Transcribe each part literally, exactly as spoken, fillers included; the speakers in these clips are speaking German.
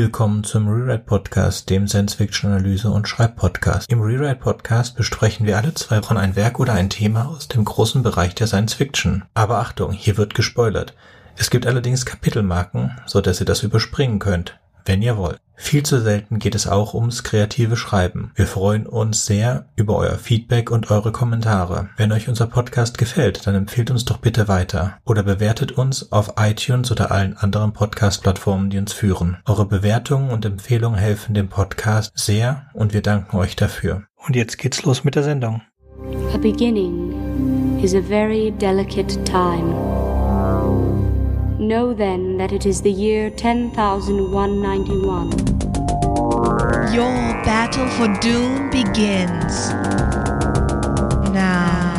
Willkommen zum Rewrite-Podcast, dem Science-Fiction-Analyse- und Schreib-Podcast. Im Rewrite-Podcast besprechen wir alle zwei Wochen ein Werk oder ein Thema aus dem großen Bereich der Science-Fiction. Aber Achtung, hier wird gespoilert. Es gibt allerdings Kapitelmarken, so dass ihr das überspringen könnt, wenn ihr wollt. Viel zu selten geht es auch ums kreative Schreiben. Wir freuen uns sehr über euer Feedback und eure Kommentare. Wenn euch unser Podcast gefällt, dann empfehlt uns doch bitte weiter oder bewertet uns auf iTunes oder allen anderen Podcast-Plattformen, die uns führen. Eure Bewertungen und Empfehlungen helfen dem Podcast sehr und wir danken euch dafür. Und jetzt geht's los mit der Sendung. A beginning is a very delicate time. Know then that it is the year ten thousand one hundred ninety-one. Your battle for doom begins now.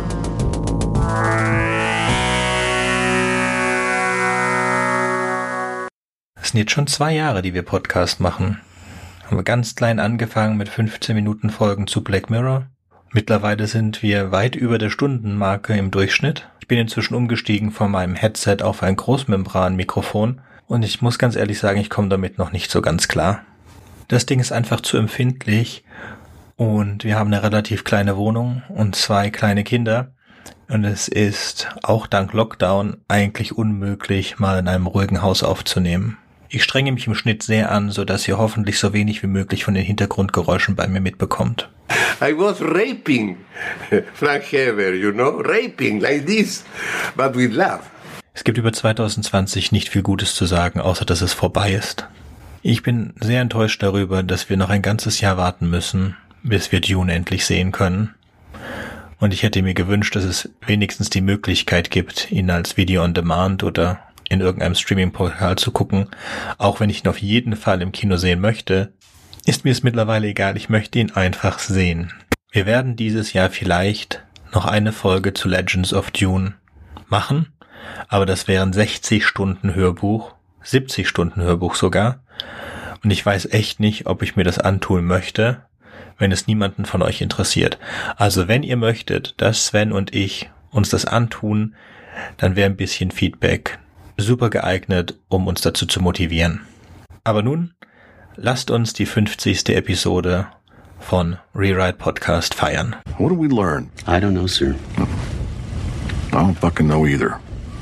Es sind jetzt schon zwei Jahre, die wir Podcast machen. Haben wir ganz klein angefangen mit fünfzehn Minuten Folgen zu Black Mirror. Mittlerweile sind wir weit über der Stundenmarke im Durchschnitt. Ich bin inzwischen umgestiegen von meinem Headset auf ein Großmembran-Mikrofon und ich muss ganz ehrlich sagen, ich komme damit noch nicht so ganz klar. Das Ding ist einfach zu empfindlich und wir haben eine relativ kleine Wohnung und zwei kleine Kinder und es ist auch dank Lockdown eigentlich unmöglich, mal in einem ruhigen Haus aufzunehmen. Ich strenge mich im Schnitt sehr an, sodass ihr hoffentlich so wenig wie möglich von den Hintergrundgeräuschen bei mir mitbekommt. I was raping Frank Heber, you know, raping like this, but with love. Es gibt über zwanzig zwanzig nicht viel Gutes zu sagen, außer dass es vorbei ist. Ich bin sehr enttäuscht darüber, dass wir noch ein ganzes Jahr warten müssen, bis wir Dune endlich sehen können. Und ich hätte mir gewünscht, dass es wenigstens die Möglichkeit gibt, ihn als Video on Demand oder in irgendeinem Streaming-Portal zu gucken. Auch wenn ich ihn auf jeden Fall im Kino sehen möchte, ist mir es mittlerweile egal, ich möchte ihn einfach sehen. Wir werden dieses Jahr vielleicht noch eine Folge zu Legends of Dune machen, aber das wären sechzig Stunden Hörbuch, siebzig Stunden Hörbuch sogar. Und ich weiß echt nicht, ob ich mir das antun möchte, wenn es niemanden von euch interessiert. Also wenn ihr möchtet, dass Sven und ich uns das antun, dann wäre ein bisschen Feedback super geeignet, um uns dazu zu motivieren. Aber nun, lasst uns die fünfzigste Episode von Rewrite Podcast feiern. What did we learn? I don't know, sir. I don't fucking know either.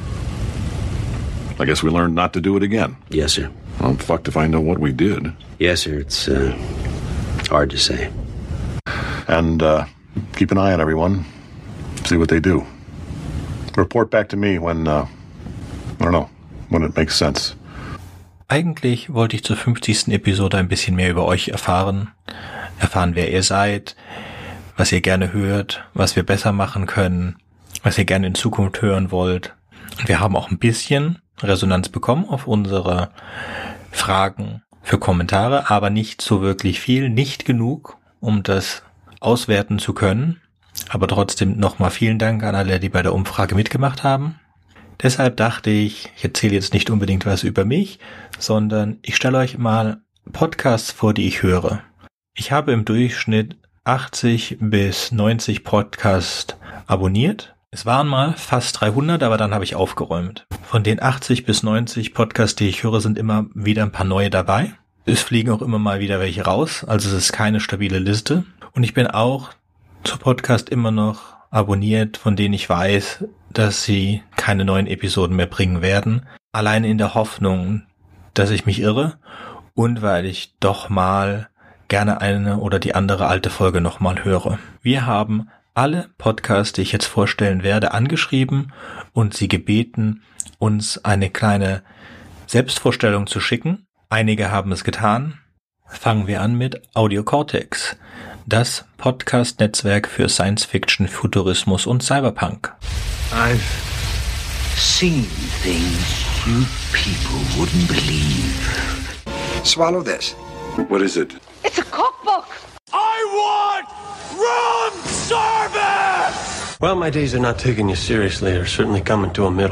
I guess we learned not to do it again. Yes, sir. I'm fucked if I know what we did. Yes, sir. It's uh, hard to say. And uh, keep an eye on everyone. See what they do. Report back to me when, uh, I don't know, when it makes sense. Eigentlich wollte ich zur fünfzigsten Episode ein bisschen mehr über euch erfahren. Erfahren, wer ihr seid, was ihr gerne hört, was wir besser machen können, was ihr gerne in Zukunft hören wollt. Und wir haben auch ein bisschen Resonanz bekommen auf unsere Fragen für Kommentare, aber nicht so wirklich viel, nicht genug, um das auswerten zu können. Aber trotzdem nochmal vielen Dank an alle, die bei der Umfrage mitgemacht haben. Deshalb dachte ich, ich erzähle jetzt nicht unbedingt was über mich, sondern ich stelle euch mal Podcasts vor, die ich höre. Ich habe im Durchschnitt achtzig bis neunzig Podcasts abonniert. Es waren mal fast dreihundert, aber dann habe ich aufgeräumt. Von den achtzig bis neunzig Podcasts, die ich höre, sind immer wieder ein paar neue dabei. Es fliegen auch immer mal wieder welche raus, also es ist keine stabile Liste. Und ich bin auch zu Podcast immer noch abonniert, von denen ich weiß, dass sie keine neuen Episoden mehr bringen werden. Allein in der Hoffnung, dass ich mich irre und weil ich doch mal gerne eine oder die andere alte Folge nochmal höre. Wir haben alle Podcasts, die ich jetzt vorstellen werde, angeschrieben und sie gebeten, uns eine kleine Selbstvorstellung zu schicken. Einige haben es getan. Fangen wir an mit Audio Cortex, das Podcast-Netzwerk für Science-Fiction, Futurismus und Cyberpunk. I've seen things you people wouldn't believe. Swallow this. What is it? It's a cookbook. I want room service! Well, my days of not taking you seriously are certainly coming to a middle.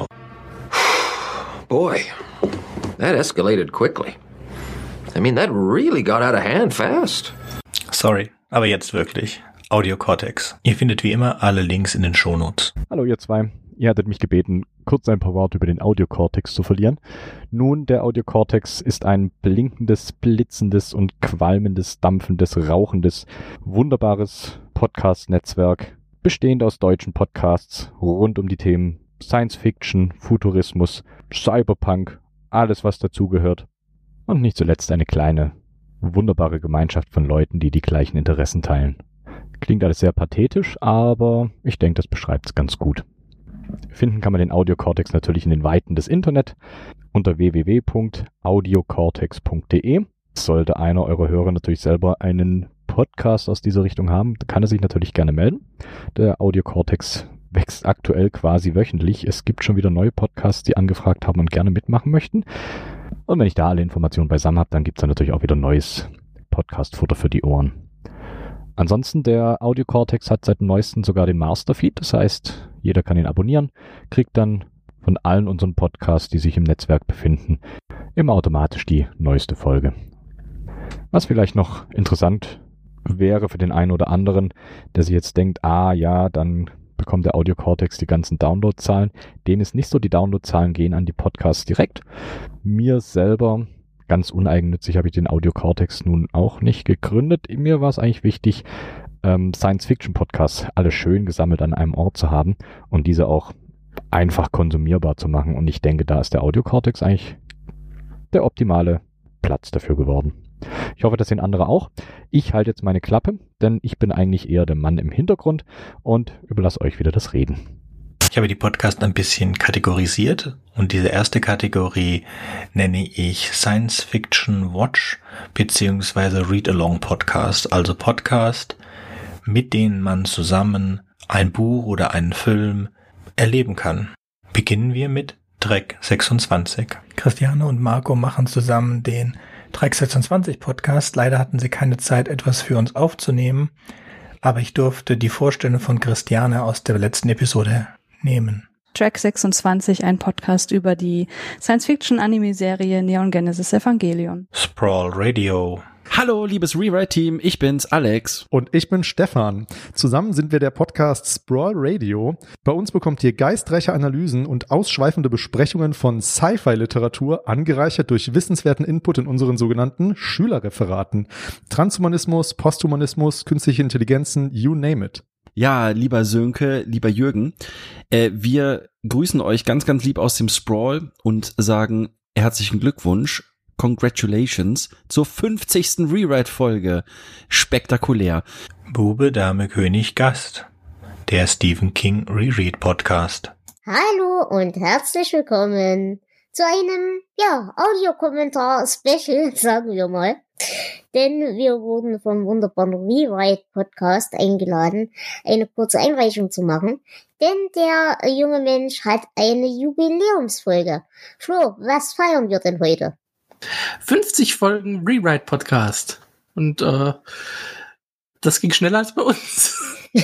Boy, that escalated quickly. I mean, that really got out of hand fast. Sorry, aber jetzt wirklich. Audio Cortex. Ihr findet wie immer alle Links in den Shownotes. Hallo ihr zwei. Ihr hattet mich gebeten, kurz ein paar Worte über den Audio-Cortex zu verlieren. Nun, der Audio-Cortex ist ein blinkendes, blitzendes und qualmendes, dampfendes, rauchendes, wunderbares Podcast-Netzwerk, bestehend aus deutschen Podcasts rund um die Themen Science-Fiction, Futurismus, Cyberpunk, alles was dazugehört. Und nicht zuletzt eine kleine, wunderbare Gemeinschaft von Leuten, die die gleichen Interessen teilen. Klingt alles sehr pathetisch, aber ich denke, das beschreibt es ganz gut. Finden kann man den Audio-Cortex natürlich in den Weiten des Internet unter w w w punkt audiocortex punkt d e. Sollte einer eurer Hörer natürlich selber einen Podcast aus dieser Richtung haben, kann er sich natürlich gerne melden. Der Audio-Cortex wächst aktuell quasi wöchentlich. Es gibt schon wieder neue Podcasts, die angefragt haben und gerne mitmachen möchten. Und wenn ich da alle Informationen beisammen habe, dann gibt es dann natürlich auch wieder neues Podcast-Futter für die Ohren. Ansonsten, der Audio-Cortex hat seit neuestem sogar den Masterfeed. Das heißt, jeder kann ihn abonnieren, kriegt dann von allen unseren Podcasts, die sich im Netzwerk befinden, immer automatisch die neueste Folge. Was vielleicht noch interessant wäre für den einen oder anderen, der sich jetzt denkt, ah ja, dann bekommt der Audio-Cortex die ganzen Downloadzahlen. Dem ist nicht so, die Downloadzahlen gehen an die Podcasts direkt. Mir selber, ganz uneigennützig, habe ich den Audio-Cortex nun auch nicht gegründet. Mir war es eigentlich wichtig, ähm, Science-Fiction-Podcasts alle schön gesammelt an einem Ort zu haben und diese auch einfach konsumierbar zu machen. Und ich denke, da ist der Audio-Cortex eigentlich der optimale Platz dafür geworden. Ich hoffe, das sehen andere auch. Ich halte jetzt meine Klappe, denn ich bin eigentlich eher der Mann im Hintergrund und überlasse euch wieder das Reden. Ich habe die Podcasts ein bisschen kategorisiert und diese erste Kategorie nenne ich Science Fiction Watch beziehungsweise Read-Along Podcast, also Podcast, mit denen man zusammen ein Buch oder einen Film erleben kann. Beginnen wir mit Trek sechsundzwanzig. Christiane und Marco machen zusammen den Trek sechsundzwanzig Podcast. Leider hatten sie keine Zeit, etwas für uns aufzunehmen, aber ich durfte die Vorstellung von Christiane aus der letzten Episode nehmen. Trek sechsundzwanzig, ein Podcast über die Science-Fiction-Anime-Serie Neon Genesis Evangelion. Sprawl Radio. Hallo, liebes Rewrite-Team, ich bin's, Alex. Und ich bin Stefan. Zusammen sind wir der Podcast Sprawl Radio. Bei uns bekommt ihr geistreiche Analysen und ausschweifende Besprechungen von Sci-Fi-Literatur, angereichert durch wissenswerten Input in unseren sogenannten Schülerreferaten. Transhumanismus, Posthumanismus, künstliche Intelligenzen, you name it. Ja, lieber Sönke, lieber Jürgen, äh, wir grüßen euch ganz, ganz lieb aus dem Sprawl und sagen herzlichen Glückwunsch. Congratulations zur fünfzigsten Rewrite-Folge. Spektakulär. Bube, Dame, König, Gast. Der Stephen King Reread Podcast. Hallo und herzlich willkommen zu einem, ja, Audiokommentar-Special, sagen wir mal. Denn wir wurden vom wunderbaren Rewrite Podcast eingeladen, eine kurze Einreichung zu machen. Denn der junge Mensch hat eine Jubiläumsfolge. Flo, was feiern wir denn heute? fünfzig Folgen Rewrite-Podcast. Und äh, das ging schneller als bei uns.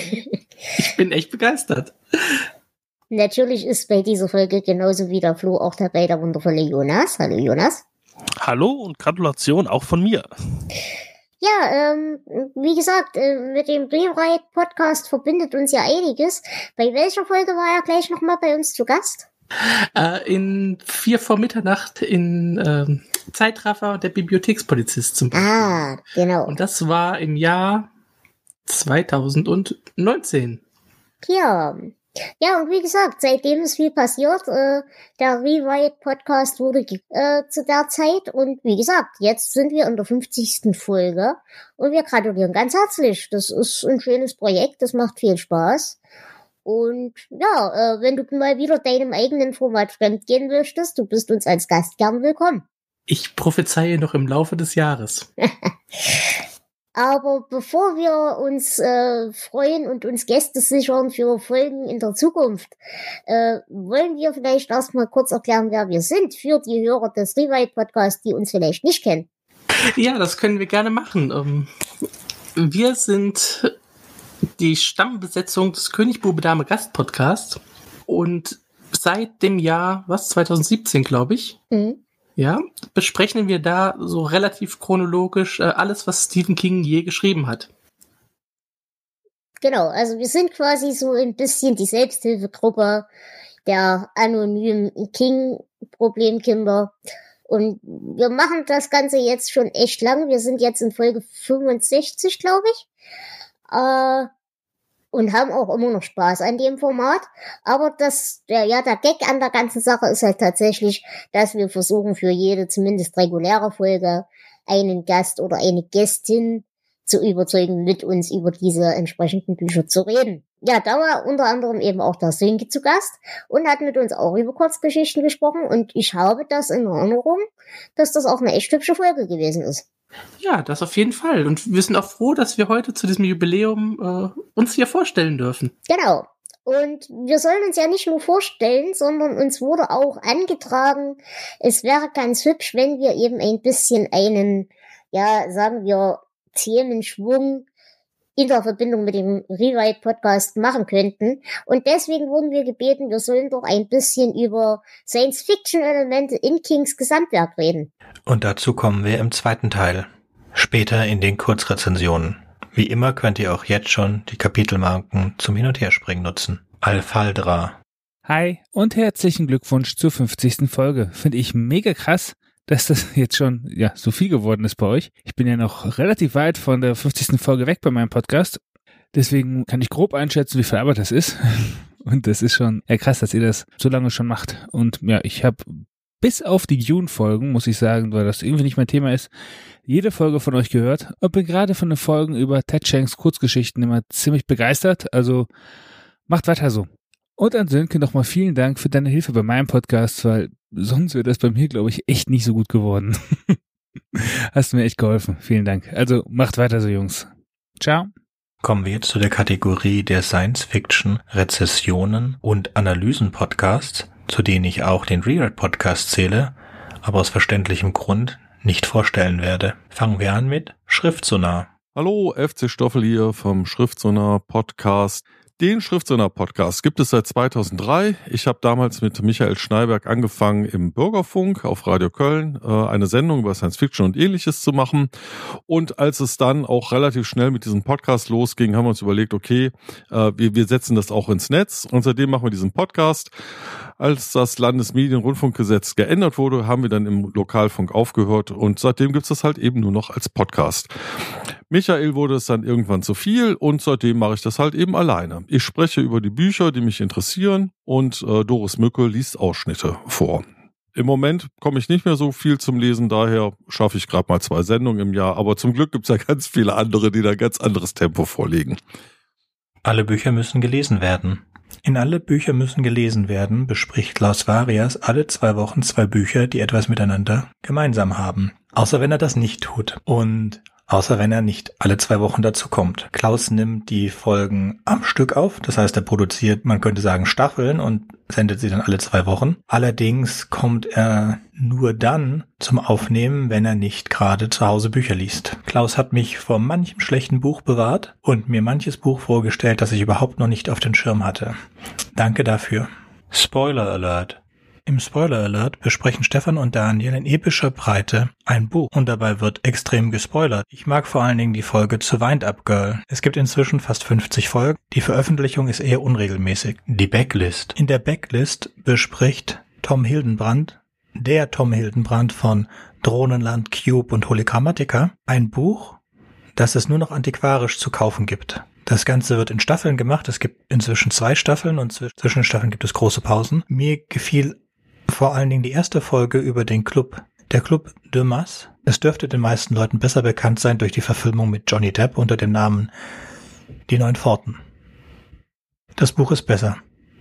Ich bin echt begeistert. Natürlich ist bei dieser Folge genauso wie der Flo auch dabei der wundervolle Jonas. Hallo Jonas. Hallo und Gratulation auch von mir. Ja, ähm, wie gesagt, äh, mit dem Rewrite-Podcast verbindet uns ja einiges. Bei welcher Folge war er gleich nochmal bei uns zu Gast? Äh, in vier vor Mitternacht in ähm, Zeitraffer und der Bibliothekspolizist zum Beispiel. Ah, genau. Und das war im Jahr zweitausendneunzehn. Ja. Ja, und wie gesagt, seitdem ist viel passiert. Äh, der Rewrite-Podcast wurde äh, zu der Zeit. Und wie gesagt, jetzt sind wir in der fünfzigsten Folge. Und wir gratulieren ganz herzlich. Das ist ein schönes Projekt, das macht viel Spaß. Und ja, äh, wenn du mal wieder deinem eigenen Format fremd gehen möchtest, du bist uns als Gast gern willkommen. Ich prophezeie noch im Laufe des Jahres. Aber bevor wir uns äh, freuen und uns Gäste sichern für Folgen in der Zukunft, äh, wollen wir vielleicht erstmal kurz erklären, wer wir sind für die Hörer des Rewrite-Podcasts, die uns vielleicht nicht kennen. Ja, das können wir gerne machen. Ähm, wir sind die Stammbesetzung des König, Bube, Dame, Gast Podcast und seit dem Jahr, was, zweitausendsiebzehn, glaube ich, mhm. ja, besprechen wir da so relativ chronologisch äh, alles, was Stephen King je geschrieben hat. Genau, also wir sind quasi so ein bisschen die Selbsthilfegruppe der anonymen King-Problemkinder. Und wir machen das Ganze jetzt schon echt lang. Wir sind jetzt in Folge fünfundsechzig, glaube ich. Äh, und haben auch immer noch Spaß an dem Format. Aber das, der, ja, der Gag an der ganzen Sache ist halt tatsächlich, dass wir versuchen, für jede zumindest reguläre Folge einen Gast oder eine Gästin zu überzeugen, mit uns über diese entsprechenden Bücher zu reden. Ja, da war unter anderem eben auch der Sönke zu Gast und hat mit uns auch über Kurzgeschichten gesprochen und ich habe das in Erinnerung, dass das auch eine echt hübsche Folge gewesen ist. Ja, das auf jeden Fall. Und wir sind auch froh, dass wir heute zu diesem Jubiläum äh, uns hier vorstellen dürfen. Genau. Und wir sollen uns ja nicht nur vorstellen, sondern uns wurde auch angetragen, es wäre ganz hübsch, wenn wir eben ein bisschen einen, ja, sagen wir, Themenschwung in der Verbindung mit dem Rewrite-Podcast machen könnten. Und deswegen wurden wir gebeten, wir sollen doch ein bisschen über Science-Fiction-Elemente in Kings Gesamtwerk reden. Und dazu kommen wir im zweiten Teil. Später in den Kurzrezensionen. Wie immer könnt ihr auch jetzt schon die Kapitelmarken zum Hin- und Herspringen nutzen. Alfaldra. Hi und herzlichen Glückwunsch zur fünfzigsten Folge. Finde ich mega krass, dass das jetzt schon ja so viel geworden ist bei euch. Ich bin ja noch relativ weit von der fünfzigsten Folge weg bei meinem Podcast. Deswegen kann ich grob einschätzen, wie viel Arbeit das ist. Und das ist schon ja, krass, dass ihr das so lange schon macht. Und ja, ich habe bis auf die Dune-Folgen, muss ich sagen, weil das irgendwie nicht mein Thema ist, jede Folge von euch gehört und bin gerade von den Folgen über Ted Shanks Kurzgeschichten immer ziemlich begeistert. Also macht weiter so. Und an Sönke nochmal vielen Dank für deine Hilfe bei meinem Podcast, weil sonst wäre das bei mir, glaube ich, echt nicht so gut geworden. Hast du mir echt geholfen. Vielen Dank. Also macht weiter so, Jungs. Ciao. Kommen wir jetzt zu der Kategorie der Science-Fiction-Rezessionen und Analysen-Podcasts, zu denen ich auch den Rewrite-Podcast zähle, aber aus verständlichem Grund nicht vorstellen werde. Fangen wir an mit Schriftsonar. Hallo, F C Stoffel hier vom Schriftsonar-Podcast. Den Schriftsonar-Podcast gibt es seit zweitausenddrei. Ich habe damals mit Michael Schneiberg angefangen, im Bürgerfunk auf Radio Köln äh, eine Sendung über Science-Fiction und Ähnliches zu machen. Und als es dann auch relativ schnell mit diesem Podcast losging, haben wir uns überlegt, okay, äh, wir, wir setzen das auch ins Netz. Und seitdem machen wir diesen Podcast. Als das Landesmedienrundfunkgesetz geändert wurde, haben wir dann im Lokalfunk aufgehört und seitdem gibt es das halt eben nur noch als Podcast. Michael wurde es dann irgendwann zu viel und seitdem mache ich das halt eben alleine. Ich spreche über die Bücher, die mich interessieren und äh, Doris Mücke liest Ausschnitte vor. Im Moment komme ich nicht mehr so viel zum Lesen, daher schaffe ich gerade mal zwei Sendungen im Jahr, aber zum Glück gibt es ja ganz viele andere, die da ein ganz anderes Tempo vorlegen. Alle Bücher müssen gelesen werden. In Alle Bücher müssen gelesen werden bespricht Klaus Varias alle zwei Wochen zwei Bücher, die etwas miteinander gemeinsam haben. Außer wenn er das nicht tut. Und außer wenn er nicht alle zwei Wochen dazu kommt. Klaus nimmt die Folgen am Stück auf, das heißt, er produziert, man könnte sagen, Staffeln und sendet sie dann alle zwei Wochen. Allerdings kommt er nur dann zum Aufnehmen, wenn er nicht gerade zu Hause Bücher liest. Klaus hat mich vor manchem schlechten Buch bewahrt und mir manches Buch vorgestellt, das ich überhaupt noch nicht auf den Schirm hatte. Danke dafür. Spoiler Alert. Im Spoiler Alert besprechen Stefan und Daniel in epischer Breite ein Buch und dabei wird extrem gespoilert. Ich mag vor allen Dingen die Folge zu Wind Up Girl. Es gibt inzwischen fast fünfzig Folgen. Die Veröffentlichung ist eher unregelmäßig. Die Backlist. In der Backlist bespricht Tom Hildenbrand, der Tom Hildenbrand von Drohnenland, Cube und Hologrammatica, ein Buch, das es nur noch antiquarisch zu kaufen gibt. Das Ganze wird in Staffeln gemacht. Es gibt inzwischen zwei Staffeln und zwischen Staffeln gibt es große Pausen. Mir gefiel vor allen Dingen die erste Folge über den Club, der Club de Mas. Es dürfte den meisten Leuten besser bekannt sein durch die Verfilmung mit Johnny Depp unter dem Namen Die Neun Pforten. Das Buch ist besser.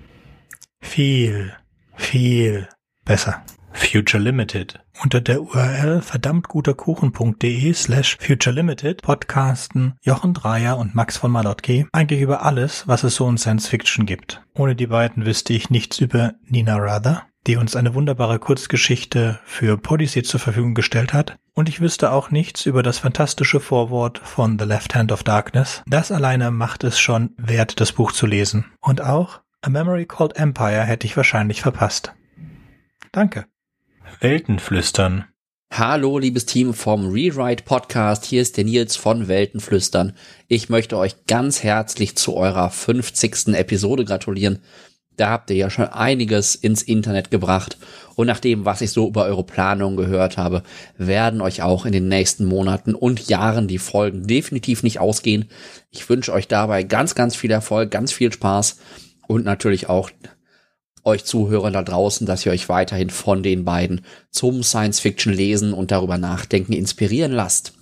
Viel, viel besser. Future Limited. Unter der U R L verdammtguterkuchen.de slash Future Limited podcasten Jochen Dreier und Max von Malotki eigentlich über alles, was es so in Science Fiction gibt. Ohne die beiden wüsste ich nichts über Nina Rather, die uns eine wunderbare Kurzgeschichte für Podyssey zur Verfügung gestellt hat. Und ich wüsste auch nichts über das fantastische Vorwort von The Left Hand of Darkness. Das alleine macht es schon wert, das Buch zu lesen. Und auch A Memory Called Empire hätte ich wahrscheinlich verpasst. Danke. Weltenflüstern. Hallo, liebes Team vom Rewrite Podcast. Hier ist der Nils von Weltenflüstern. Ich möchte euch ganz herzlich zu eurer fünfzigsten Episode gratulieren. Da habt ihr ja schon einiges ins Internet gebracht. Und nach dem, was ich so über eure Planung gehört habe, werden euch auch in den nächsten Monaten und Jahren die Folgen definitiv nicht ausgehen. Ich wünsche euch dabei ganz, ganz viel Erfolg, ganz viel Spaß und natürlich auch euch Zuhörer da draußen, dass ihr euch weiterhin von den beiden zum Science-Fiction-Lesen und darüber nachdenken inspirieren lasst.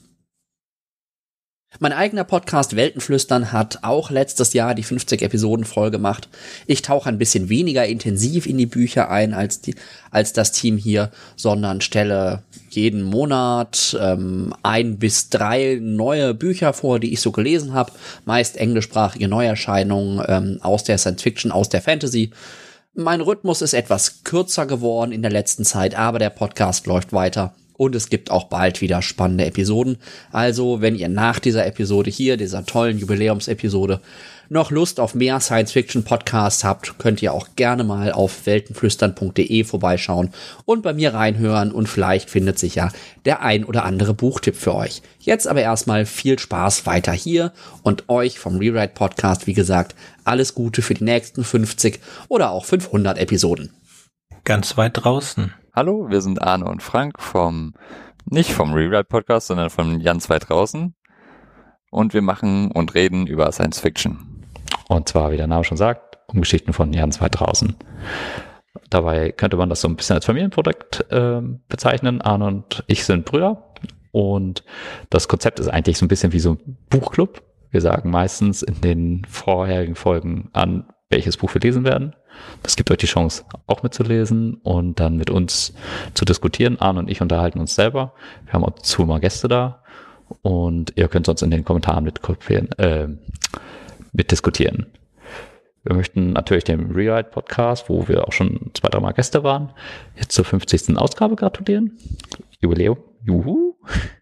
Mein eigener Podcast Weltenflüstern hat auch letztes Jahr die fünfzig Episoden voll gemacht. Ich tauche ein bisschen weniger intensiv in die Bücher ein als die, als das Team hier, sondern stelle jeden Monat ähm, ein bis drei neue Bücher vor, die ich so gelesen habe. Meist englischsprachige Neuerscheinungen ähm, aus der Science-Fiction, aus der Fantasy. Mein Rhythmus ist etwas kürzer geworden in der letzten Zeit, aber der Podcast läuft weiter und es gibt auch bald wieder spannende Episoden. Also, wenn ihr nach dieser Episode hier, dieser tollen Jubiläumsepisode, noch Lust auf mehr Science-Fiction-Podcasts habt, könnt ihr auch gerne mal auf weltenflüstern punkt de vorbeischauen und bei mir reinhören und vielleicht findet sich ja der ein oder andere Buchtipp für euch. Jetzt aber erstmal viel Spaß weiter hier und euch vom Rewrite Podcast, wie gesagt, alles Gute für die nächsten fünfzig oder auch fünfhundert Episoden. Ganz weit draußen. Hallo, wir sind Arne und Frank vom, nicht vom Rewrite Podcast, sondern von ganz weit draußen. Und wir machen und reden über Science Fiction. Und zwar, wie der Name schon sagt, um Geschichten von ganz weit draußen. Dabei könnte man das so ein bisschen als Familienprojekt äh, bezeichnen. Arne und ich sind Brüder. Und das Konzept ist eigentlich so ein bisschen wie so ein Buchclub. Wir sagen meistens in den vorherigen Folgen an, welches Buch wir lesen werden. Das gibt euch die Chance, auch mitzulesen und dann mit uns zu diskutieren. Arne und ich unterhalten uns selber. Wir haben auch dazu mal Gäste da. Und ihr könnt sonst in den Kommentaren mitkopieren, äh, mitdiskutieren. Wir möchten natürlich dem Rewrite Podcast, wo wir auch schon zwei, drei Mal Gäste waren, jetzt zur fünfzigsten Ausgabe gratulieren. Jubiläum. Juhu.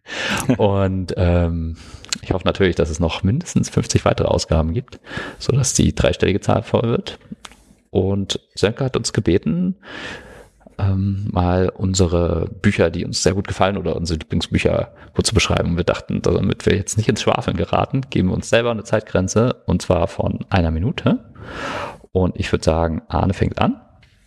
Und ähm, ich hoffe natürlich, dass es noch mindestens fünfzig weitere Ausgaben gibt, sodass die dreistellige Zahl voll wird. Und Sönke hat uns gebeten, ähm, mal unsere Bücher, die uns sehr gut gefallen oder unsere Lieblingsbücher kurz zu beschreiben. Wir dachten, damit wir jetzt nicht ins Schwafeln geraten, geben wir uns selber eine Zeitgrenze und zwar von einer Minute. Und ich würde sagen, Arne fängt an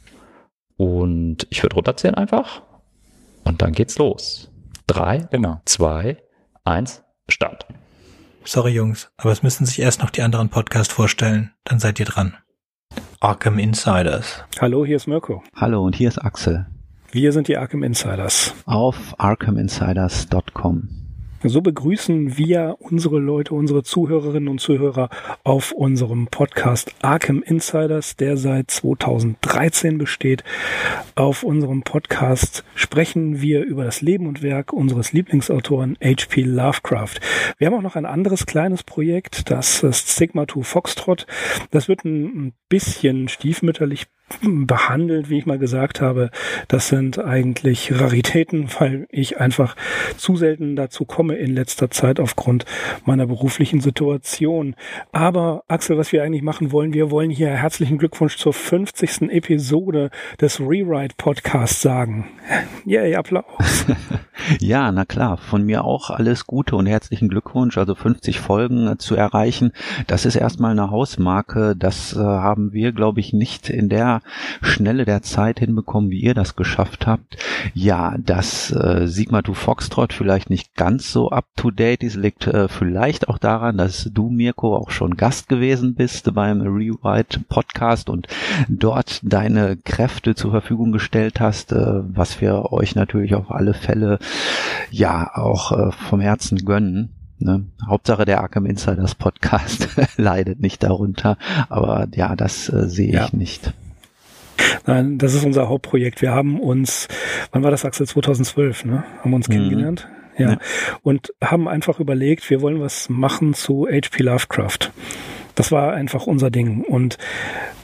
und ich würde runterzählen einfach und dann geht's los. Drei, genau. zwei, eins, Start. Sorry Jungs, aber es müssen sich erst noch die anderen Podcasts vorstellen, dann seid ihr dran. Arkham Insiders. Hallo, hier ist Mirko. Hallo, und hier ist Axel. Wir sind die Arkham Insiders. Auf arkham insiders punkt com. So begrüßen wir unsere Leute, unsere Zuhörerinnen und Zuhörer auf unserem Podcast Arkham Insiders, der seit zweitausenddreizehn besteht. Auf unserem Podcast sprechen wir über das Leben und Werk unseres Lieblingsautoren H P Lovecraft. Wir haben auch noch ein anderes kleines Projekt, das ist Sigma zwei Foxtrot. Das wird ein bisschen stiefmütterlich behandelt, wie ich mal gesagt habe. Das sind eigentlich Raritäten, weil ich einfach zu selten dazu komme in letzter Zeit aufgrund meiner beruflichen Situation. Aber Axel, was wir eigentlich machen wollen, wir wollen hier herzlichen Glückwunsch zur fünfzigsten Episode des Rewrite Podcasts sagen. Yay, Applaus. Ja, na klar, von mir auch alles Gute und herzlichen Glückwunsch. Also fünfzig Folgen zu erreichen, das ist erstmal eine Hausmarke. Das äh, haben wir, glaube ich, nicht in der Schnelle der Zeit hinbekommen, wie ihr das geschafft habt. Ja, dass äh, Sigma zwei Foxtrot vielleicht nicht ganz so up-to-date ist, liegt äh, vielleicht auch daran, dass du, Mirko, auch schon Gast gewesen bist beim Rewrite Podcast und dort deine Kräfte zur Verfügung gestellt hast, äh, was wir euch natürlich auf alle Fälle ja auch äh, vom Herzen gönnen. Ne? Hauptsache der Arkham Insiders Podcast leidet nicht darunter, aber ja, das äh, sehe ja. ich nicht. Nein, das ist unser Hauptprojekt. Wir haben uns, wann war das, Axel? zweitausendzwölf, ne? Haben wir uns mhm. kennengelernt? Ja. ja. Und haben einfach überlegt, wir wollen was machen zu H P Lovecraft. Das war einfach unser Ding. Und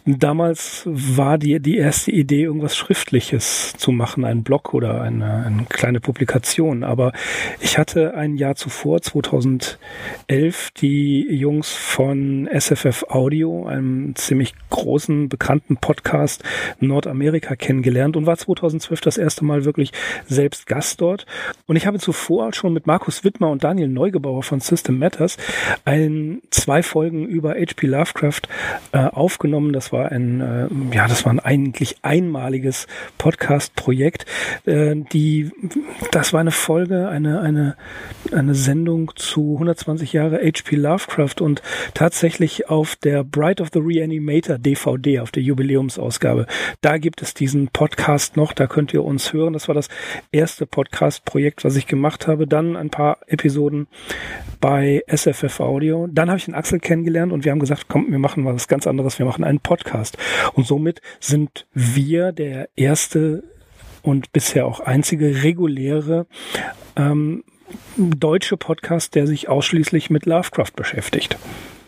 damals war die, die erste Idee, irgendwas Schriftliches zu machen, einen Blog oder eine, eine kleine Publikation. Aber ich hatte ein Jahr zuvor, zweitausendelf, die Jungs von S F F Audio, einem ziemlich großen, bekannten Podcast in Nordamerika kennengelernt und war zweitausendzwölf das erste Mal wirklich selbst Gast dort. Und ich habe zuvor schon mit Markus Wittmer und Daniel Neugebauer von System Matters ein, zwei Folgen über H P Lovecraft äh, aufgenommen. Das war ein, äh, ja, das war ein eigentlich einmaliges Podcast-Projekt. Äh, die, das war eine Folge, eine, eine, eine Sendung zu hundertzwanzig Jahre H P Lovecraft und tatsächlich auf der Bride of the Reanimator D V D, auf der Jubiläumsausgabe. Da gibt es diesen Podcast noch, da könnt ihr uns hören. Das war das erste Podcast-Projekt, was ich gemacht habe. Dann ein paar Episoden bei S F F Audio. Dann habe ich den Axel kennengelernt und wir haben gesagt, komm, wir machen was ganz anderes, wir machen einen Podcast. Und somit sind wir der erste und bisher auch einzige reguläre ähm, deutsche Podcast, der sich ausschließlich mit Lovecraft beschäftigt.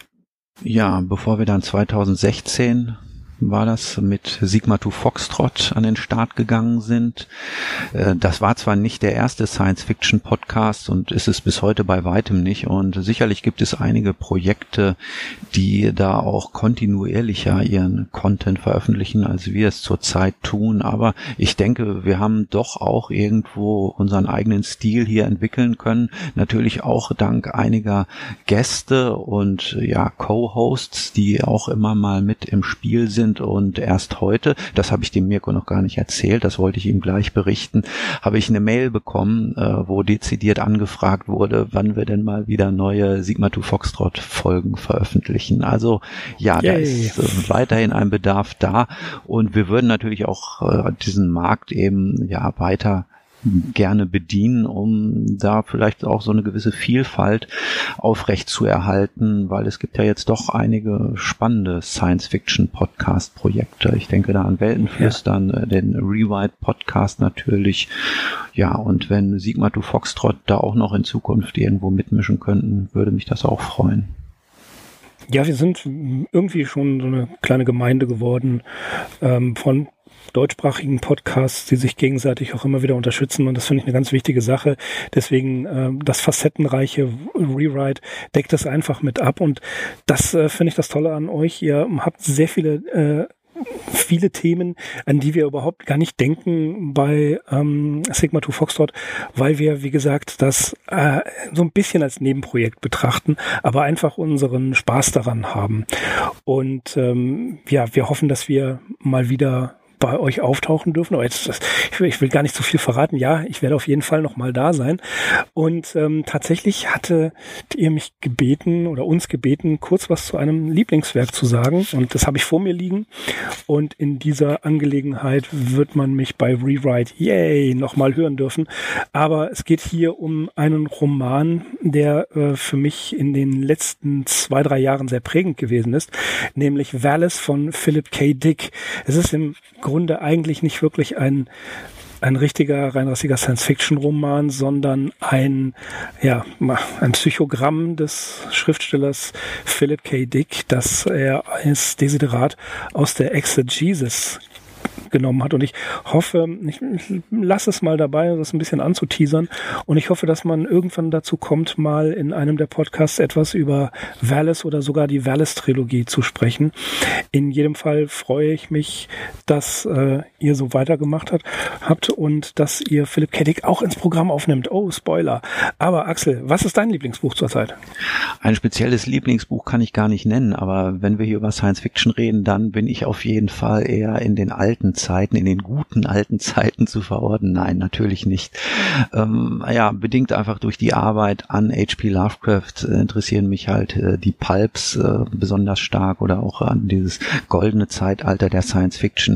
Ja, bevor wir dann zweitausendsechzehn war das, mit Sigma zwei Foxtrot an den Start gegangen sind. Das war zwar nicht der erste Science-Fiction-Podcast und ist es bis heute bei weitem nicht. Und sicherlich gibt es einige Projekte, die da auch kontinuierlicher ihren Content veröffentlichen, als wir es zurzeit tun. Aber ich denke, wir haben doch auch irgendwo unseren eigenen Stil hier entwickeln können. Natürlich auch dank einiger Gäste und ja Co-Hosts, die auch immer mal mit im Spiel sind. Und erst heute, das habe ich dem Mirko noch gar nicht erzählt, das wollte ich ihm gleich berichten, habe ich eine Mail bekommen, äh, wo dezidiert angefragt wurde, wann wir denn mal wieder neue Sigma zwei Foxtrot Folgen veröffentlichen. Also ja, Yay. Da ist äh, weiterhin ein Bedarf da und wir würden natürlich auch äh, diesen Markt eben ja weiter gerne bedienen, um da vielleicht auch so eine gewisse Vielfalt aufrecht zu erhalten, weil es gibt ja jetzt doch einige spannende Science-Fiction-Podcast-Projekte. Ich denke da an Weltenflüstern, ja. den Rewrite-Podcast natürlich. Ja, und wenn Sigma zwei Foxtrot da auch noch in Zukunft irgendwo mitmischen könnten, würde mich das auch freuen. Ja, wir sind irgendwie schon so eine kleine Gemeinde geworden ähm, von deutschsprachigen Podcasts, die sich gegenseitig auch immer wieder unterstützen und das finde ich eine ganz wichtige Sache. Deswegen äh, das facettenreiche Rewrite deckt das einfach mit ab und das äh, finde ich das Tolle an euch. Ihr habt sehr viele äh, viele Themen, an die wir überhaupt gar nicht denken bei ähm, Sigma zwei Foxtrot, weil wir, wie gesagt, das äh, so ein bisschen als Nebenprojekt betrachten, aber einfach unseren Spaß daran haben. Und ähm, ja, wir hoffen, dass wir mal wieder bei euch auftauchen dürfen. Aber jetzt, ich will, ich will gar nicht so viel verraten. Ja, ich werde auf jeden Fall noch mal da sein. Und ähm, tatsächlich hattet ihr mich gebeten oder uns gebeten, kurz was zu einem Lieblingswerk zu sagen. Und das habe ich vor mir liegen. Und in dieser Angelegenheit wird man mich bei Rewrite, yay, noch mal hören dürfen. Aber es geht hier um einen Roman, der äh, für mich in den letzten zwei, drei Jahren sehr prägend gewesen ist, nämlich Valis von Philip K. Dick. Es ist im Grunde eigentlich nicht wirklich ein ein richtiger, reinrassiger Science-Fiction-Roman, sondern ein, ja, ein Psychogramm des Schriftstellers Philip K. Dick, das er als Desiderat aus der Exegesis genommen hat. Und ich hoffe, ich, ich lasse es mal dabei, das ein bisschen anzuteasern. Und ich hoffe, dass man irgendwann dazu kommt, mal in einem der Podcasts etwas über Valis oder sogar die Valis-Trilogie zu sprechen. In jedem Fall freue ich mich, dass äh, ihr so weitergemacht habt, habt und dass ihr Philip K. Dick auch ins Programm aufnimmt. Oh, Spoiler. Aber Axel, was ist dein Lieblingsbuch zurzeit? Ein spezielles Lieblingsbuch kann ich gar nicht nennen, aber wenn wir hier über Science-Fiction reden, dann bin ich auf jeden Fall eher in den alten Zeiten, in den guten alten Zeiten zu verorten. Nein, natürlich nicht. Ähm, ja, bedingt einfach durch die Arbeit an H P Lovecraft äh, interessieren mich halt äh, die Pulps äh, besonders stark oder auch an dieses goldene Zeitalter der Science Fiction.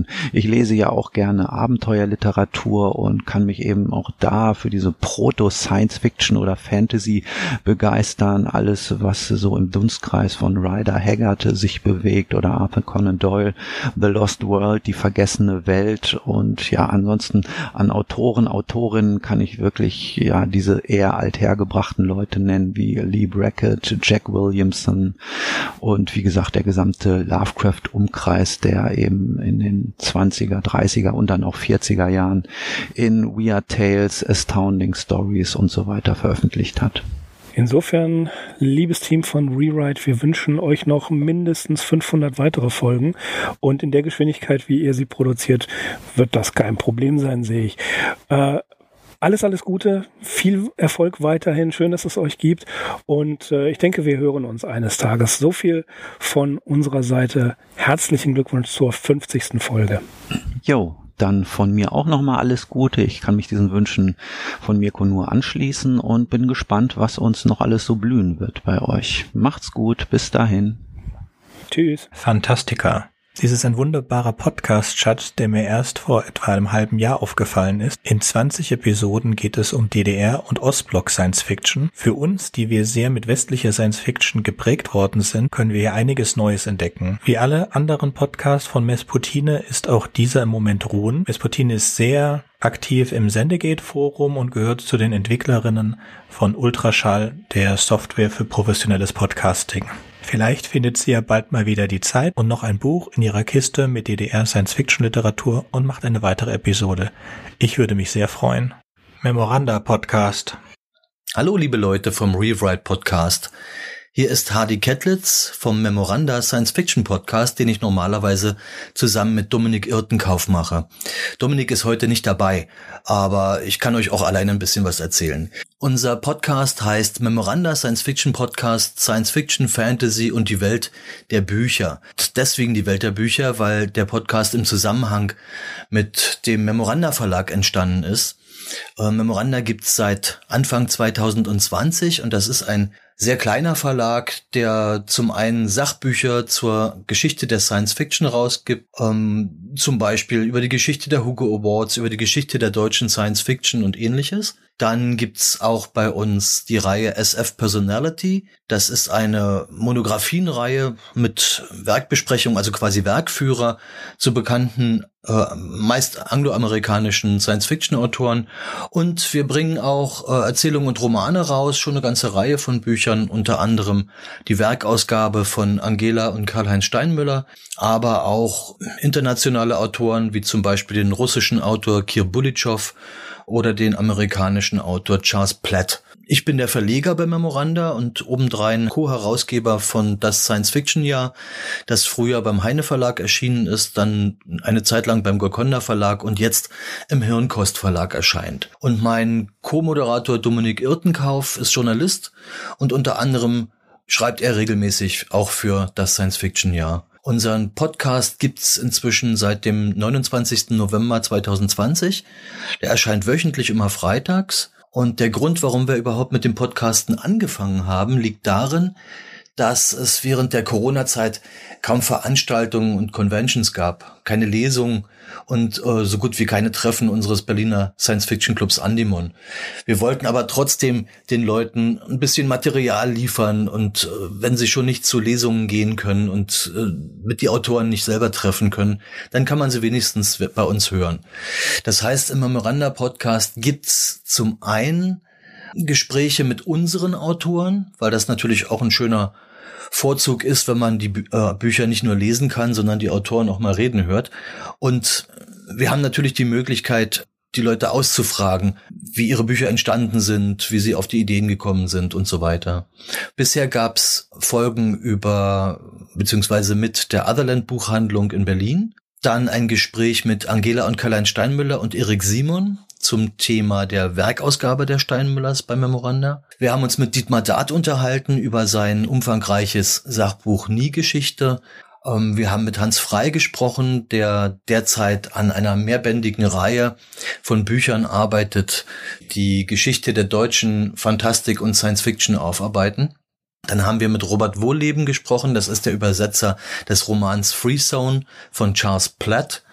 denn ich lese ja auch gerne Abenteuerliteratur und kann mich eben auch da für diese Proto-Science-Fiction oder Fantasy begeistern. Alles, was so im Dunstkreis von Rider Haggard sich bewegt oder Arthur Conan Doyle, The Lost World, die vergessene Welt. Und ja, ansonsten an Autoren, Autorinnen kann ich wirklich ja diese eher althergebrachten Leute nennen, wie Lee Brackett, Jack Williamson und wie gesagt der gesamte Lovecraft-Umkreis, der eben in den zwanziger, dreißiger und dann auch vierziger Jahren in Weird Tales, Astounding Stories und so weiter veröffentlicht hat. Insofern, liebes Team von Rewrite, wir wünschen euch noch mindestens fünfhundert weitere Folgen und in der Geschwindigkeit, wie ihr sie produziert, wird das kein Problem sein, sehe ich. Äh, Alles, alles Gute, viel Erfolg weiterhin, schön, dass es euch gibt und äh, ich denke, wir hören uns eines Tages. So viel von unserer Seite. Herzlichen Glückwunsch zur fünfzigsten Folge. Jo, dann von mir auch nochmal alles Gute. Ich kann mich diesen Wünschen von Mirko nur anschließen und bin gespannt, was uns noch alles so blühen wird bei euch. Macht's gut, bis dahin. Tschüss. Fantastica. Dies ist ein wunderbarer Podcast-Schatz, der mir erst vor etwa einem halben Jahr aufgefallen ist. In zwanzig Episoden geht es um D D R- und Ostblock Science-Fiction. Für uns, die wir sehr mit westlicher Science-Fiction geprägt worden sind, können wir hier einiges Neues entdecken. Wie alle anderen Podcasts von Mesputine ist auch dieser im Moment ruhen. Mesputine ist sehr aktiv im Sendegate-Forum und gehört zu den Entwicklerinnen von Ultraschall, der Software für professionelles Podcasting. Vielleicht findet sie ja bald mal wieder die Zeit und noch ein Buch in ihrer Kiste mit D D R-Science-Fiction-Literatur und macht eine weitere Episode. Ich würde mich sehr freuen. Memoranda Podcast. Hallo liebe Leute vom Rewrite Podcast. Hier ist Hardy Kettlitz vom Memoranda Science Fiction Podcast, den ich normalerweise zusammen mit Dominik Irtenkauf mache. Dominik ist heute nicht dabei, aber ich kann euch auch alleine ein bisschen was erzählen. Unser Podcast heißt Memoranda Science Fiction Podcast, Science Fiction, Fantasy und die Welt der Bücher. Deswegen die Welt der Bücher, weil der Podcast im Zusammenhang mit dem Memoranda Verlag entstanden ist. Äh, Memoranda gibt's seit Anfang zwanzig zwanzig und das ist ein sehr kleiner Verlag, der zum einen Sachbücher zur Geschichte der Science Fiction rausgibt, ähm, zum Beispiel über die Geschichte der Hugo Awards, über die Geschichte der deutschen Science Fiction und ähnliches. Dann gibt's auch bei uns die Reihe S F Personality. Das ist eine Monographienreihe mit Werkbesprechung, also quasi Werkführer zu bekannten, äh, meist angloamerikanischen Science-Fiction-Autoren. Und wir bringen auch äh, Erzählungen und Romane raus, schon eine ganze Reihe von Büchern, unter anderem die Werkausgabe von Angela und Karl-Heinz Steinmüller, aber auch internationale Autoren, wie zum Beispiel den russischen Autor Kir Bulitschov oder den amerikanischen Autor Charles Platt. Ich bin der Verleger bei Memoranda und obendrein Co-Herausgeber von Das Science-Fiction-Jahr, das früher beim Heine Verlag erschienen ist, dann eine Zeit lang beim Golconda Verlag und jetzt im Hirnkost Verlag erscheint. Und mein Co-Moderator Dominik Irtenkauf ist Journalist und unter anderem schreibt er regelmäßig auch für Das Science-Fiction-Jahr. Unseren Podcast gibt's inzwischen seit dem neunundzwanzigsten November zweitausendzwanzig. Der erscheint wöchentlich immer freitags. Und der Grund, warum wir überhaupt mit dem Podcasten angefangen haben, liegt darin, dass es während der Corona-Zeit kaum Veranstaltungen und Conventions gab, keine Lesungen und äh, so gut wie keine Treffen unseres Berliner Science-Fiction-Clubs Andimon. Wir wollten aber trotzdem den Leuten ein bisschen Material liefern und äh, wenn sie schon nicht zu Lesungen gehen können und äh, mit die Autoren nicht selber treffen können, dann kann man sie wenigstens bei uns hören. Das heißt, im Memoranda-Podcast gibt's zum einen Gespräche mit unseren Autoren, weil das natürlich auch ein schöner Vorzug ist, wenn man die Bü- äh, Bücher nicht nur lesen kann, sondern die Autoren auch mal reden hört. Und wir haben natürlich die Möglichkeit, die Leute auszufragen, wie ihre Bücher entstanden sind, wie sie auf die Ideen gekommen sind und so weiter. Bisher gab's Folgen über, beziehungsweise mit der Otherland Buchhandlung in Berlin. Dann ein Gespräch mit Angela und Karl-Heinz Steinmüller und Erik Simon zum Thema der Werkausgabe der Steinmüllers bei Memoranda. Wir haben uns mit Dietmar Dart unterhalten über sein umfangreiches Sachbuch Nie-Geschichte. Ähm, wir haben mit Hans Frey gesprochen, der derzeit an einer mehrbändigen Reihe von Büchern arbeitet, die Geschichte der deutschen Fantastik und Science-Fiction aufarbeiten. Dann haben wir mit Robert Wohlleben gesprochen, das ist der Übersetzer des Romans Free Zone von Charles Platt.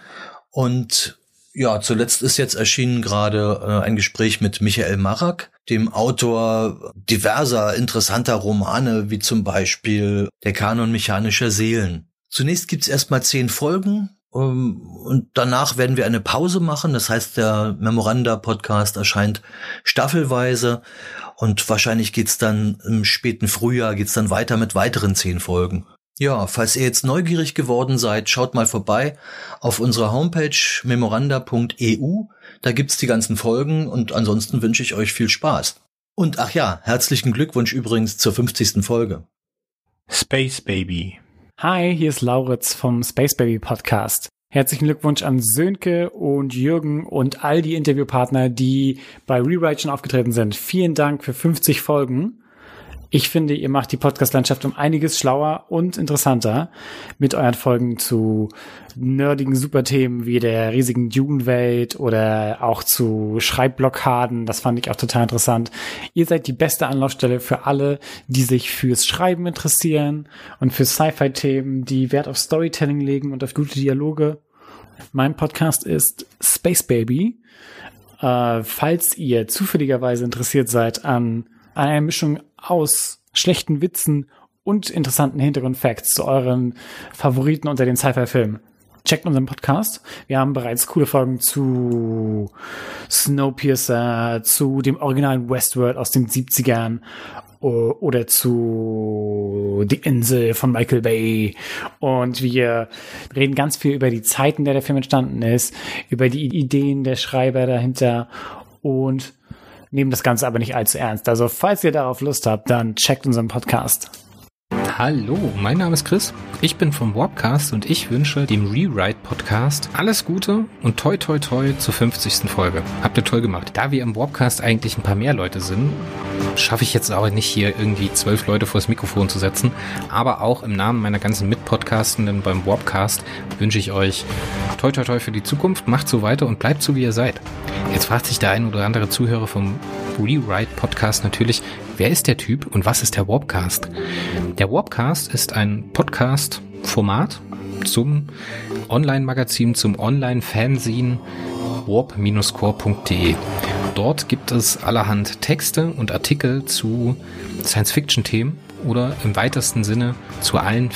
Und ja, zuletzt ist jetzt erschienen gerade äh, ein Gespräch mit Michael Marak, dem Autor diverser interessanter Romane, wie zum Beispiel Der Kanon mechanischer Seelen. Zunächst gibt's erstmal zehn Folgen um, und danach werden wir eine Pause machen. Das heißt, der Memoranda-Podcast erscheint staffelweise und wahrscheinlich geht's dann im späten Frühjahr geht's dann weiter mit weiteren zehn Folgen. Ja, falls ihr jetzt neugierig geworden seid, schaut mal vorbei auf unserer Homepage memoranda punkt e u. Da gibt's die ganzen Folgen und ansonsten wünsche ich euch viel Spaß. Und ach ja, herzlichen Glückwunsch übrigens zur fünfzigsten Folge. Space Baby. Hi, hier ist Lauritz vom Space Baby Podcast. Herzlichen Glückwunsch an Sönke und Jürgen und all die Interviewpartner, die bei Rewrite schon aufgetreten sind. Vielen Dank für fünfzig Folgen. Ich finde, ihr macht die Podcast-Landschaft um einiges schlauer und interessanter mit euren Folgen zu nerdigen Superthemen wie der riesigen Dune-Welt oder auch zu Schreibblockaden. Das fand ich auch total interessant. Ihr seid die beste Anlaufstelle für alle, die sich fürs Schreiben interessieren und für Sci-Fi-Themen, die Wert auf Storytelling legen und auf gute Dialoge. Mein Podcast ist Space Baby. Äh, falls ihr zufälligerweise interessiert seid an einer Mischung aus schlechten Witzen und interessanten Hintergrundfacts zu euren Favoriten unter den Sci-Fi-Filmen. Checkt unseren Podcast. Wir haben bereits coole Folgen zu Snowpiercer, zu dem originalen Westworld aus den siebzigern oder zu Die Insel von Michael Bay. Und wir reden ganz viel über die Zeiten, in der der Film entstanden ist, über die Ideen der Schreiber dahinter und nehmen das Ganze aber nicht allzu ernst. Also falls ihr darauf Lust habt, dann checkt unseren Podcast. Hallo, mein Name ist Chris. Ich bin vom Warpcast und ich wünsche dem Rewrite-Podcast alles Gute und toi toi toi zur fünfzigsten Folge. Habt ihr toll gemacht. Da wir im Warpcast eigentlich ein paar mehr Leute sind, schaffe ich jetzt aber nicht hier irgendwie zwölf Leute vor das Mikrofon zu setzen. Aber auch im Namen meiner ganzen Mitpodcastenden beim Warpcast wünsche ich euch toi toi toi für die Zukunft. Macht so weiter und bleibt so, wie ihr seid. Jetzt fragt sich der ein oder andere Zuhörer vom Rewrite-Podcast natürlich, wer ist der Typ und was ist der Warpcast? Der Warpcast ist ein Podcast-Format zum Online-Magazin, zum Online-Fanzine warp Bindestrich core punkt de. Dort gibt es allerhand Texte und Artikel zu Science-Fiction-Themen oder im weitesten Sinne zu allen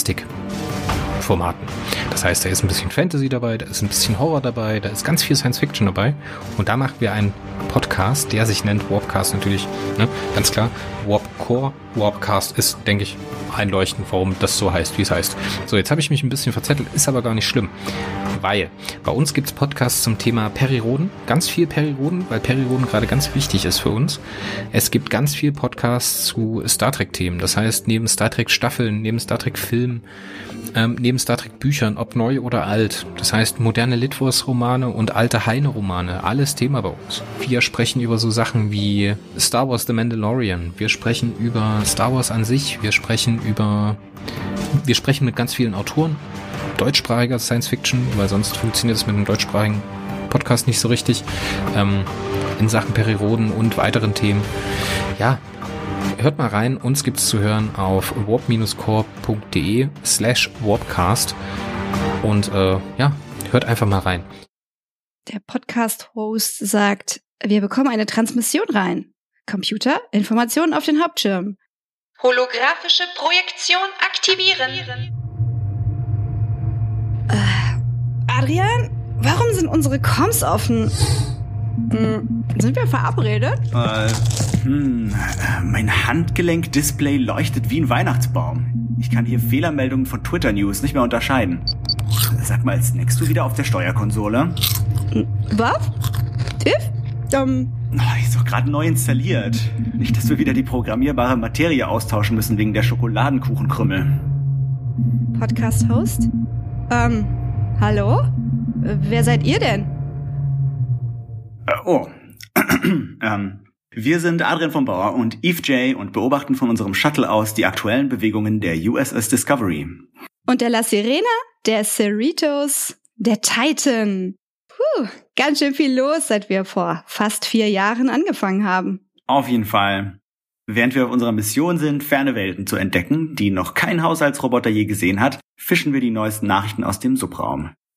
Fantastik-Formaten. Das heißt, da ist ein bisschen Fantasy dabei, da ist ein bisschen Horror dabei, da ist ganz viel Science-Fiction dabei. Und da machen wir einen Podcast, der sich nennt Warpcast natürlich, ne? Ganz klar. Warp Core, Warpcast ist, denke ich, einleuchtend, warum das so heißt, wie es heißt. So, jetzt habe ich mich ein bisschen verzettelt, ist aber gar nicht schlimm. Weil bei uns gibt's Podcasts zum Thema Perioden, ganz viel Perioden, weil Perioden gerade ganz wichtig ist für uns. Es gibt ganz viel Podcasts zu Star Trek-Themen, das heißt, neben Star Trek-Staffeln, neben Star Trek-Filmen, ähm, neben Star Trek-Büchern, ob neu oder alt. Das heißt, moderne Litwos-Romane und alte Heine-Romane, alles Thema bei uns. Wir sprechen über so Sachen wie Star Wars The Mandalorian, wir sprechen über Star Wars an sich, wir sprechen über, wir sprechen mit ganz vielen Autoren, deutschsprachiger Science Fiction, weil sonst funktioniert es mit einem deutschsprachigen Podcast nicht so richtig, ähm, in Sachen Perioden und weiteren Themen. Ja, hört mal rein, uns gibt's zu hören auf warp Bindestrich core punkt de slash warpcast und äh, ja, hört einfach mal rein. Der Podcast-Host sagt, wir bekommen eine Transmission rein. Computer, Informationen auf den Hauptschirm. Holographische Projektion aktivieren. Äh, Adrian, warum sind unsere Comms offen? Hm, sind wir verabredet? Äh, hm, mein Handgelenk-Display leuchtet wie ein Weihnachtsbaum. Ich kann hier Fehlermeldungen von Twitter-News nicht mehr unterscheiden. Sag mal, snackst du wieder auf der Steuerkonsole? Was? Tiff? Um Oh, die ist doch gerade neu installiert. Nicht, dass wir wieder die programmierbare Materie austauschen müssen wegen der Schokoladenkuchenkrümmel. Podcast-Host? Ähm, hallo? Wer seid ihr denn? Äh, oh. ähm, wir sind Adrian von Bauer und Eve J. und beobachten von unserem Shuttle aus die aktuellen Bewegungen der U S S Discovery. Und der La Sirena, der Cerritos, der Titan. Puh, ganz schön viel los, seit wir vor fast vier Jahren angefangen haben. Auf jeden Fall. Während wir auf unserer Mission sind, ferne Welten zu entdecken, die noch kein Haushaltsroboter je gesehen hat, fischen wir die neuesten Nachrichten aus dem Subraum.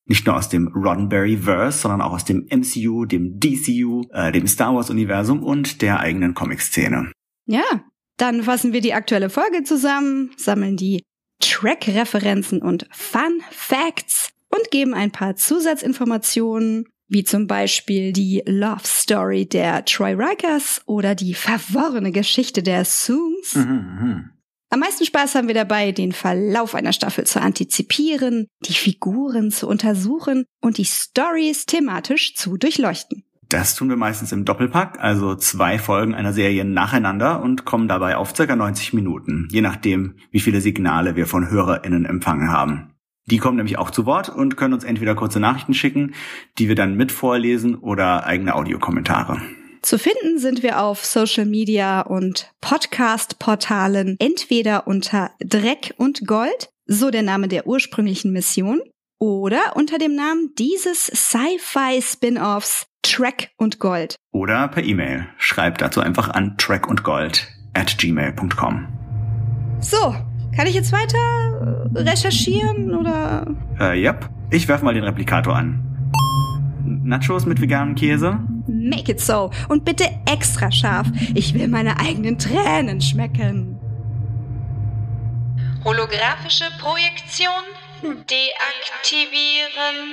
Nicht nur aus dem Roddenberry-Verse, sondern auch aus dem M C U, dem D C U, äh, dem Star Wars-Universum und der eigenen Comic-Szene. Ja, dann fassen wir die aktuelle Folge zusammen, sammeln die Track-Referenzen und Fun-Facts und geben ein paar Zusatzinformationen, wie zum Beispiel die Love Story der Troy Rikers oder die verworrene Geschichte der Soongs. Mhm. Am meisten Spaß haben wir dabei, den Verlauf einer Staffel zu antizipieren, die Figuren zu untersuchen und die Stories thematisch zu durchleuchten. Das tun wir meistens im Doppelpack, also zwei Folgen einer Serie nacheinander und kommen dabei auf ca. neunzig Minuten, je nachdem, wie viele Signale wir von HörerInnen empfangen haben. Die kommen nämlich auch zu Wort und können uns entweder kurze Nachrichten schicken, die wir dann mit vorlesen, oder eigene Audiokommentare. Zu finden sind wir auf Social Media und Podcast-Portalen entweder unter Dreck und Gold, so der Name der ursprünglichen Mission, oder unter dem Namen dieses Sci-Fi-Spin-Offs Track und Gold. Oder per E-Mail. Schreibt dazu einfach an trackundgold at gmail punkt com. So, kann ich jetzt weiter recherchieren oder? Äh, yep. Ich werf mal den Replikator an. Nachos mit veganem Käse? Make it so. Und bitte extra scharf. Ich will meine eigenen Tränen schmecken. Holographische Projektion deaktivieren.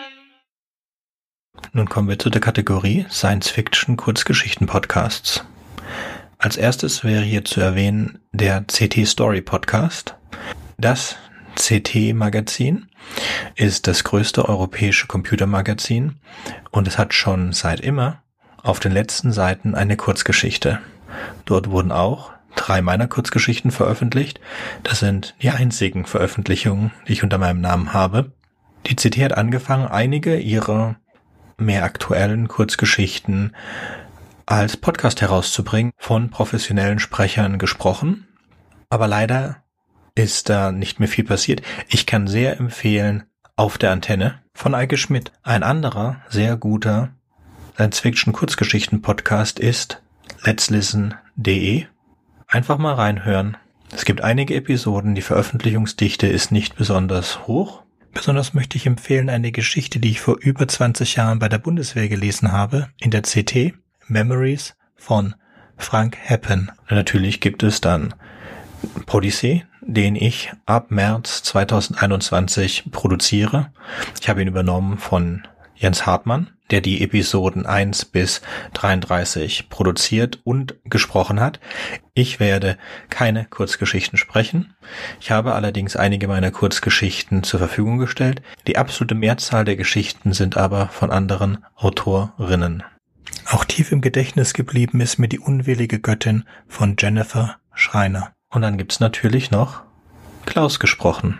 Nun kommen wir zu der Kategorie Science-Fiction-Kurzgeschichten-Podcasts. Als erstes wäre hier zu erwähnen der C T Story Podcast. Das C T-Magazin ist das größte europäische Computermagazin und es hat schon seit immer auf den letzten Seiten eine Kurzgeschichte. Dort wurden auch drei meiner Kurzgeschichten veröffentlicht. Das sind die einzigen Veröffentlichungen, die ich unter meinem Namen habe. Die C T hat angefangen, einige ihrer mehr aktuellen Kurzgeschichten als Podcast herauszubringen, von professionellen Sprechern gesprochen. Aber leider ist da nicht mehr viel passiert. Ich kann sehr empfehlen Auf der Antenne von Eike Schmidt. Ein anderer sehr guter Science-Fiction-Kurzgeschichten-Podcast ist Let's Listen punkt de. Einfach mal reinhören. Es gibt einige Episoden, die Veröffentlichungsdichte ist nicht besonders hoch. Besonders möchte ich empfehlen eine Geschichte, die ich vor über zwanzig Jahren bei der Bundeswehr gelesen habe, in der C T, Memories von Frank Heppen. Und natürlich gibt es dann Podyssey, den ich ab März zweitausendeinundzwanzig produziere. Ich habe ihn übernommen von Jens Hartmann, der die Episoden eins bis dreiunddreißig produziert und gesprochen hat. Ich werde keine Kurzgeschichten sprechen. Ich habe allerdings einige meiner Kurzgeschichten zur Verfügung gestellt. Die absolute Mehrzahl der Geschichten sind aber von anderen Autorinnen. Auch tief im Gedächtnis geblieben ist mir Die unwillige Göttin von Jennifer Schreiner. Und dann gibt's natürlich noch Klaus gesprochen.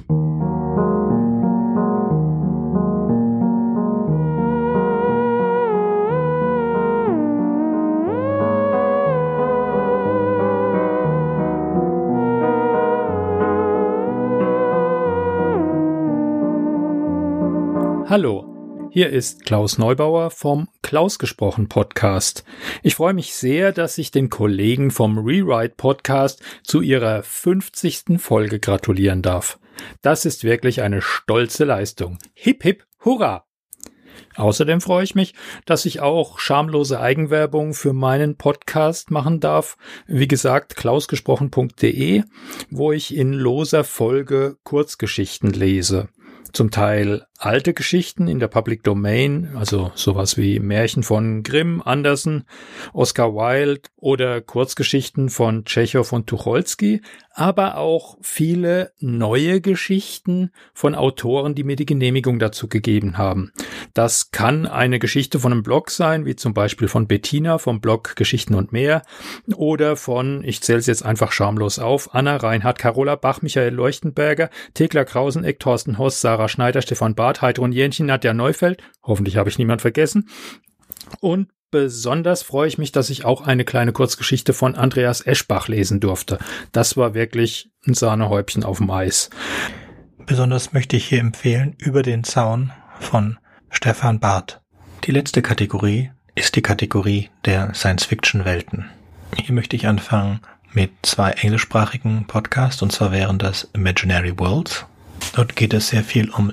Hallo. Hier ist Klaus Neubauer vom Klaus gesprochen Podcast. Ich freue mich sehr, dass ich den Kollegen vom Rewrite Podcast zu ihrer fünfzigsten Folge gratulieren darf. Das ist wirklich eine stolze Leistung. Hip hip hurra! Außerdem freue ich mich, dass ich auch schamlose Eigenwerbung für meinen Podcast machen darf. Wie gesagt, klausgesprochen punkt de, wo ich in loser Folge Kurzgeschichten lese. Zum Teil alte Geschichten in der Public Domain, also sowas wie Märchen von Grimm, Andersen, Oscar Wilde oder Kurzgeschichten von Tschechow und Tucholsky, aber auch viele neue Geschichten von Autoren, die mir die Genehmigung dazu gegeben haben. Das kann eine Geschichte von einem Blog sein, wie zum Beispiel von Bettina vom Blog Geschichten und mehr, oder von, ich zähle es jetzt einfach schamlos auf, Anna Reinhardt, Carola Bach, Michael Leuchtenberger, Thekla Krauseneck, Thorsten Hoss, Sarah Schneider, Stefan Barth, Heidrun Jähnchen, Nadja Neufeld, hoffentlich habe ich niemand vergessen. Und besonders freue ich mich, dass ich auch eine kleine Kurzgeschichte von Andreas Eschbach lesen durfte. Das war wirklich ein Sahnehäubchen auf dem Eis. Besonders möchte ich hier empfehlen Über den Zaun von Stefan Barth. Die letzte Kategorie ist die Kategorie der Science-Fiction-Welten. Hier möchte ich anfangen mit zwei englischsprachigen Podcasts, und zwar wären das Imaginary Worlds. Dort geht es sehr viel um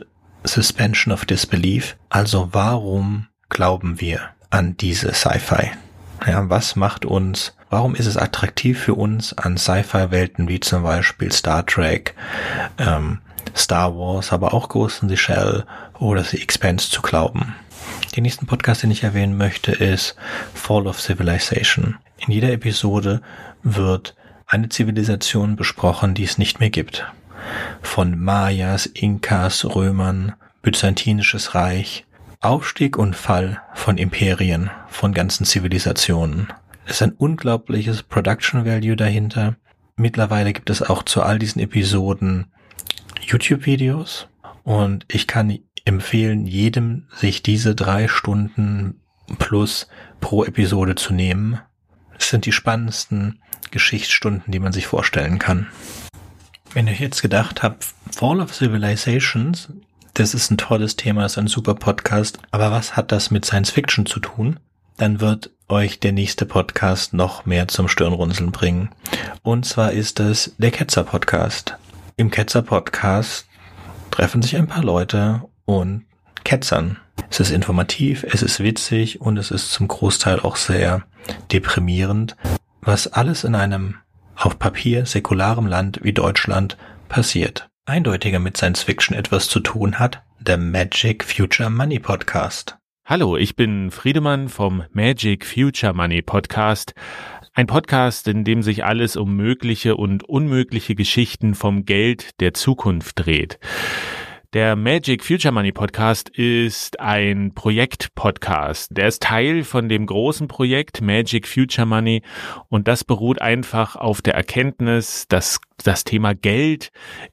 Suspension of Disbelief. Also warum glauben wir an diese Sci-Fi? Ja, was macht uns, warum ist es attraktiv für uns, an Sci-Fi-Welten wie zum Beispiel Star Trek, ähm, Star Wars, aber auch Ghost in the Shell oder The Expanse zu glauben? Den nächsten Podcast, den ich erwähnen möchte, ist Fall of Civilization. In jeder Episode wird eine Zivilisation besprochen, die es nicht mehr gibt. Von Mayas, Inkas, Römern, Byzantinisches Reich, Aufstieg und Fall von Imperien, von ganzen Zivilisationen. Es ist ein unglaubliches Production Value dahinter. Mittlerweile gibt es auch zu all diesen Episoden YouTube-Videos und ich kann empfehlen, jedem sich diese drei Stunden plus pro Episode zu nehmen. Es sind die spannendsten Geschichtsstunden, die man sich vorstellen kann. Wenn ihr jetzt gedacht habt, Fall of Civilizations, das ist ein tolles Thema, das ist ein super Podcast, aber was hat das mit Science Fiction zu tun? Dann wird euch der nächste Podcast noch mehr zum Stirnrunzeln bringen. Und zwar ist es der Ketzer Podcast. Im Ketzer Podcast treffen sich ein paar Leute und ketzern. Es ist informativ, es ist witzig und es ist zum Großteil auch sehr deprimierend, was alles in einem auf Papier säkularem Land wie Deutschland passiert. Eindeutiger mit Science Fiction etwas zu tun hat der Magic Future Money Podcast. Hallo, ich bin Friedemann vom Magic Future Money Podcast. Ein Podcast, in dem sich alles um mögliche und unmögliche Geschichten vom Geld der Zukunft dreht. Der Magic Future Money Podcast ist ein Projekt-Podcast. Der ist Teil von dem großen Projekt Magic Future Money und das beruht einfach auf der Erkenntnis, dass das Thema Geld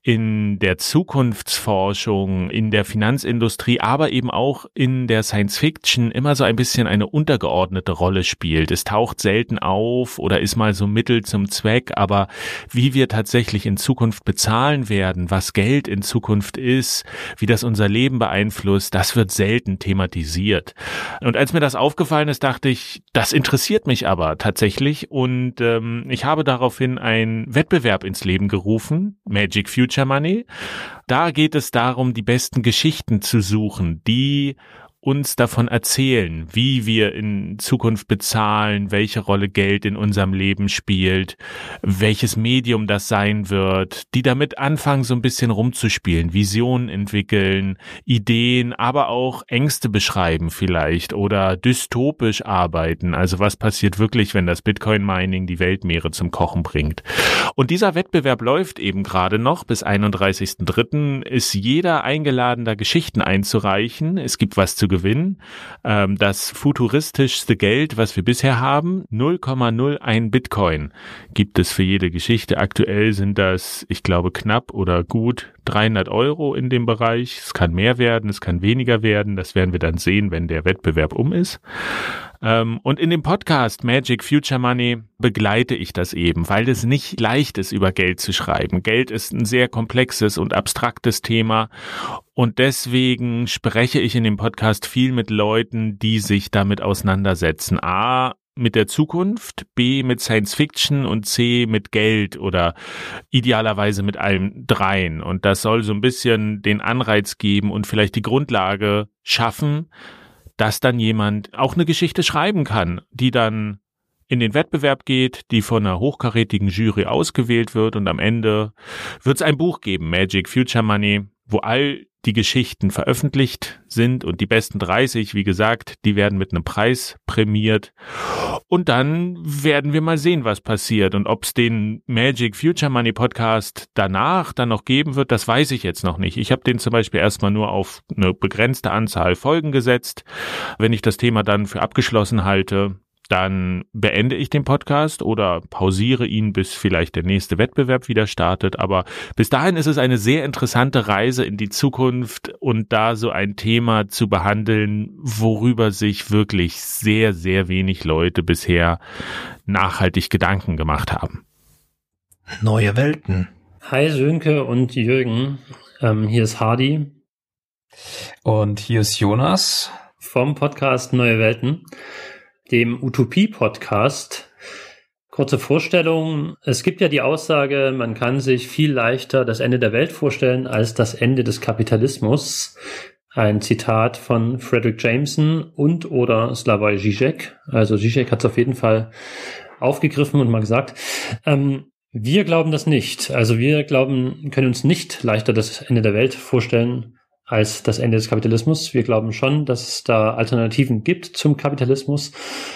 in der Zukunftsforschung, in der Finanzindustrie, aber eben auch in der Science Fiction immer so ein bisschen eine untergeordnete Rolle spielt. Es taucht selten auf oder ist mal so Mittel zum Zweck, aber wie wir tatsächlich in Zukunft bezahlen werden, was Geld in Zukunft ist, wie das unser Leben beeinflusst, das wird selten thematisiert. Und als mir das aufgefallen ist, dachte ich, das interessiert mich aber tatsächlich und ähm, ich habe daraufhin einen Wettbewerb ins Leben gerufen, Magic Future Money. Da geht es darum, die besten Geschichten zu suchen, die uns davon erzählen, wie wir in Zukunft bezahlen, welche Rolle Geld in unserem Leben spielt, welches Medium das sein wird, die damit anfangen, so ein bisschen rumzuspielen, Visionen entwickeln, Ideen, aber auch Ängste beschreiben vielleicht oder dystopisch arbeiten. Also was passiert wirklich, wenn das Bitcoin-Mining die Weltmeere zum Kochen bringt? Und dieser Wettbewerb läuft eben gerade noch. Bis einunddreißigsten dritten ist jeder eingeladen, da Geschichten einzureichen. Es gibt was zu gewinnen. Ähm, das futuristischste Geld, was wir bisher haben, null Komma null eins Bitcoin, gibt es für jede Geschichte. Aktuell sind das, ich glaube, knapp oder gut dreihundert Euro in dem Bereich. Es kann mehr werden, es kann weniger werden. Das werden wir dann sehen, wenn der Wettbewerb um ist. Ähm, und in dem Podcast Magic Future Money begleite ich das eben, weil es nicht leicht ist, über Geld zu schreiben. Geld ist ein sehr komplexes und abstraktes Thema und deswegen spreche ich in dem Podcast viel mit Leuten, die sich damit auseinandersetzen. A, mit der Zukunft, B, mit Science Fiction und C, mit Geld oder idealerweise mit allem dreien. Und das soll so ein bisschen den Anreiz geben und vielleicht die Grundlage schaffen, dass dann jemand auch eine Geschichte schreiben kann, die dann in den Wettbewerb geht, die von einer hochkarätigen Jury ausgewählt wird und am Ende wird es ein Buch geben, Magic Future Money, wo all die Geschichten veröffentlicht sind und die besten dreißig, wie gesagt, die werden mit einem Preis prämiert und dann werden wir mal sehen, was passiert und ob es den Magic Future Money Podcast danach dann noch geben wird, das weiß ich jetzt noch nicht. Ich habe den zum Beispiel erstmal nur auf eine begrenzte Anzahl Folgen gesetzt. Wenn ich das Thema dann für abgeschlossen halte, dann beende ich den Podcast oder pausiere ihn, bis vielleicht der nächste Wettbewerb wieder startet. Aber bis dahin ist es eine sehr interessante Reise in die Zukunft und da so ein Thema zu behandeln, worüber sich wirklich sehr, sehr wenig Leute bisher nachhaltig Gedanken gemacht haben. Neue Welten. Hi Sönke und Jürgen, ähm, hier ist Hardy. Und hier ist Jonas. Vom Podcast Neue Welten, dem Utopie-Podcast. Kurze Vorstellung. Es gibt ja die Aussage, man kann sich viel leichter das Ende der Welt vorstellen als das Ende des Kapitalismus. Ein Zitat von Frederick Jameson und oder Slavoj Žižek. Also Žižek hat es auf jeden Fall aufgegriffen und mal gesagt. Ähm, wir glauben das nicht. Also wir glauben, können uns nicht leichter das Ende der Welt vorstellen als das Ende des Kapitalismus. Wir glauben schon, dass es da Alternativen gibt zum Kapitalismus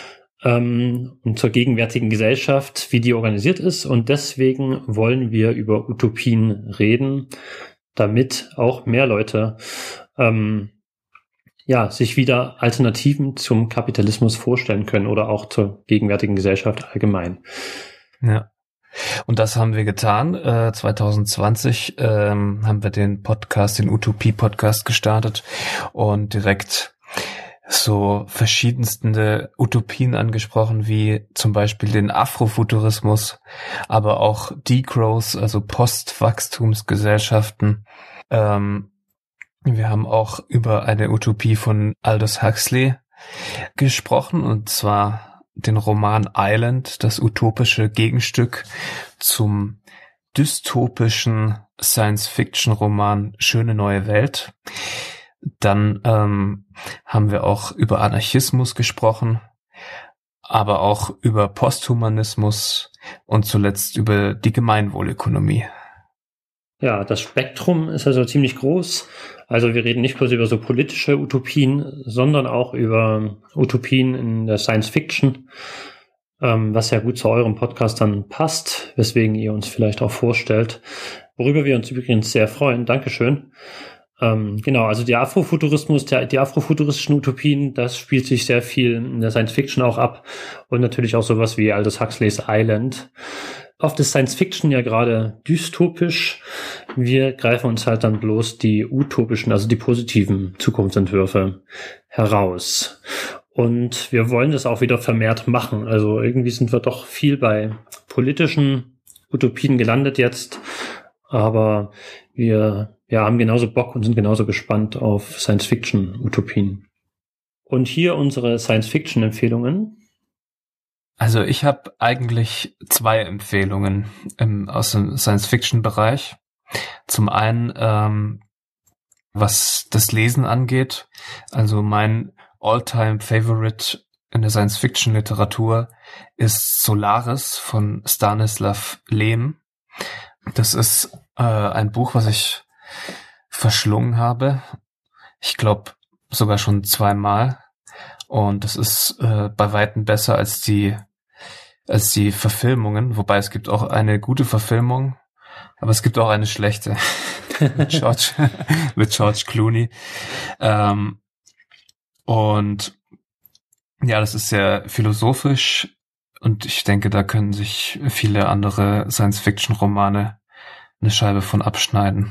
ähm, und zur gegenwärtigen Gesellschaft, wie die organisiert ist. Und deswegen wollen wir über Utopien reden, damit auch mehr Leute ähm, ja, sich wieder Alternativen zum Kapitalismus vorstellen können oder auch zur gegenwärtigen Gesellschaft allgemein. Ja. Und das haben wir getan. Äh, zwanzig zwanzig ähm, haben wir den Podcast, den Utopie-Podcast gestartet und direkt so verschiedenste Utopien angesprochen, wie zum Beispiel den Afrofuturismus, aber auch Degrowth, also Postwachstumsgesellschaften. Ähm, wir haben auch über eine Utopie von Aldous Huxley gesprochen, und zwar den Roman Island, das utopische Gegenstück zum dystopischen Science-Fiction-Roman Schöne neue Welt. Dann ähm, haben wir auch über Anarchismus gesprochen, aber auch über Posthumanismus und zuletzt über die Gemeinwohlökonomie. Ja, das Spektrum ist also ziemlich groß. Also wir reden nicht bloß über so politische Utopien, sondern auch über Utopien in der Science Fiction, ähm, was ja gut zu eurem Podcast dann passt, weswegen ihr uns vielleicht auch vorstellt, worüber wir uns übrigens sehr freuen. Dankeschön. Ähm, genau, also der Afrofuturismus, der, die afrofuturistischen Utopien, das spielt sich sehr viel in der Science Fiction auch ab, und natürlich auch sowas wie Aldous Huxleys Island. Oft ist Science Fiction ja gerade dystopisch. Wir greifen uns halt dann bloß die utopischen, also die positiven Zukunftsentwürfe heraus. Und wir wollen das auch wieder vermehrt machen. Also irgendwie sind wir doch viel bei politischen Utopien gelandet jetzt. Aber wir ja, haben genauso Bock und sind genauso gespannt auf Science Fiction Utopien. Und hier unsere Science Fiction Empfehlungen. Also ich habe eigentlich zwei Empfehlungen im, aus dem Science-Fiction-Bereich. Zum einen, ähm, was das Lesen angeht. Also mein All-Time-Favorite in der Science-Fiction-Literatur ist Solaris von Stanislav Lem. Das ist äh, ein Buch, was ich verschlungen habe. Ich glaube sogar schon zweimal. Und das ist äh, bei Weitem besser als die als die Verfilmungen, wobei es gibt auch eine gute Verfilmung, aber es gibt auch eine schlechte mit George mit George Clooney. Ähm, und ja, das ist sehr philosophisch, und ich denke, da können sich viele andere Science-Fiction-Romane eine Scheibe von abschneiden.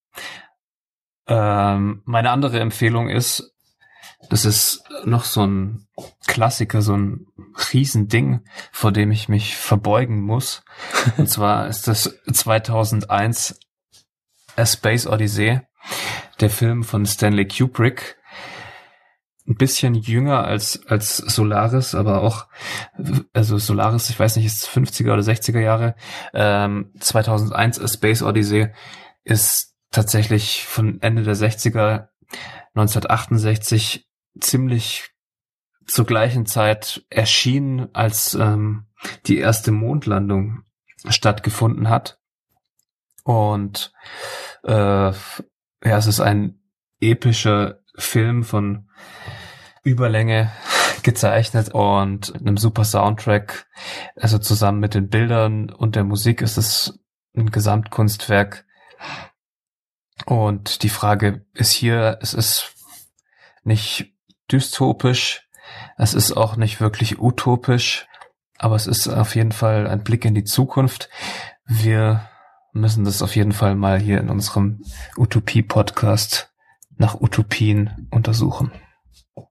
Ähm, meine andere Empfehlung ist, das ist noch so ein Klassiker, so ein Riesending, vor dem ich mich verbeugen muss. Und zwar ist das zweitausendeins A Space Odyssey, der Film von Stanley Kubrick. Ein bisschen jünger als als Solaris, aber auch, also Solaris, ich weiß nicht, ist fünfziger oder sechziger Jahre. Ähm, zweitausendeins A Space Odyssey ist tatsächlich von Ende der sechziger, neunzehnhundertachtundsechzig, ziemlich zur gleichen Zeit erschienen, als ähm, die erste Mondlandung stattgefunden hat. Und äh, ja, es ist ein epischer Film von Überlänge gezeichnet und einem super Soundtrack. Also zusammen mit den Bildern und der Musik ist es ein Gesamtkunstwerk. Und die Frage ist hier, es ist nicht dystopisch, es ist auch nicht wirklich utopisch, aber es ist auf jeden Fall ein Blick in die Zukunft. Wir müssen das auf jeden Fall mal hier in unserem Utopie-Podcast nach Utopien untersuchen.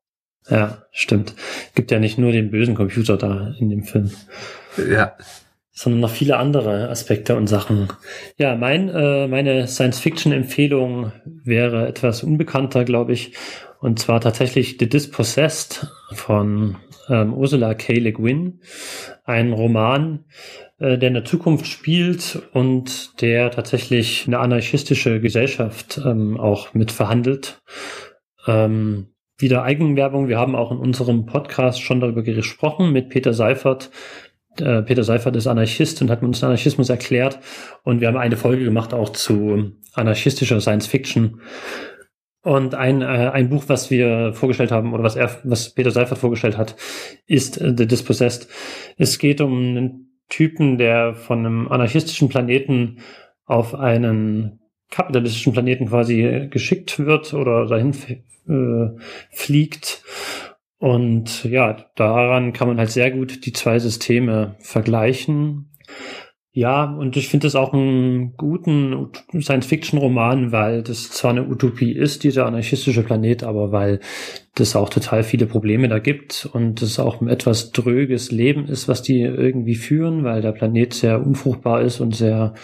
Ja, stimmt. Gibt ja nicht nur den bösen Computer da in dem Film. Ja. sondern noch viele andere Aspekte und Sachen. Ja, mein, äh, meine Science-Fiction-Empfehlung wäre etwas unbekannter, glaube ich, und zwar tatsächlich The Dispossessed von ähm, Ursula K. Le Guin, ein Roman, äh, der in der Zukunft spielt und der tatsächlich eine anarchistische Gesellschaft ähm, auch mit verhandelt. Ähm, wieder Eigenwerbung. Wir haben auch in unserem Podcast schon darüber gesprochen mit Peter Seifert. Äh, Peter Seifert ist Anarchist und hat uns Anarchismus erklärt. Und wir haben eine Folge gemacht auch zu anarchistischer Science Fiction. Und ein, äh, ein Buch, was wir vorgestellt haben, oder was er, was Peter Seifert vorgestellt hat, ist äh, The Dispossessed. Es geht um einen Typen, der von einem anarchistischen Planeten auf einen kapitalistischen Planeten quasi geschickt wird oder dahin äh, fliegt. Und ja, daran kann man halt sehr gut die zwei Systeme vergleichen. Ja, und ich finde das auch einen guten Science-Fiction-Roman, weil das zwar eine Utopie ist, dieser anarchistische Planet, aber weil das auch total viele Probleme da gibt und es auch ein etwas dröges Leben ist, was die irgendwie führen, weil der Planet sehr unfruchtbar ist und sehr,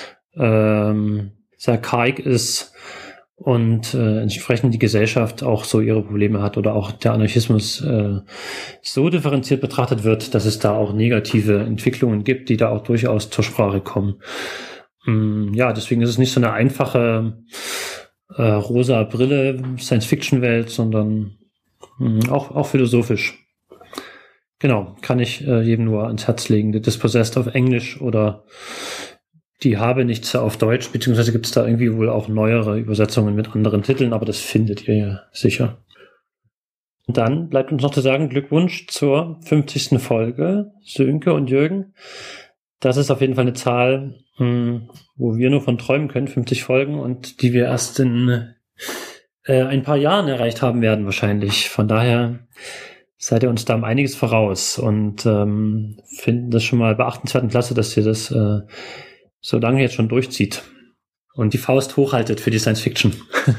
ähm, sehr karg ist und äh, entsprechend die Gesellschaft auch so ihre Probleme hat oder auch der Anarchismus äh, so differenziert betrachtet wird, dass es da auch negative Entwicklungen gibt, die da auch durchaus zur Sprache kommen. Mm, ja, deswegen ist es nicht so eine einfache äh, rosa Brille Science-Fiction-Welt, sondern mh, auch, auch philosophisch. Genau, kann ich äh, jedem nur ans Herz legen. The Dispossessed auf Englisch oder Die habe nichts auf Deutsch, beziehungsweise gibt es da irgendwie wohl auch neuere Übersetzungen mit anderen Titeln, aber das findet ihr ja sicher. Und dann bleibt uns noch zu sagen, Glückwunsch zur fünfzigsten Folge, Sönke und Jürgen. Das ist auf jeden Fall eine Zahl, mh, wo wir nur von träumen können, fünfzig Folgen, und die wir erst in äh, ein paar Jahren erreicht haben werden wahrscheinlich. Von daher seid ihr uns da um einiges voraus und ähm, finden das schon mal beachtenswert und klasse, dass ihr das äh, so lange jetzt schon durchzieht und die Faust hochhaltet für die Science Fiction.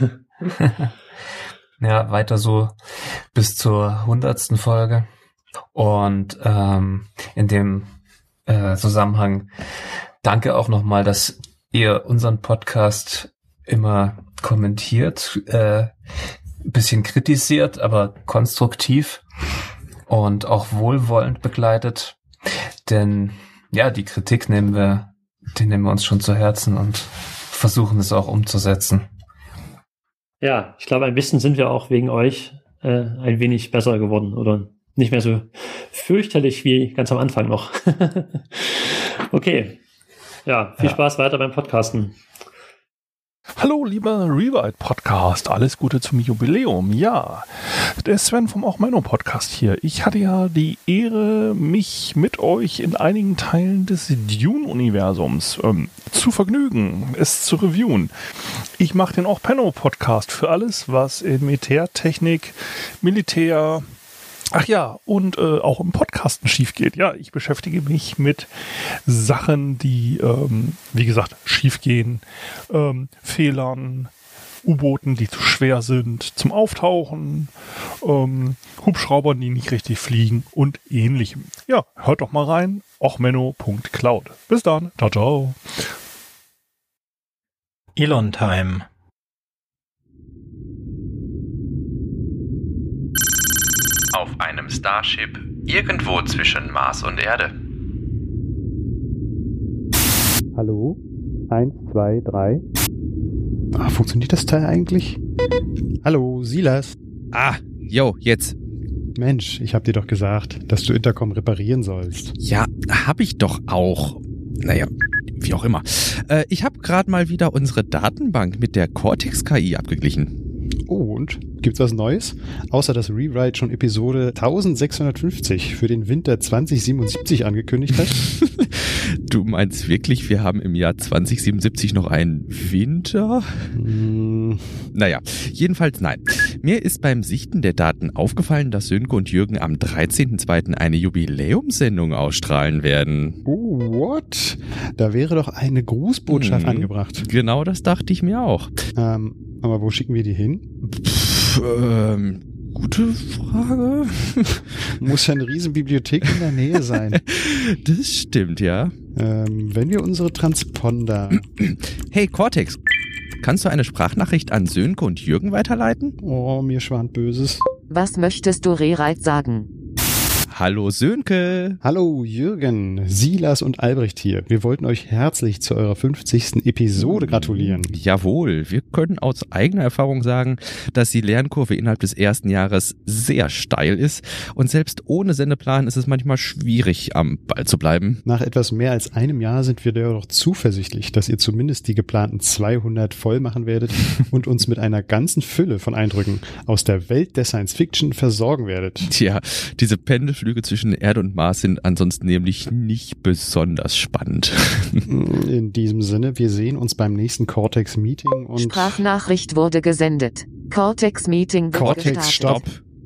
Ja, weiter so bis zur hundertsten Folge. Und ähm, in dem äh, Zusammenhang danke auch nochmal, dass ihr unseren Podcast immer kommentiert, äh, ein bisschen kritisiert, aber konstruktiv und auch wohlwollend begleitet. Denn ja, die Kritik nehmen wir Den nehmen wir uns schon zu Herzen und versuchen es auch umzusetzen. Ja, ich glaube, ein bisschen sind wir auch wegen euch äh, ein wenig besser geworden oder nicht mehr so fürchterlich wie ganz am Anfang noch. Okay, ja, viel Ja. Spaß weiter beim Podcasten. Hallo, lieber Rewrite-Podcast. Alles Gute zum Jubiläum. Ja, der Sven vom Auch Menno Podcast hier. Ich hatte ja die Ehre, mich mit euch in einigen Teilen des Dune-Universums ähm, zu vergnügen, es zu reviewen. Ich mache den Auch Menno Podcast für alles, was in Militärtechnik, Militär, ach ja, und äh, auch im Podcasten schief geht. Ja, ich beschäftige mich mit Sachen, die, ähm, wie gesagt, schief gehen, ähm, Fehlern, U-Booten, die zu schwer sind zum Auftauchen, ähm, Hubschraubern, die nicht richtig fliegen und ähnlichem. Ja, hört doch mal rein, ochmenno punkt cloud. Bis dann, ciao, ciao. Elon Time. Auf einem Starship irgendwo zwischen Mars und Erde. Hallo? Eins, zwei, drei. Ah, funktioniert das Teil eigentlich? Hallo, Silas. Ah, jo, jetzt. Mensch, ich hab dir doch gesagt, dass du Intercom reparieren sollst. Ja, hab ich doch auch. Naja, wie auch immer. Äh, ich habe gerade mal wieder unsere Datenbank mit der Cortex-K I abgeglichen. Oh, und? Gibt's was Neues? Außer dass Rewrite schon Episode eintausendsechshundertfünfzig für den Winter zwanzig siebenundsiebzig angekündigt hat? Du meinst wirklich, wir haben im Jahr zwanzig siebenundsiebzig noch einen Winter? Mm. Naja, jedenfalls nein. Mir ist beim Sichten der Daten aufgefallen, dass Sönke und Jürgen am dreizehnten zweiten eine Jubiläumssendung ausstrahlen werden. Oh, what? Da wäre doch eine Grußbotschaft hm, angebracht. Genau, das dachte ich mir auch. Ähm, aber wo schicken wir die hin? Pff, ähm, gute Frage. Muss ja eine riesen Bibliothek in der Nähe sein. Das stimmt, ja. Ähm, wenn wir unsere Transponder... Hey Cortex, kannst du eine Sprachnachricht an Sönke und Jürgen weiterleiten? Oh, mir schwant Böses. Was möchtest du Rewrite sagen? Hallo Sönke. Hallo Jürgen, Silas und Albrecht hier. Wir wollten euch herzlich zu eurer fünfzigsten Episode gratulieren. Jawohl, wir können aus eigener Erfahrung sagen, dass die Lernkurve innerhalb des ersten Jahres sehr steil ist und selbst ohne Sendeplan ist es manchmal schwierig, am Ball zu bleiben. Nach etwas mehr als einem Jahr sind wir doch zuversichtlich, dass ihr zumindest die geplanten zweihundert voll machen werdet und uns mit einer ganzen Fülle von Eindrücken aus der Welt der Science Fiction versorgen werdet. Tja, diese Pendelflüge zwischen Erde und Mars sind ansonsten nämlich nicht besonders spannend. In diesem Sinne, wir sehen uns beim nächsten Cortex-Meeting und... Sprachnachricht wurde gesendet. Cortex-Meeting wird Cortex, gestartet. stopp!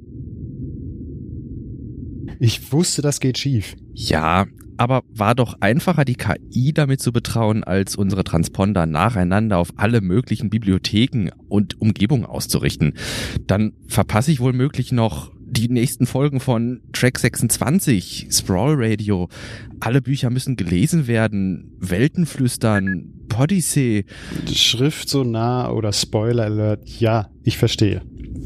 Ich wusste, das geht schief. Ja, aber war doch einfacher, die K I damit zu betrauen, als unsere Transponder nacheinander auf alle möglichen Bibliotheken und Umgebungen auszurichten. Dann verpasse ich wohl möglich noch die nächsten Folgen von Track sechsundzwanzig, Sprawl Radio. Alle Bücher müssen gelesen werden. Weltenflüstern, Podyssey. Schrift so nah oder Spoiler Alert. Ja, ich verstehe.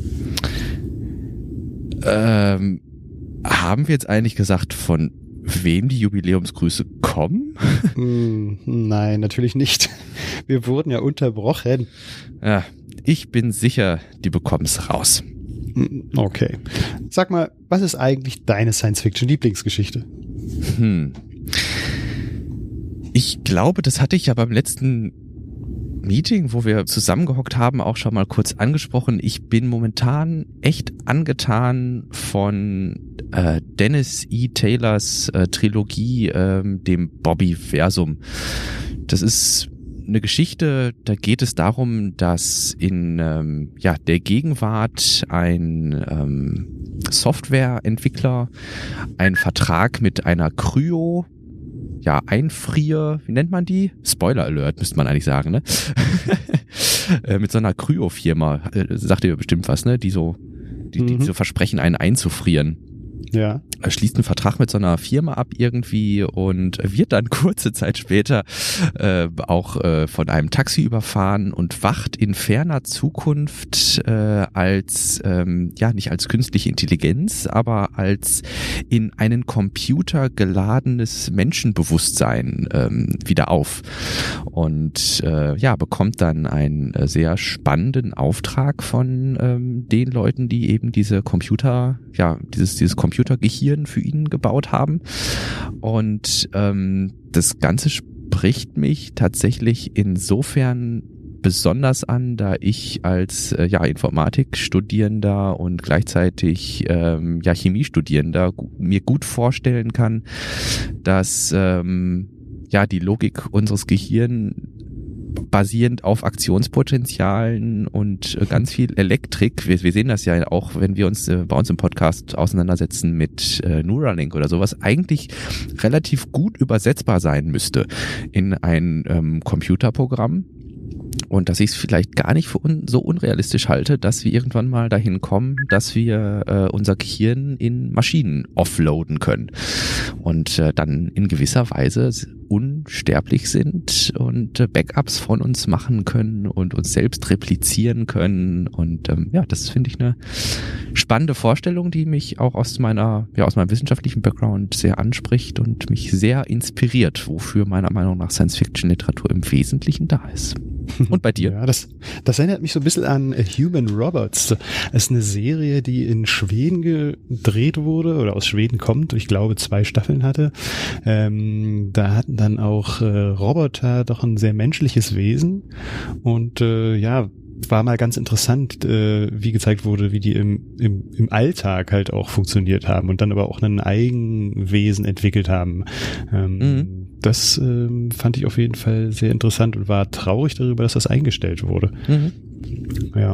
Ähm, haben wir jetzt eigentlich gesagt, von wem die Jubiläumsgrüße kommen? Mm, nein, natürlich nicht. Wir wurden ja unterbrochen. Ja, ich bin sicher, die bekommen's raus. Okay. Sag mal, was ist eigentlich deine Science-Fiction-Lieblingsgeschichte? Hm. Ich glaube, das hatte ich ja beim letzten Meeting, wo wir zusammengehockt haben, auch schon mal kurz angesprochen. Ich bin momentan echt angetan von äh, Dennis E. Taylors äh, Trilogie, äh, dem Bobby-Versum. Das ist eine Geschichte, da geht es darum, dass in ähm, ja, der Gegenwart ein ähm, Softwareentwickler einen Vertrag mit einer Kryo, ja, Einfrier, wie nennt man die? Spoiler Alert, müsste man eigentlich sagen, ne? Mit so einer Kryo-Firma, äh, sagt ihr bestimmt was, ne? Die so, die, die mhm. so versprechen, einen einzufrieren. Ja. Er schließt einen Vertrag mit so einer Firma ab irgendwie und wird dann kurze Zeit später äh, auch äh, von einem Taxi überfahren und wacht in ferner Zukunft äh, als, ähm, ja, nicht als künstliche Intelligenz, aber als in einen Computer geladenes Menschenbewusstsein ähm, wieder auf. Und äh, ja, bekommt dann einen äh, sehr spannenden Auftrag von ähm, den Leuten, die eben diese Computer, ja, dieses, dieses Computergehirn für ihn gebaut haben. Und ähm, das Ganze spricht mich tatsächlich insofern besonders an, da ich als äh, ja Informatikstudierender und gleichzeitig ähm, ja Chemiestudierender gu- mir gut vorstellen kann, dass ähm, ja die Logik unseres Gehirns basierend auf Aktionspotenzialen und äh, ganz viel Elektrik. Wir, wir sehen das ja auch, wenn wir uns äh, bei uns im Podcast auseinandersetzen mit äh, Neuralink oder sowas, eigentlich relativ gut übersetzbar sein müsste in ein ähm, Computerprogramm. Und dass ich es vielleicht gar nicht für un- so unrealistisch halte, dass wir irgendwann mal dahin kommen, dass wir äh, unser Gehirn in Maschinen offloaden können und äh, dann in gewisser Weise unsterblich sind und äh, Backups von uns machen können und uns selbst replizieren können. Und ähm, ja, das finde ich eine spannende Vorstellung, die mich auch aus meiner, ja, aus meinem wissenschaftlichen Background sehr anspricht und mich sehr inspiriert, wofür meiner Meinung nach Science-Fiction-Literatur im Wesentlichen da ist. Und bei dir? Ja, das, das erinnert mich so ein bisschen an Human Robots. Das ist eine Serie, die in Schweden gedreht wurde oder aus Schweden kommt. Ich glaube, zwei Staffeln hatte. Ähm, da hatten dann auch äh, Roboter doch ein sehr menschliches Wesen. Und äh, ja, war mal ganz interessant, äh, wie gezeigt wurde, wie die im, im, im Alltag halt auch funktioniert haben und dann aber auch ein Eigenwesen entwickelt haben. Ähm, mhm. Das ähm, fand ich auf jeden Fall sehr interessant und war traurig darüber, dass das eingestellt wurde. Mhm. Ja.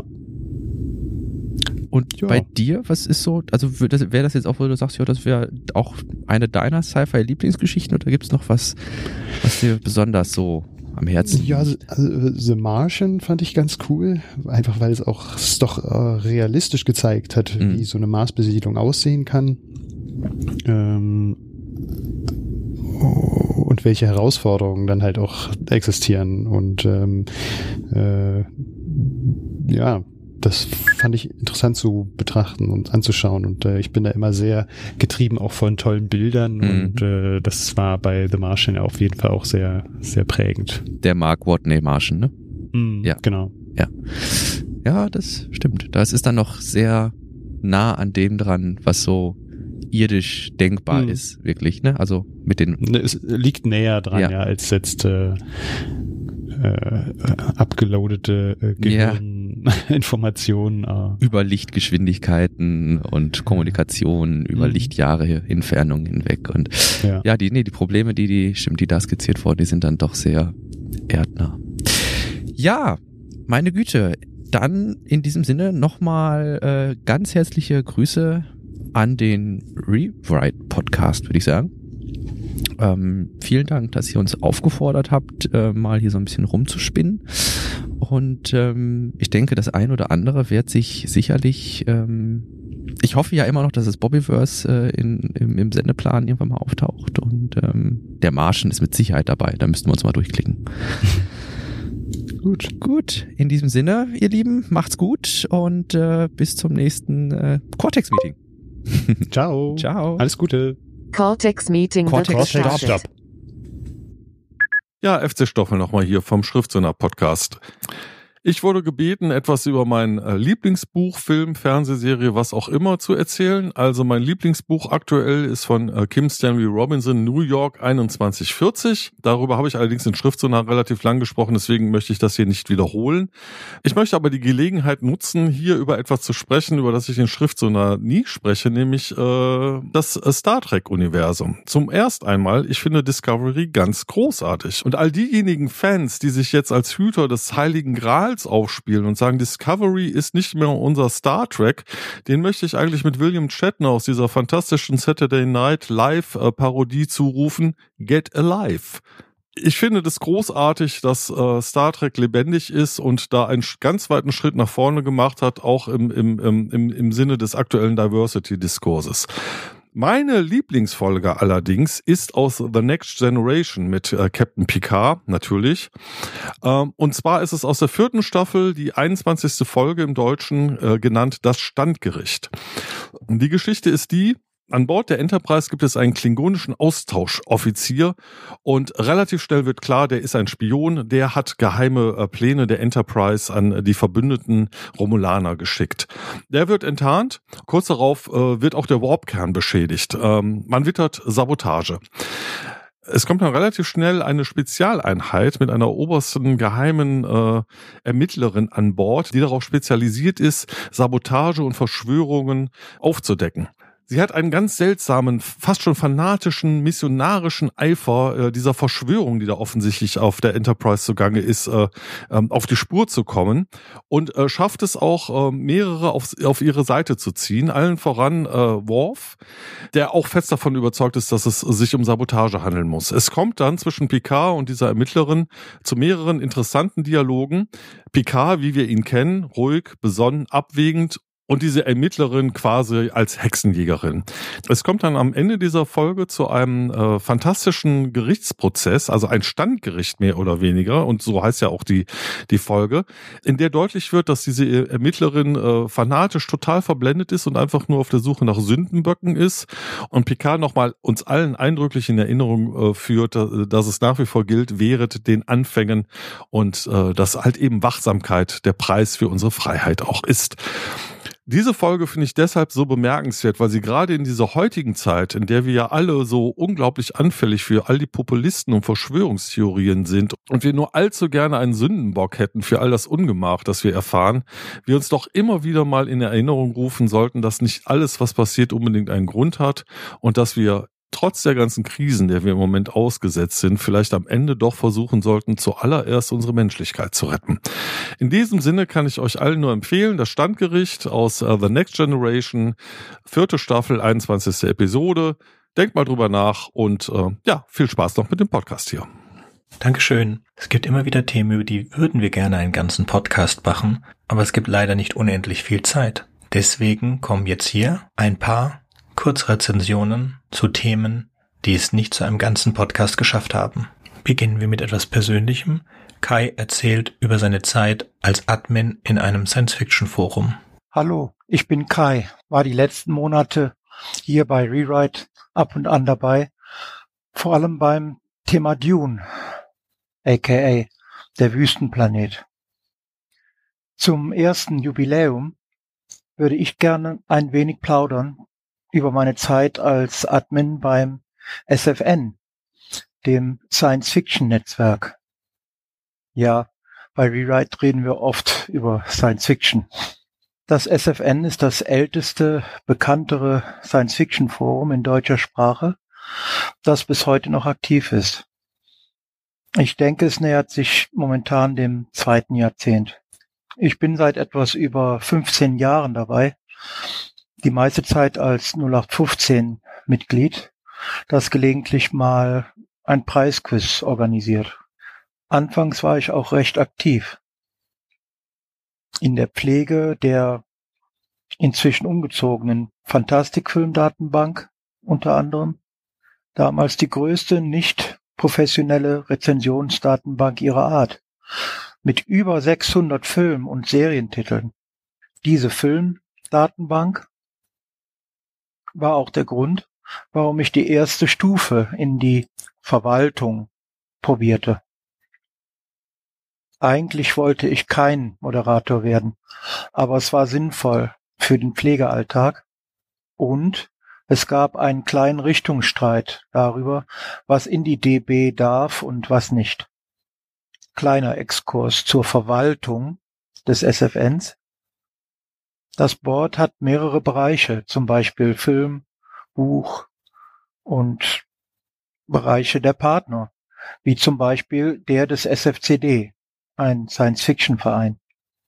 Und ja. Bei dir, was ist so, also wäre das jetzt auch, wo du sagst, ja, das wäre auch eine deiner Sci-Fi-Lieblingsgeschichten oder gibt es noch was, was dir besonders so am Herzen? Ja, also The Martian fand ich ganz cool, einfach weil es auch es doch äh, realistisch gezeigt hat, mhm. wie so eine Marsbesiedlung aussehen kann. Ähm, und welche Herausforderungen dann halt auch existieren. Und ähm, äh, ja, das fand ich interessant zu betrachten und anzuschauen. Und äh, ich bin da immer sehr getrieben auch von tollen Bildern. Mhm. Und äh, das war bei The Martian auf jeden Fall auch sehr, sehr prägend. Der Mark Watney Martian, ne? Mhm, ja, genau. Ja. Ja, das stimmt. Das ist dann noch sehr nah an dem dran, was so irdisch denkbar mhm. ist, wirklich, ne? Also mit den... Es liegt näher dran, ja, ja als jetzt äh, äh, abgeloadete äh, Gehirninformationen. Ja. Äh. Über Lichtgeschwindigkeiten und Kommunikation, über mhm. Lichtjahre Entfernung hinweg. Und ja, ja die, nee, die Probleme, die, die, stimmt, die da skizziert wurden, die sind dann doch sehr erdnah. Ja, meine Güte. Dann in diesem Sinne nochmal äh, ganz herzliche Grüße an den Rewrite Podcast, würde ich sagen. Ähm, vielen Dank, dass ihr uns aufgefordert habt, äh, mal hier so ein bisschen rumzuspinnen. Und ähm, ich denke, das ein oder andere wird sich sicherlich, ähm, ich hoffe ja immer noch, dass das Bobbyverse äh, in, im, im Sendeplan irgendwann mal auftaucht. Und ähm, der Martian ist mit Sicherheit dabei, da müssten wir uns mal durchklicken. Gut, gut. In diesem Sinne, ihr Lieben, macht's gut und äh, bis zum nächsten äh, Cortex-Meeting. Ciao. Ciao. Alles Gute. Cortex-Meeting. Cortex, Cortex Stopp. Ja, F C Stoffel nochmal hier vom Schriftzünder-Podcast. Ich wurde gebeten, etwas über mein Lieblingsbuch, Film, Fernsehserie, was auch immer zu erzählen. Also mein Lieblingsbuch aktuell ist von Kim Stanley Robinson, New York einundzwanzig vierzig. Darüber habe ich allerdings in Schriftsonar relativ lang gesprochen, deswegen möchte ich das hier nicht wiederholen. Ich möchte aber die Gelegenheit nutzen, hier über etwas zu sprechen, über das ich in Schriftsonar nie spreche, nämlich äh, das Star Trek-Universum. Zum erst einmal, ich finde Discovery ganz großartig. Und all diejenigen Fans, die sich jetzt als Hüter des Heiligen Grals aufspielen und sagen, Discovery ist nicht mehr unser Star Trek, den möchte ich eigentlich mit William Shatner aus dieser fantastischen Saturday Night Live äh, Parodie zurufen, Get Alive. Ich finde das großartig, dass äh, Star Trek lebendig ist und da einen ganz weiten Schritt nach vorne gemacht hat, auch im, im, im, im, im Sinne des aktuellen Diversity-Diskurses. Meine Lieblingsfolge allerdings ist aus The Next Generation mit äh, Captain Picard, natürlich. Ähm, und zwar ist es aus der vierten Staffel, die einundzwanzigste Folge im Deutschen, äh, genannt Das Standgericht. Und die Geschichte ist die: An Bord der Enterprise gibt es einen klingonischen Austauschoffizier und relativ schnell wird klar, der ist ein Spion, der hat geheime äh, Pläne der Enterprise an die verbündeten Romulaner geschickt. Der wird enttarnt, kurz darauf äh, wird auch der Warp-Kern beschädigt. Ähm, man wittert Sabotage. Es kommt dann relativ schnell eine Spezialeinheit mit einer obersten geheimen äh, Ermittlerin an Bord, die darauf spezialisiert ist, Sabotage und Verschwörungen aufzudecken. Sie hat einen ganz seltsamen, fast schon fanatischen, missionarischen Eifer äh, dieser Verschwörung, die da offensichtlich auf der Enterprise zugange ist, äh, ähm, auf die Spur zu kommen und äh, schafft es auch, äh, mehrere auf, auf ihre Seite zu ziehen. Allen voran äh, Worf, der auch fest davon überzeugt ist, dass es sich um Sabotage handeln muss. Es kommt dann zwischen Picard und dieser Ermittlerin zu mehreren interessanten Dialogen. Picard, wie wir ihn kennen, ruhig, besonnen, abwägend, und diese Ermittlerin quasi als Hexenjägerin. Es kommt dann am Ende dieser Folge zu einem äh, fantastischen Gerichtsprozess, also ein Standgericht mehr oder weniger, und so heißt ja auch die die Folge, in der deutlich wird, dass diese Ermittlerin äh, fanatisch total verblendet ist und einfach nur auf der Suche nach Sündenböcken ist, und Picard nochmal uns allen eindrücklich in Erinnerung äh, führt, dass es nach wie vor gilt, wehret den Anfängen und äh, dass halt eben Wachsamkeit der Preis für unsere Freiheit auch ist. Diese Folge finde ich deshalb so bemerkenswert, weil sie gerade in dieser heutigen Zeit, in der wir ja alle so unglaublich anfällig für all die Populisten und Verschwörungstheorien sind und wir nur allzu gerne einen Sündenbock hätten für all das Ungemach, das wir erfahren, wir uns doch immer wieder mal in Erinnerung rufen sollten, dass nicht alles, was passiert, unbedingt einen Grund hat und dass wir trotz der ganzen Krisen, der wir im Moment ausgesetzt sind, vielleicht am Ende doch versuchen sollten, zuallererst unsere Menschlichkeit zu retten. In diesem Sinne kann ich euch allen nur empfehlen, das Standgericht aus uh, The Next Generation, vierte Staffel, einundzwanzigste Episode. Denkt mal drüber nach und uh, ja, viel Spaß noch mit dem Podcast hier. Dankeschön. Es gibt immer wieder Themen, über die würden wir gerne einen ganzen Podcast machen, aber es gibt leider nicht unendlich viel Zeit. Deswegen kommen jetzt hier ein paar Kurzrezensionen zu Themen, die es nicht zu einem ganzen Podcast geschafft haben. Beginnen wir mit etwas Persönlichem. Kai erzählt über seine Zeit als Admin in einem Science-Fiction-Forum. Hallo, ich bin Kai, war die letzten Monate hier bei Rewrite ab und an dabei, vor allem beim Thema Dune, aka der Wüstenplanet. Zum ersten Jubiläum würde ich gerne ein wenig plaudern über meine Zeit als Admin beim S F N, dem Science-Fiction-Netzwerk. Ja, bei Rewrite reden wir oft über Science-Fiction. Das S F N ist das älteste, bekanntere Science-Fiction-Forum in deutscher Sprache, das bis heute noch aktiv ist. Ich denke, es nähert sich momentan dem zweiten Jahrzehnt. Ich bin seit etwas über fünfzehn Jahren dabei, die meiste Zeit als null acht fünfzehn Mitglied, das gelegentlich mal ein Preisquiz organisiert. Anfangs war ich auch recht aktiv in der Pflege der inzwischen umgezogenen Fantastikfilmdatenbank, unter anderem, damals die größte nicht professionelle Rezensionsdatenbank ihrer Art, mit über sechshundert Film- und Serientiteln. Diese Filmdatenbank war auch der Grund, warum ich die erste Stufe in die Verwaltung probierte. Eigentlich wollte ich kein Moderator werden, aber es war sinnvoll für den Pflegealltag und es gab einen kleinen Richtungsstreit darüber, was in die D B darf und was nicht. Kleiner Exkurs zur Verwaltung des S F Ns. Das Board hat mehrere Bereiche, zum Beispiel Film, Buch und Bereiche der Partner, wie zum Beispiel der des S F C D, ein Science-Fiction-Verein.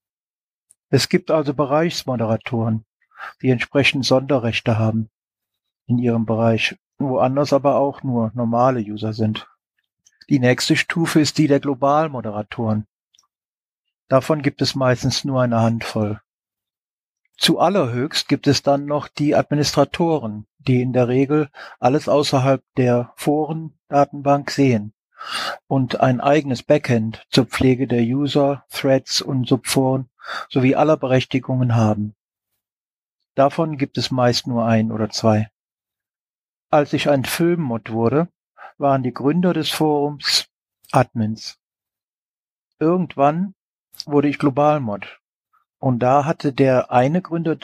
Es gibt also Bereichsmoderatoren, die entsprechend Sonderrechte haben in ihrem Bereich, woanders aber auch nur normale User sind. Die nächste Stufe ist die der Globalmoderatoren. Davon gibt es meistens nur eine Handvoll. Zu allerhöchst gibt es dann noch die Administratoren, die in der Regel alles außerhalb der Foren-Datenbank sehen und ein eigenes Backend zur Pflege der User, Threads und Subforen sowie aller Berechtigungen haben. Davon gibt es meist nur ein oder zwei. Als ich ein Filmmod wurde, waren die Gründer des Forums Admins. Irgendwann wurde ich Globalmod und da hatte der eine Gründer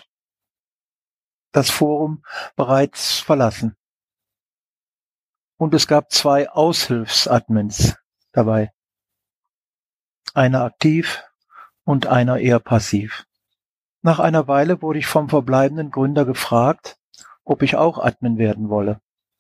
das Forum bereits verlassen. Und es gab zwei Aushilfsadmins dabei. Einer aktiv und einer eher passiv. Nach einer Weile wurde ich vom verbleibenden Gründer gefragt, ob ich auch Admin werden wolle.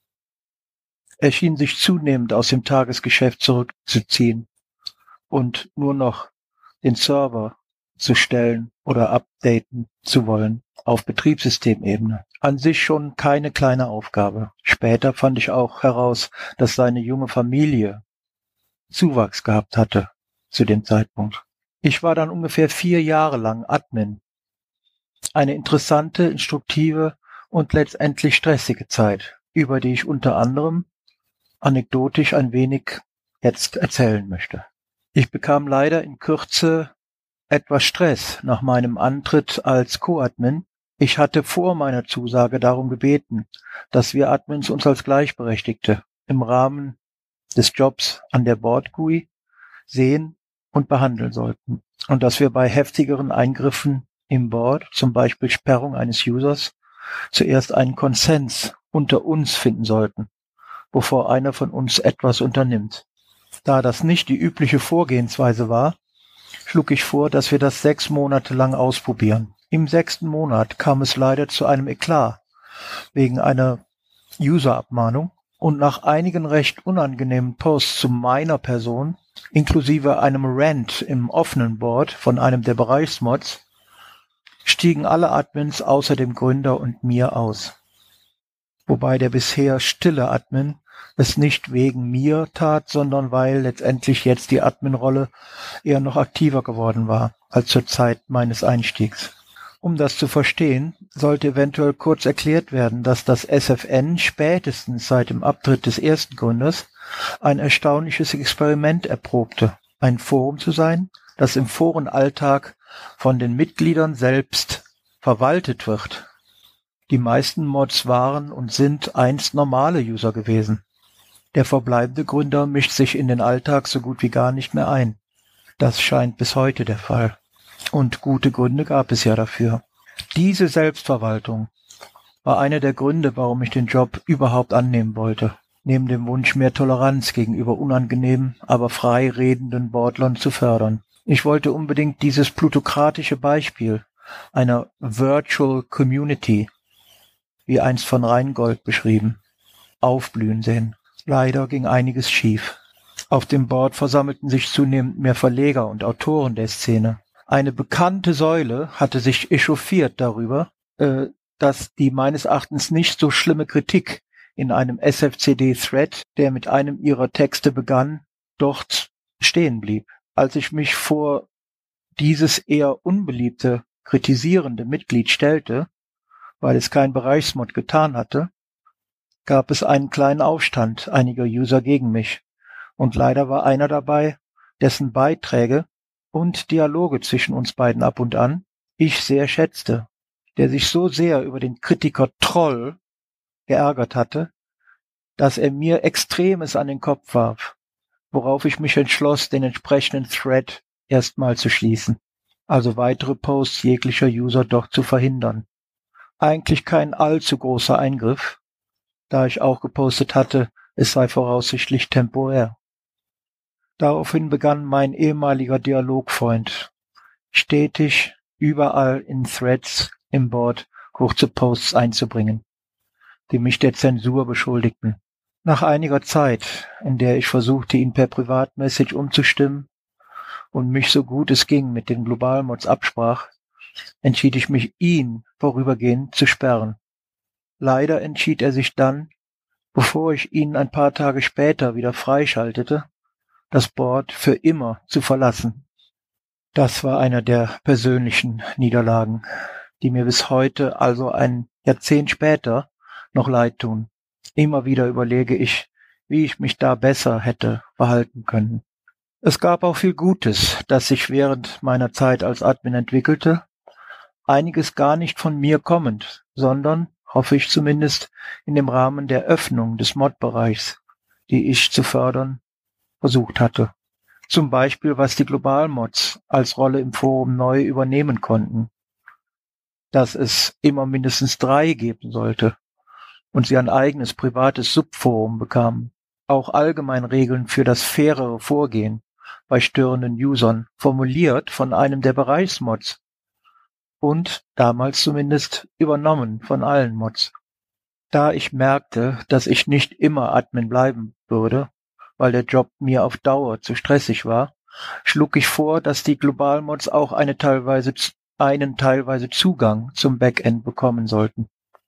Er schien sich zunehmend aus dem Tagesgeschäft zurückzuziehen und nur noch den Server zu stellen oder updaten zu wollen auf Betriebssystemebene. An sich schon keine kleine Aufgabe. Später fand ich auch heraus, dass seine junge Familie Zuwachs gehabt hatte zu dem Zeitpunkt. Ich war dann ungefähr vier Jahre lang Admin. Eine interessante, instruktive und letztendlich stressige Zeit, über die ich unter anderem anekdotisch ein wenig jetzt erzählen möchte. Ich bekam leider in Kürze etwas Stress nach meinem Antritt als Co-Admin. Ich hatte vor meiner Zusage darum gebeten, dass wir Admins uns als Gleichberechtigte im Rahmen des Jobs an der Board-G U I sehen und behandeln sollten und dass wir bei heftigeren Eingriffen im Board, zum Beispiel Sperrung eines Users, zuerst einen Konsens unter uns finden sollten, bevor einer von uns etwas unternimmt. Da das nicht die übliche Vorgehensweise war, schlug ich vor, dass wir das sechs Monate lang ausprobieren. Im sechsten Monat kam es leider zu einem Eklat wegen einer User-Abmahnung und nach einigen recht unangenehmen Posts zu meiner Person, inklusive einem Rant im offenen Board von einem der Bereichsmods, stiegen alle Admins außer dem Gründer und mir aus. Wobei der bisher stille Admin es nicht wegen mir tat, sondern weil letztendlich jetzt die Admin-Rolle eher noch aktiver geworden war als zur Zeit meines Einstiegs. Um das zu verstehen, sollte eventuell kurz erklärt werden, dass das S F N spätestens seit dem Abtritt des ersten Gründers ein erstaunliches Experiment erprobte, ein Forum zu sein, das im Forenalltag von den Mitgliedern selbst verwaltet wird. Die meisten Mods waren und sind einst normale User gewesen. Der verbleibende Gründer mischt sich in den Alltag so gut wie gar nicht mehr ein. Das scheint bis heute der Fall. Und gute Gründe gab es ja dafür. Diese Selbstverwaltung war einer der Gründe, warum ich den Job überhaupt annehmen wollte. Neben dem Wunsch, mehr Toleranz gegenüber unangenehmen, aber frei redenden Bordlern zu fördern. Ich wollte unbedingt dieses plutokratische Beispiel einer Virtual Community, wie einst von Rheingold beschrieben, aufblühen sehen. Leider ging einiges schief. Auf dem Board versammelten sich zunehmend mehr Verleger und Autoren der Szene. Eine bekannte Säule hatte sich echauffiert darüber, äh, dass die meines Erachtens nicht so schlimme Kritik in einem S F C D-Thread, der mit einem ihrer Texte begann, dort stehen blieb. Als ich mich vor dieses eher unbeliebte, kritisierende Mitglied stellte, weil es kein Bereichsmod getan hatte, gab es einen kleinen Aufstand einiger User gegen mich. Und leider war einer dabei, dessen Beiträge und Dialoge zwischen uns beiden ab und an ich sehr schätzte, der sich so sehr über den Kritiker Troll geärgert hatte, dass er mir Extremes an den Kopf warf, worauf ich mich entschloss, den entsprechenden Thread erstmal zu schließen, also weitere Posts jeglicher User dort zu verhindern. Eigentlich kein allzu großer Eingriff, da ich auch gepostet hatte, es sei voraussichtlich temporär. Daraufhin begann mein ehemaliger Dialogfreund stetig überall in Threads im Board kurze Posts einzubringen, die mich der Zensur beschuldigten. Nach einiger Zeit, in der ich versuchte, ihn per Privatmessage umzustimmen und mich so gut es ging mit den Globalmods absprach, entschied ich mich, ihn vorübergehend zu sperren. Leider entschied er sich dann, bevor ich ihn ein paar Tage später wieder freischaltete, das Board für immer zu verlassen. Das war einer der persönlichen Niederlagen, die mir bis heute, also ein Jahrzehnt später, noch leid tun. Immer wieder überlege ich, wie ich mich da besser hätte verhalten können. Es gab auch viel Gutes, das sich während meiner Zeit als Admin entwickelte, einiges gar nicht von mir kommend, sondern, hoffe ich zumindest, in dem Rahmen der Öffnung des Mod-Bereichs, die ich zu fördern versucht hatte. Zum Beispiel, was die Globalmods als Rolle im Forum neu übernehmen konnten. Dass es immer mindestens drei geben sollte und sie ein eigenes privates Subforum bekamen. Auch allgemein Regeln für das fairere Vorgehen bei störenden Usern, formuliert von einem der Bereichsmods und, damals zumindest, übernommen von allen Mods. Da ich merkte, dass ich nicht immer Admin bleiben würde, weil der Job mir auf Dauer zu stressig war, schlug ich vor, dass die Globalmods auch eine teilweise, einen teilweise Zugang zum Backend bekommen sollten,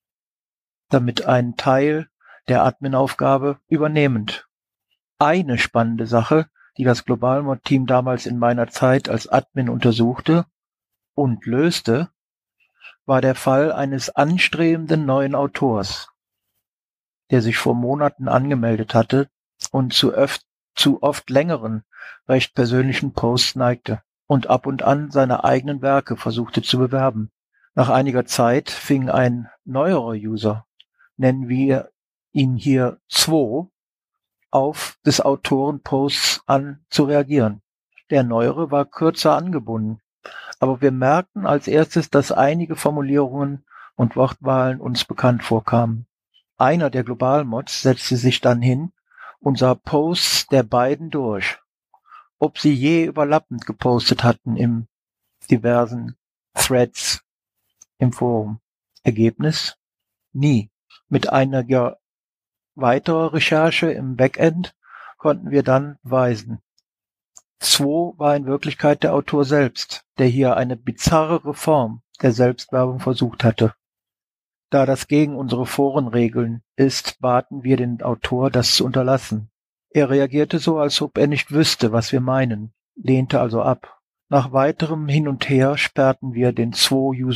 damit einen Teil der Admin-Aufgabe übernehmend. Eine spannende Sache, die das Globalmod-Team damals in meiner Zeit als Admin untersuchte und löste, war der Fall eines anstrebenden neuen Autors, der sich vor Monaten angemeldet hatte und zu, öf- zu oft längeren, recht persönlichen Posts neigte und ab und an seine eigenen Werke versuchte zu bewerben. Nach einiger Zeit fing ein neuerer User, nennen wir ihn hier zwei, auf des Autoren Posts an zu reagieren. Der neuere war kürzer angebunden, aber wir merkten als erstes, dass einige Formulierungen und Wortwahlen uns bekannt vorkamen. Einer der Globalmods setzte sich dann hin und sah Posts der beiden durch, ob sie je überlappend gepostet hatten im diversen Threads im Forum. Ergebnis? Nie. Mit einiger weiterer Recherche im Backend konnten wir dann weisen. Zwei war in Wirklichkeit der Autor selbst, der hier eine bizarre Form der Selbstwerbung versucht hatte. Da das gegen unsere Forenregeln ist, baten wir den Autor, das zu unterlassen. Er reagierte so, als ob er nicht wüsste, was wir meinen, lehnte also ab. Nach weiterem Hin und Her sperrten wir den zwei User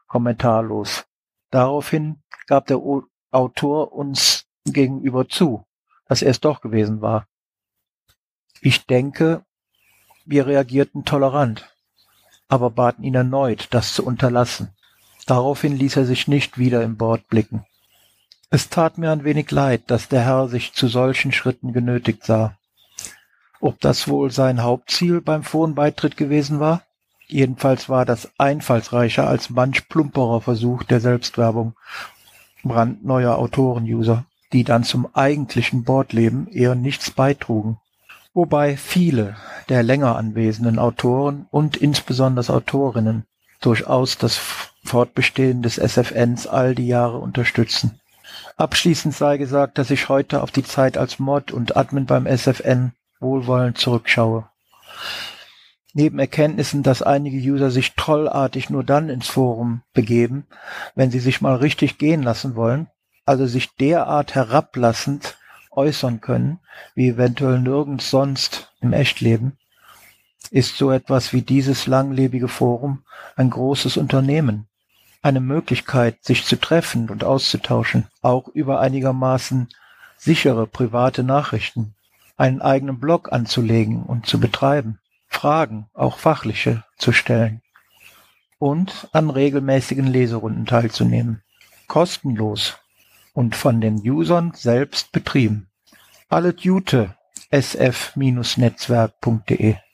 kommentarlos. Daraufhin gab der o- Autor uns gegenüber zu, dass er es doch gewesen war. Ich denke, wir reagierten tolerant, aber baten ihn erneut, das zu unterlassen. Daraufhin ließ er sich nicht wieder im Board blicken. Es tat mir ein wenig leid, dass der Herr sich zu solchen Schritten genötigt sah. Ob das wohl sein Hauptziel beim Forenbeitritt gewesen war? Jedenfalls war das einfallsreicher als manch plumperer Versuch der Selbstwerbung brandneuer Autoren-User, die dann zum eigentlichen Boardleben eher nichts beitrugen. Wobei viele der länger anwesenden Autoren und insbesondere Autorinnen durchaus das Fortbestehen des S F Ns all die Jahre unterstützen. Abschließend sei gesagt, dass ich heute auf die Zeit als Mod und Admin beim S F N wohlwollend zurückschaue. Neben Erkenntnissen, dass einige User sich trollartig nur dann ins Forum begeben, wenn sie sich mal richtig gehen lassen wollen, also sich derart herablassend äußern können, wie eventuell nirgends sonst im Echtleben, ist so etwas wie dieses langlebige Forum ein großes Unternehmen. Eine Möglichkeit, sich zu treffen und auszutauschen, auch über einigermaßen sichere private Nachrichten, einen eigenen Blog anzulegen und zu betreiben, Fragen, auch fachliche, zu stellen und an regelmäßigen Leserunden teilzunehmen. Kostenlos und von den Usern selbst betrieben. Alle Gute, s f Bindestrich netzwerk punkt d e.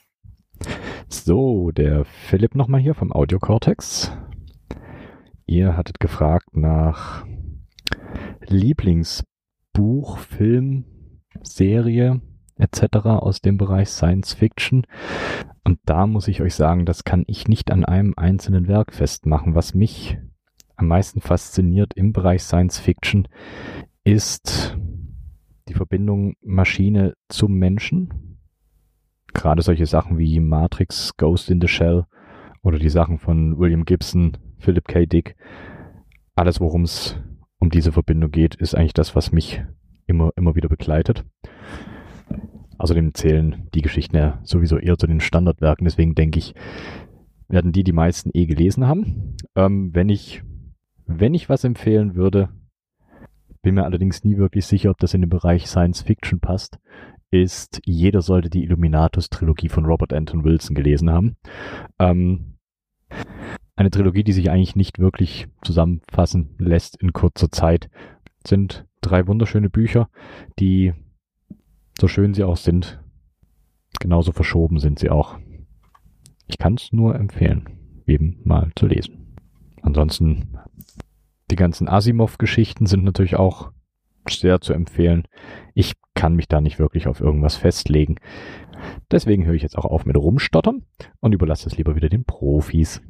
So, der Philipp nochmal hier vom Audio Cortex. Ihr hattet gefragt nach Lieblingsbuch, Film, Serie et cetera aus dem Bereich Science Fiction. Und da muss ich euch sagen, das kann ich nicht an einem einzelnen Werk festmachen. Was mich am meisten fasziniert im Bereich Science Fiction ist die Verbindung Maschine zum Menschen. Gerade solche Sachen wie Matrix, Ghost in the Shell oder die Sachen von William Gibson, Philip K. Dick. Alles, worum es um diese Verbindung geht, ist eigentlich das, was mich immer, immer wieder begleitet. Außerdem zählen die Geschichten ja sowieso eher zu den Standardwerken, deswegen denke ich, werden die die meisten eh gelesen haben. Ähm, wenn ich, wenn ich was empfehlen würde, bin mir allerdings nie wirklich sicher, ob das in den Bereich Science Fiction passt, ist, jeder sollte die Illuminatus-Trilogie von Robert Anton Wilson gelesen haben. Ähm, eine Trilogie, die sich eigentlich nicht wirklich zusammenfassen lässt in kurzer Zeit. Es sind drei wunderschöne Bücher, die, so schön sie auch sind, genauso verschoben sind sie auch. Ich kann es nur empfehlen, eben mal zu lesen. Ansonsten, die ganzen Asimov-Geschichten sind natürlich auch sehr zu empfehlen. Ich kann mich da nicht wirklich auf irgendwas festlegen. Deswegen höre ich jetzt auch auf mit Rumstottern und überlasse es lieber wieder den Profis.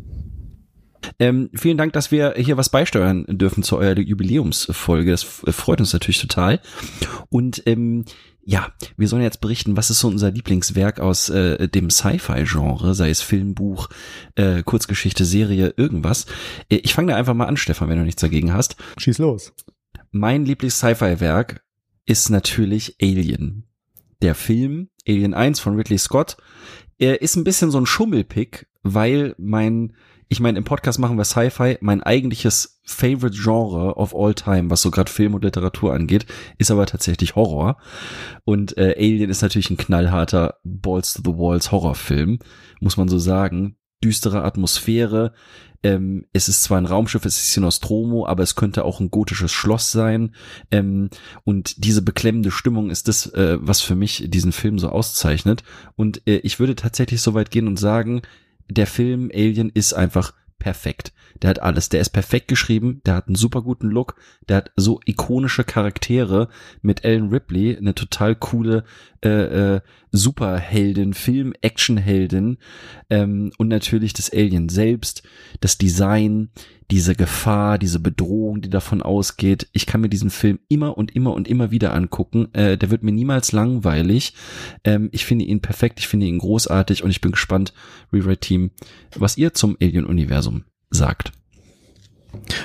Ähm, vielen Dank, dass wir hier was beisteuern dürfen zu eurer Jubiläumsfolge. Das freut uns natürlich total. Und ähm, ja, wir sollen jetzt berichten, was ist so unser Lieblingswerk aus äh, dem Sci-Fi-Genre, sei es Film, Buch, äh, Kurzgeschichte, Serie, irgendwas. Äh, ich fange da einfach mal an, Stefan, wenn du nichts dagegen hast. Schieß los. Mein Lieblings-Sci-Fi-Werk ist natürlich Alien. Der Film Alien eins von Ridley Scott. Er ist ein bisschen so ein Schummelpick, weil mein, ich meine, im Podcast machen wir Sci-Fi, mein eigentliches Favorite Genre of all time, was so gerade Film und Literatur angeht, ist aber tatsächlich Horror. Und äh, Alien ist natürlich ein knallharter Balls to the Walls Horrorfilm, muss man so sagen. Düstere Atmosphäre. Ähm, es ist zwar ein Raumschiff, es ist hier Nostromo, aber es könnte auch ein gotisches Schloss sein. Ähm, und diese beklemmende Stimmung ist das, äh, was für mich diesen Film so auszeichnet. Und äh, ich würde tatsächlich so weit gehen und sagen, der Film Alien ist einfach perfekt. Der hat alles. Der ist perfekt geschrieben, der hat einen super guten Look, der hat so ikonische Charaktere mit Ellen Ripley, eine total coole äh, äh, Superheldin, Film-Actionheldin ähm, und natürlich das Alien selbst, das Design, diese Gefahr, diese Bedrohung, die davon ausgeht. Ich kann mir diesen Film immer und immer und immer wieder angucken. Äh, der wird mir niemals langweilig. Ähm, ich finde ihn perfekt, ich finde ihn großartig und ich bin gespannt, Rewrite Team, was ihr zum Alien-Universum sagt.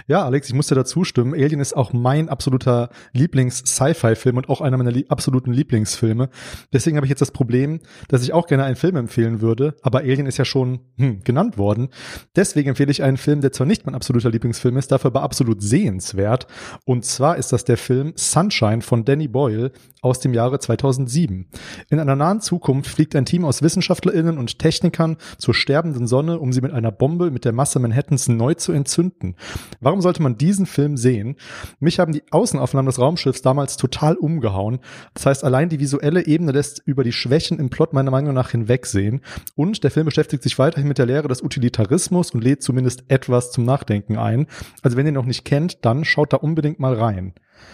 Ja, Alex, ich muss dir dazu stimmen. Alien ist auch mein absoluter Lieblings-Sci-Fi-Film und auch einer meiner li- absoluten Lieblingsfilme. Deswegen habe ich jetzt das Problem, dass ich auch gerne einen Film empfehlen würde, aber Alien ist ja schon hm, genannt worden. Deswegen empfehle ich einen Film, der zwar nicht mein absoluter Lieblingsfilm ist, dafür aber absolut sehenswert. Und zwar ist das der Film Sunshine von Danny Boyle aus dem Jahre zweitausendsieben. In einer nahen Zukunft fliegt ein Team aus WissenschaftlerInnen und Technikern zur sterbenden Sonne, um sie mit einer Bombe mit der Masse Manhattans neu zu entzünden. Warum sollte man diesen Film sehen? Mich haben die Außenaufnahmen des Raumschiffs damals total umgehauen. Das heißt, allein die visuelle Ebene lässt über die Schwächen im Plot meiner Meinung nach hinwegsehen. Und der Film beschäftigt sich weiterhin mit der Lehre des Utilitarismus und lädt zumindest etwas zum Nachdenken ein. Also wenn ihr ihn noch nicht kennt, dann schaut da unbedingt mal rein.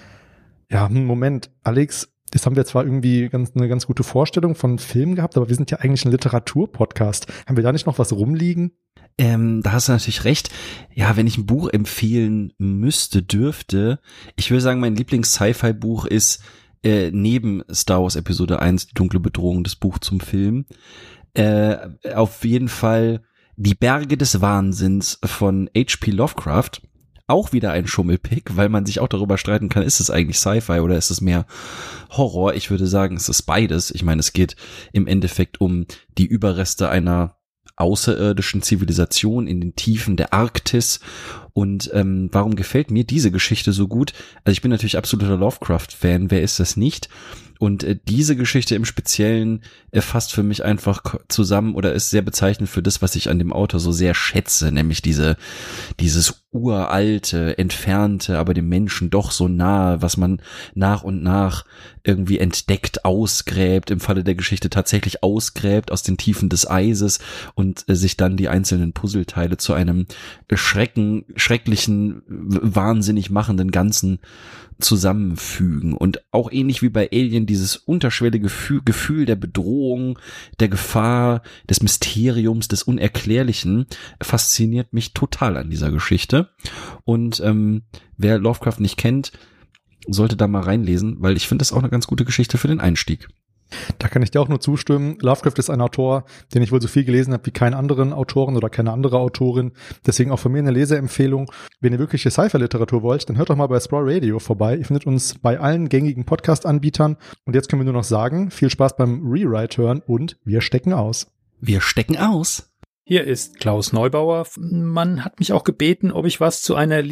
Ja, Moment, Alex, jetzt haben wir zwar irgendwie ganz, eine ganz gute Vorstellung von Filmen gehabt, aber wir sind ja eigentlich ein Literaturpodcast. Haben wir da nicht noch was rumliegen? Ähm, da hast du natürlich recht. Ja, wenn ich ein Buch empfehlen müsste, dürfte, ich würde sagen, mein Lieblings-Sci-Fi-Buch ist äh, neben Star Wars Episode eins, Die dunkle Bedrohung, das Buch zum Film, äh, auf jeden Fall Die Berge des Wahnsinns von H P Lovecraft. Auch wieder ein Schummelpick, weil man sich auch darüber streiten kann, ist es eigentlich Sci-Fi oder ist es mehr Horror? Ich würde sagen, es ist beides. Ich meine, es geht im Endeffekt um die Überreste einer außerirdischen Zivilisation in den Tiefen der Arktis. Und ähm, warum gefällt mir diese Geschichte so gut? Also ich bin natürlich absoluter Lovecraft-Fan, wer ist das nicht? Und äh, diese Geschichte im Speziellen äh, fasst für mich einfach zusammen oder ist sehr bezeichnend für das, was ich an dem Autor so sehr schätze, nämlich diese dieses uralte, entfernte, aber dem Menschen doch so nahe, was man nach und nach irgendwie entdeckt, ausgräbt, im Falle der Geschichte tatsächlich ausgräbt aus den Tiefen des Eises und äh, sich dann die einzelnen Puzzleteile zu einem Schrecken, schrecklichen, wahnsinnig machenden Ganzen zusammenfügen. Und auch ähnlich wie bei Alien dieses unterschwellige Gefühl, Gefühl der Bedrohung, der Gefahr, des Mysteriums, des Unerklärlichen fasziniert mich total an dieser Geschichte. Und ähm, wer Lovecraft nicht kennt, sollte da mal reinlesen, weil ich finde das auch eine ganz gute Geschichte für den Einstieg. Da kann ich dir auch nur zustimmen. Lovecraft ist ein Autor, den ich wohl so viel gelesen habe wie keinen anderen Autoren oder keine andere Autorin. Deswegen auch von mir eine Leseempfehlung. Wenn ihr wirkliche Sci-Fi-Literatur wollt, dann hört doch mal bei Sprawl Radio vorbei. Ihr findet uns bei allen gängigen Podcast-Anbietern. Und jetzt können wir nur noch sagen, viel Spaß beim Rewrite hören und wir stecken aus. Wir stecken aus. Hier ist Klaus Neubauer. Man hat mich auch gebeten, ob ich was zu einer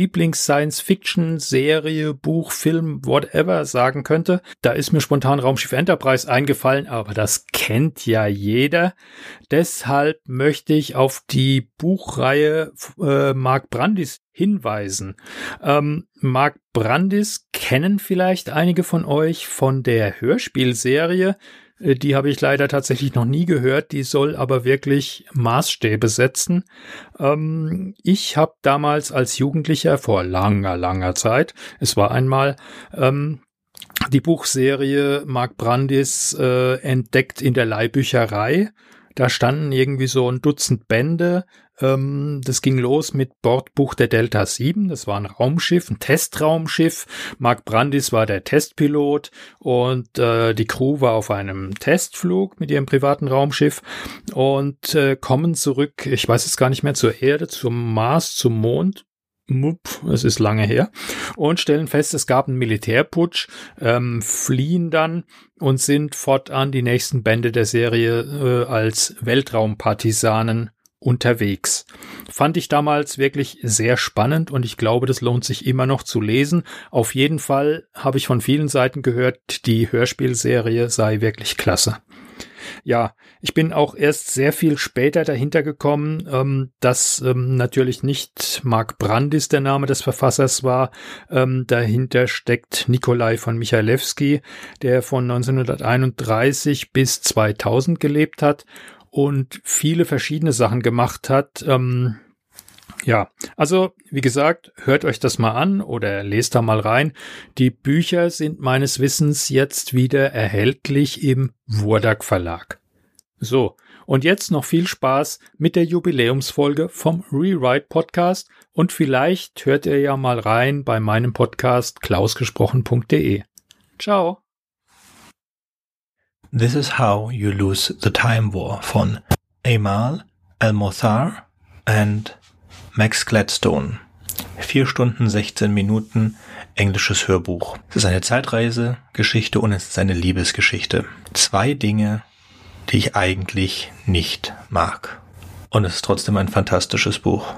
Lieblings-Science-Fiction-Serie, Buch, Film, whatever sagen könnte. Da ist mir spontan Raumschiff Enterprise eingefallen, aber das kennt ja jeder. Deshalb möchte ich auf die Buchreihe äh, Mark Brandis hinweisen. Ähm, Mark Brandis kennen vielleicht einige von euch von der Hörspielserie. Die habe ich leider tatsächlich noch nie gehört, die soll aber wirklich Maßstäbe setzen. Ähm, ich habe damals als Jugendlicher vor langer, langer Zeit, es war einmal ähm, die Buchserie Mark Brandis äh, entdeckt in der Leihbücherei. Da standen irgendwie so ein Dutzend Bände. Ähm, das ging los mit Bordbuch der Delta sieben. Das war ein Raumschiff, ein Testraumschiff. Mark Brandis war der Testpilot und äh, die Crew war auf einem Testflug mit ihrem privaten Raumschiff und äh, kommen zurück, ich weiß es gar nicht mehr, zur Erde, zum Mars, zum Mond. Es ist lange her, und stellen fest, es gab einen Militärputsch, ähm, fliehen dann und sind fortan die nächsten Bände der Serie äh, als Weltraumpartisanen unterwegs. Fand ich damals wirklich sehr spannend und ich glaube, das lohnt sich immer noch zu lesen. Auf jeden Fall habe ich von vielen Seiten gehört, die Hörspielserie sei wirklich klasse. Ja, ich bin auch erst sehr viel später dahinter gekommen, ähm, dass ähm, natürlich nicht Mark Brandis der Name des Verfassers war. Ähm, dahinter steckt Nikolai von Michalewski, der von neunzehnhunderteinunddreißig bis zweitausend gelebt hat und viele verschiedene Sachen gemacht hat. Ähm, Ja, also wie gesagt, hört euch das mal an oder lest da mal rein. Die Bücher sind meines Wissens jetzt wieder erhältlich im Wurdak Verlag. So, und jetzt noch viel Spaß mit der Jubiläumsfolge vom Rewrite Podcast und vielleicht hört ihr ja mal rein bei meinem Podcast klausgesprochen punkt de. Ciao. This is How You Lose the Time War von Amal El-Mothar and Max Gladstone. vier Stunden, sechzehn Minuten englisches Hörbuch. Es ist eine Zeitreisegeschichte und es ist eine Liebesgeschichte. Zwei Dinge, die ich eigentlich nicht mag. Und es ist trotzdem ein fantastisches Buch.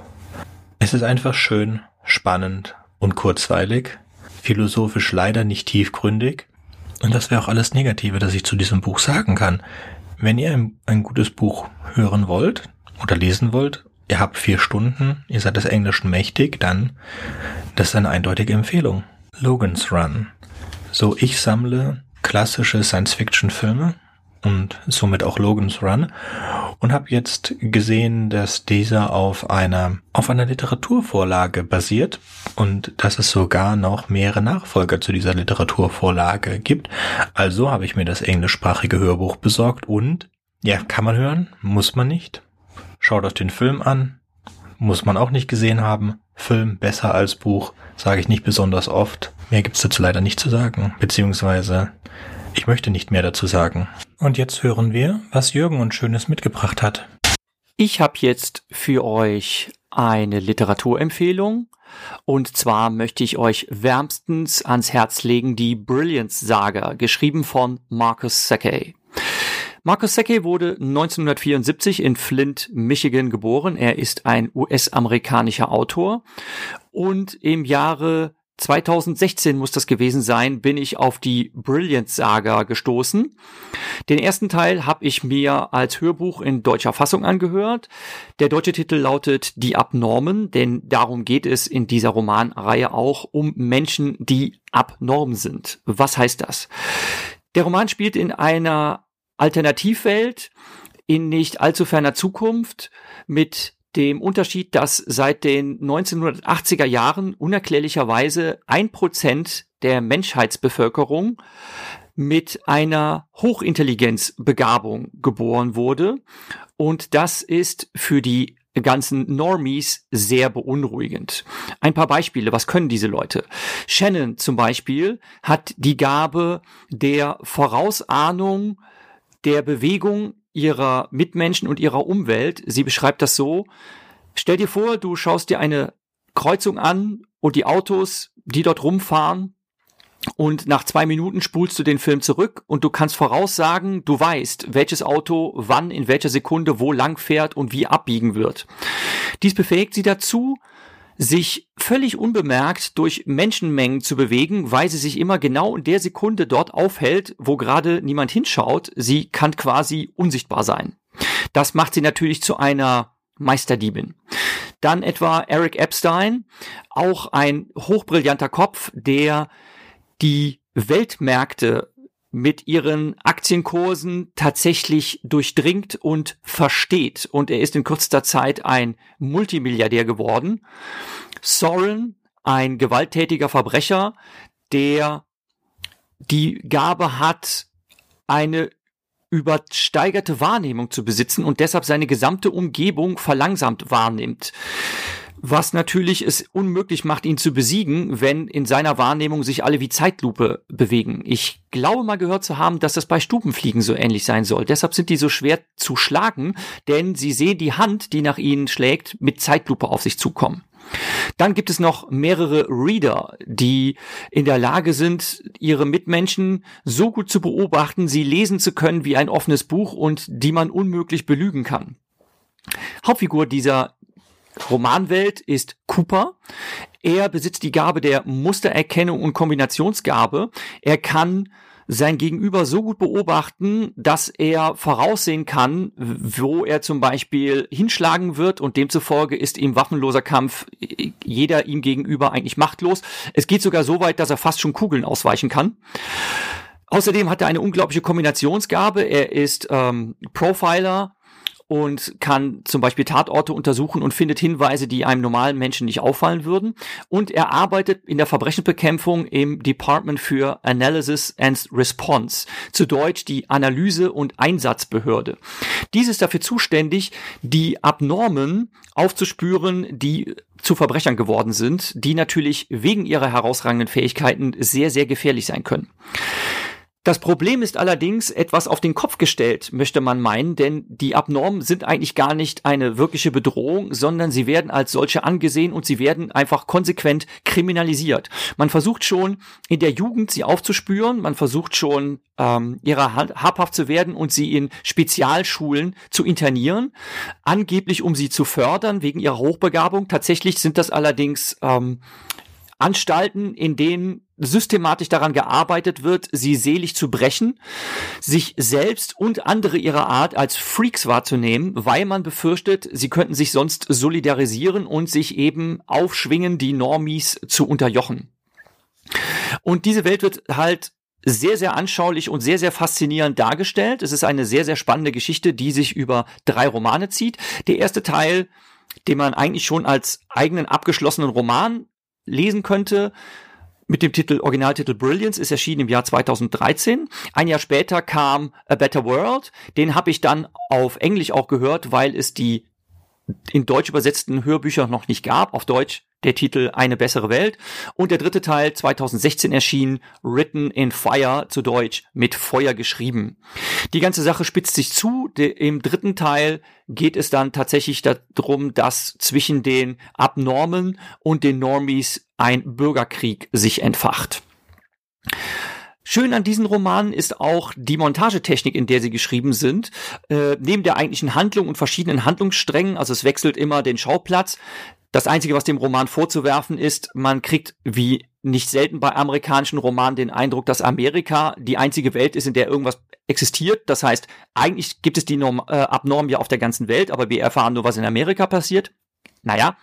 Es ist einfach schön, spannend und kurzweilig, philosophisch leider nicht tiefgründig. Und das wäre auch alles Negative, das ich zu diesem Buch sagen kann. Wenn ihr ein, ein gutes Buch hören wollt oder lesen wollt, ihr habt vier Stunden, ihr seid des Englischen mächtig, dann das ist eine eindeutige Empfehlung. Logan's Run. So, ich sammle klassische Science-Fiction-Filme und somit auch Logan's Run und habe jetzt gesehen, dass dieser auf einer auf einer Literaturvorlage basiert und dass es sogar noch mehrere Nachfolger zu dieser Literaturvorlage gibt. Also habe ich mir das englischsprachige Hörbuch besorgt und ja, kann man hören, muss man nicht. Schaut euch den Film an, muss man auch nicht gesehen haben. Film besser als Buch, sage ich nicht besonders oft. Mehr gibt's dazu leider nicht zu sagen, beziehungsweise ich möchte nicht mehr dazu sagen. Und jetzt hören wir, was Jürgen uns Schönes mitgebracht hat. Ich habe jetzt für euch eine Literaturempfehlung. Und zwar möchte ich euch wärmstens ans Herz legen die Brilliance-Saga, geschrieben von Marcus Seckey. Marcus Seckey wurde neunzehnhundertvierundsiebzig in Flint, Michigan geboren. Er ist ein U S-amerikanischer Autor. Und im Jahre zweitausendsechzehn muss das gewesen sein, bin ich auf die Brilliance-Saga gestoßen. Den ersten Teil habe ich mir als Hörbuch in deutscher Fassung angehört. Der deutsche Titel lautet Die Abnormen, denn darum geht es in dieser Romanreihe auch um Menschen, die abnorm sind. Was heißt das? Der Roman spielt in einer Alternativwelt in nicht allzu ferner Zukunft mit dem Unterschied, dass seit den neunzehnhundertachtziger Jahren unerklärlicherweise ein Prozent der Menschheitsbevölkerung mit einer Hochintelligenzbegabung geboren wurde. Und das ist für die ganzen Normies sehr beunruhigend. Ein paar Beispiele, was können diese Leute? Shannon zum Beispiel hat die Gabe der Vorausahnung der Bewegung ihrer Mitmenschen und ihrer Umwelt. Sie beschreibt das so: Stell dir vor, du schaust dir eine Kreuzung an und die Autos, die dort rumfahren, und nach zwei Minuten spulst du den Film zurück und du kannst voraussagen, du weißt, welches Auto wann, in welcher Sekunde wo lang fährt und wie abbiegen wird. Dies befähigt sie dazu, sich völlig unbemerkt durch Menschenmengen zu bewegen, weil sie sich immer genau in der Sekunde dort aufhält, wo gerade niemand hinschaut. Sie kann quasi unsichtbar sein. Das macht sie natürlich zu einer Meisterdiebin. Dann etwa Eric Epstein, auch ein hochbrillanter Kopf, der die Weltmärkte mit ihren Aktienkursen tatsächlich durchdringt und versteht. Und er ist in kürzester Zeit ein Multimilliardär geworden. Soren, ein gewalttätiger Verbrecher, der die Gabe hat, eine übersteigerte Wahrnehmung zu besitzen und deshalb seine gesamte Umgebung verlangsamt wahrnimmt. Was natürlich es unmöglich macht, ihn zu besiegen, wenn in seiner Wahrnehmung sich alle wie Zeitlupe bewegen. Ich glaube mal gehört zu haben, dass das bei Stubenfliegen so ähnlich sein soll. Deshalb sind die so schwer zu schlagen, denn sie sehen die Hand, die nach ihnen schlägt, mit Zeitlupe auf sich zukommen. Dann gibt es noch mehrere Reader, die in der Lage sind, ihre Mitmenschen so gut zu beobachten, sie lesen zu können wie ein offenes Buch und die man unmöglich belügen kann. Hauptfigur dieser Romanwelt ist Cooper. Er besitzt die Gabe der Mustererkennung und Kombinationsgabe. Er kann sein Gegenüber so gut beobachten, dass er voraussehen kann, wo er zum Beispiel hinschlagen wird, und demzufolge ist ihm waffenloser Kampf jeder ihm gegenüber eigentlich machtlos. Es geht sogar so weit, dass er fast schon Kugeln ausweichen kann. Außerdem hat er eine unglaubliche Kombinationsgabe. Er ist ähm, Profiler und kann zum Beispiel Tatorte untersuchen und findet Hinweise, die einem normalen Menschen nicht auffallen würden. Und er arbeitet in der Verbrechensbekämpfung im Department für Analysis and Response, zu Deutsch die Analyse- und Einsatzbehörde. Dies ist dafür zuständig, die Abnormen aufzuspüren, die zu Verbrechern geworden sind, die natürlich wegen ihrer herausragenden Fähigkeiten sehr, sehr gefährlich sein können. Das Problem ist allerdings etwas auf den Kopf gestellt, möchte man meinen, denn die Abnormen sind eigentlich gar nicht eine wirkliche Bedrohung, sondern sie werden als solche angesehen und sie werden einfach konsequent kriminalisiert. Man versucht schon in der Jugend sie aufzuspüren, man versucht schon ähm, ihrer habhaft zu werden und sie in Spezialschulen zu internieren, angeblich um sie zu fördern wegen ihrer Hochbegabung. Tatsächlich sind das allerdings ähm, Anstalten, in denen systematisch daran gearbeitet wird, sie seelisch zu brechen, sich selbst und andere ihrer Art als Freaks wahrzunehmen, weil man befürchtet, sie könnten sich sonst solidarisieren und sich eben aufschwingen, die Normies zu unterjochen. Und diese Welt wird halt sehr, sehr anschaulich und sehr, sehr faszinierend dargestellt. Es ist eine sehr, sehr spannende Geschichte, die sich über drei Romane zieht. Der erste Teil, den man eigentlich schon als eigenen abgeschlossenen Roman lesen könnte, mit dem Titel, Originaltitel Brilliance, ist erschienen im Jahr zweitausenddreizehn. Ein Jahr später kam A Better World. Den habe ich dann auf Englisch auch gehört, weil es die in Deutsch übersetzten Hörbücher noch nicht gab. Auf Deutsch der Titel Eine bessere Welt. Und der dritte Teil, zweitausendsechzehn erschienen, Written in Fire, zu Deutsch mit Feuer geschrieben. Die ganze Sache spitzt sich zu. De, Im dritten Teil geht es dann tatsächlich darum, dass zwischen den Abnormen und den Normies ein Bürgerkrieg sich entfacht. Schön an diesen Romanen ist auch die Montagetechnik, in der sie geschrieben sind. Äh, neben der eigentlichen Handlung und verschiedenen Handlungssträngen, also es wechselt immer den Schauplatz. Das Einzige, was dem Roman vorzuwerfen ist, man kriegt wie nicht selten bei amerikanischen Romanen den Eindruck, dass Amerika die einzige Welt ist, in der irgendwas existiert. Das heißt, eigentlich gibt es die Norm, äh, Abnormen ja auf der ganzen Welt, aber wir erfahren nur, was in Amerika passiert. Naja.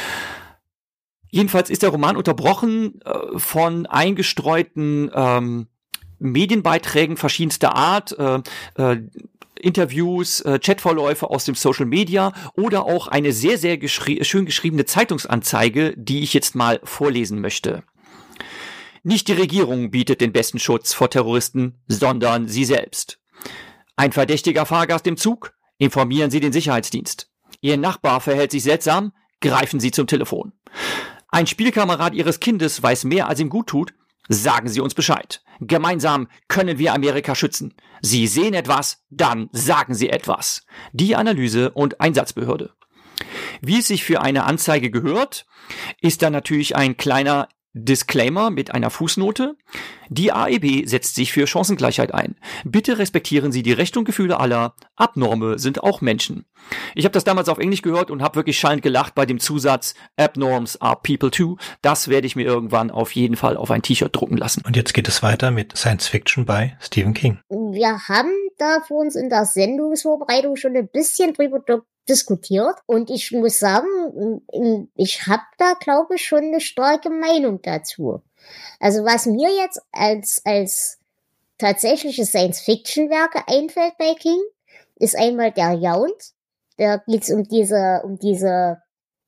Jedenfalls ist der Roman unterbrochen äh, von eingestreuten ähm, Medienbeiträgen verschiedenster Art, äh, äh, Interviews, äh, Chatverläufe aus dem Social Media oder auch eine sehr, sehr geschri- schön geschriebene Zeitungsanzeige, die ich jetzt mal vorlesen möchte. Nicht die Regierung bietet den besten Schutz vor Terroristen, sondern sie selbst. Ein verdächtiger Fahrgast im Zug? Informieren Sie den Sicherheitsdienst. Ihr Nachbar verhält sich seltsam? Greifen Sie zum Telefon. Ein Spielkamerad Ihres Kindes weiß mehr, als ihm gut tut? Sagen Sie uns Bescheid. Gemeinsam können wir Amerika schützen. Sie sehen etwas, dann sagen Sie etwas. Die Analyse- und Einsatzbehörde. Wie es sich für eine Anzeige gehört, ist da natürlich ein kleiner Disclaimer mit einer Fußnote. Die A E B setzt sich für Chancengleichheit ein. Bitte respektieren Sie die Rechte und Gefühle aller. Abnorme sind auch Menschen. Ich habe das damals auf Englisch gehört und habe wirklich schallend gelacht bei dem Zusatz Abnorms are people too. Das werde ich mir irgendwann auf jeden Fall auf ein T-Shirt drucken lassen. Und jetzt geht es weiter mit Science Fiction bei Stephen King. Wir haben da für uns in der Sendungsvorbereitung schon ein bisschen drüber diskutiert und ich muss sagen, ich habe da, glaube ich, schon eine starke Meinung dazu. Also was mir jetzt als als tatsächliche Science-Fiction-Werke einfällt bei King, ist einmal der Yount. Da geht's um diese um diese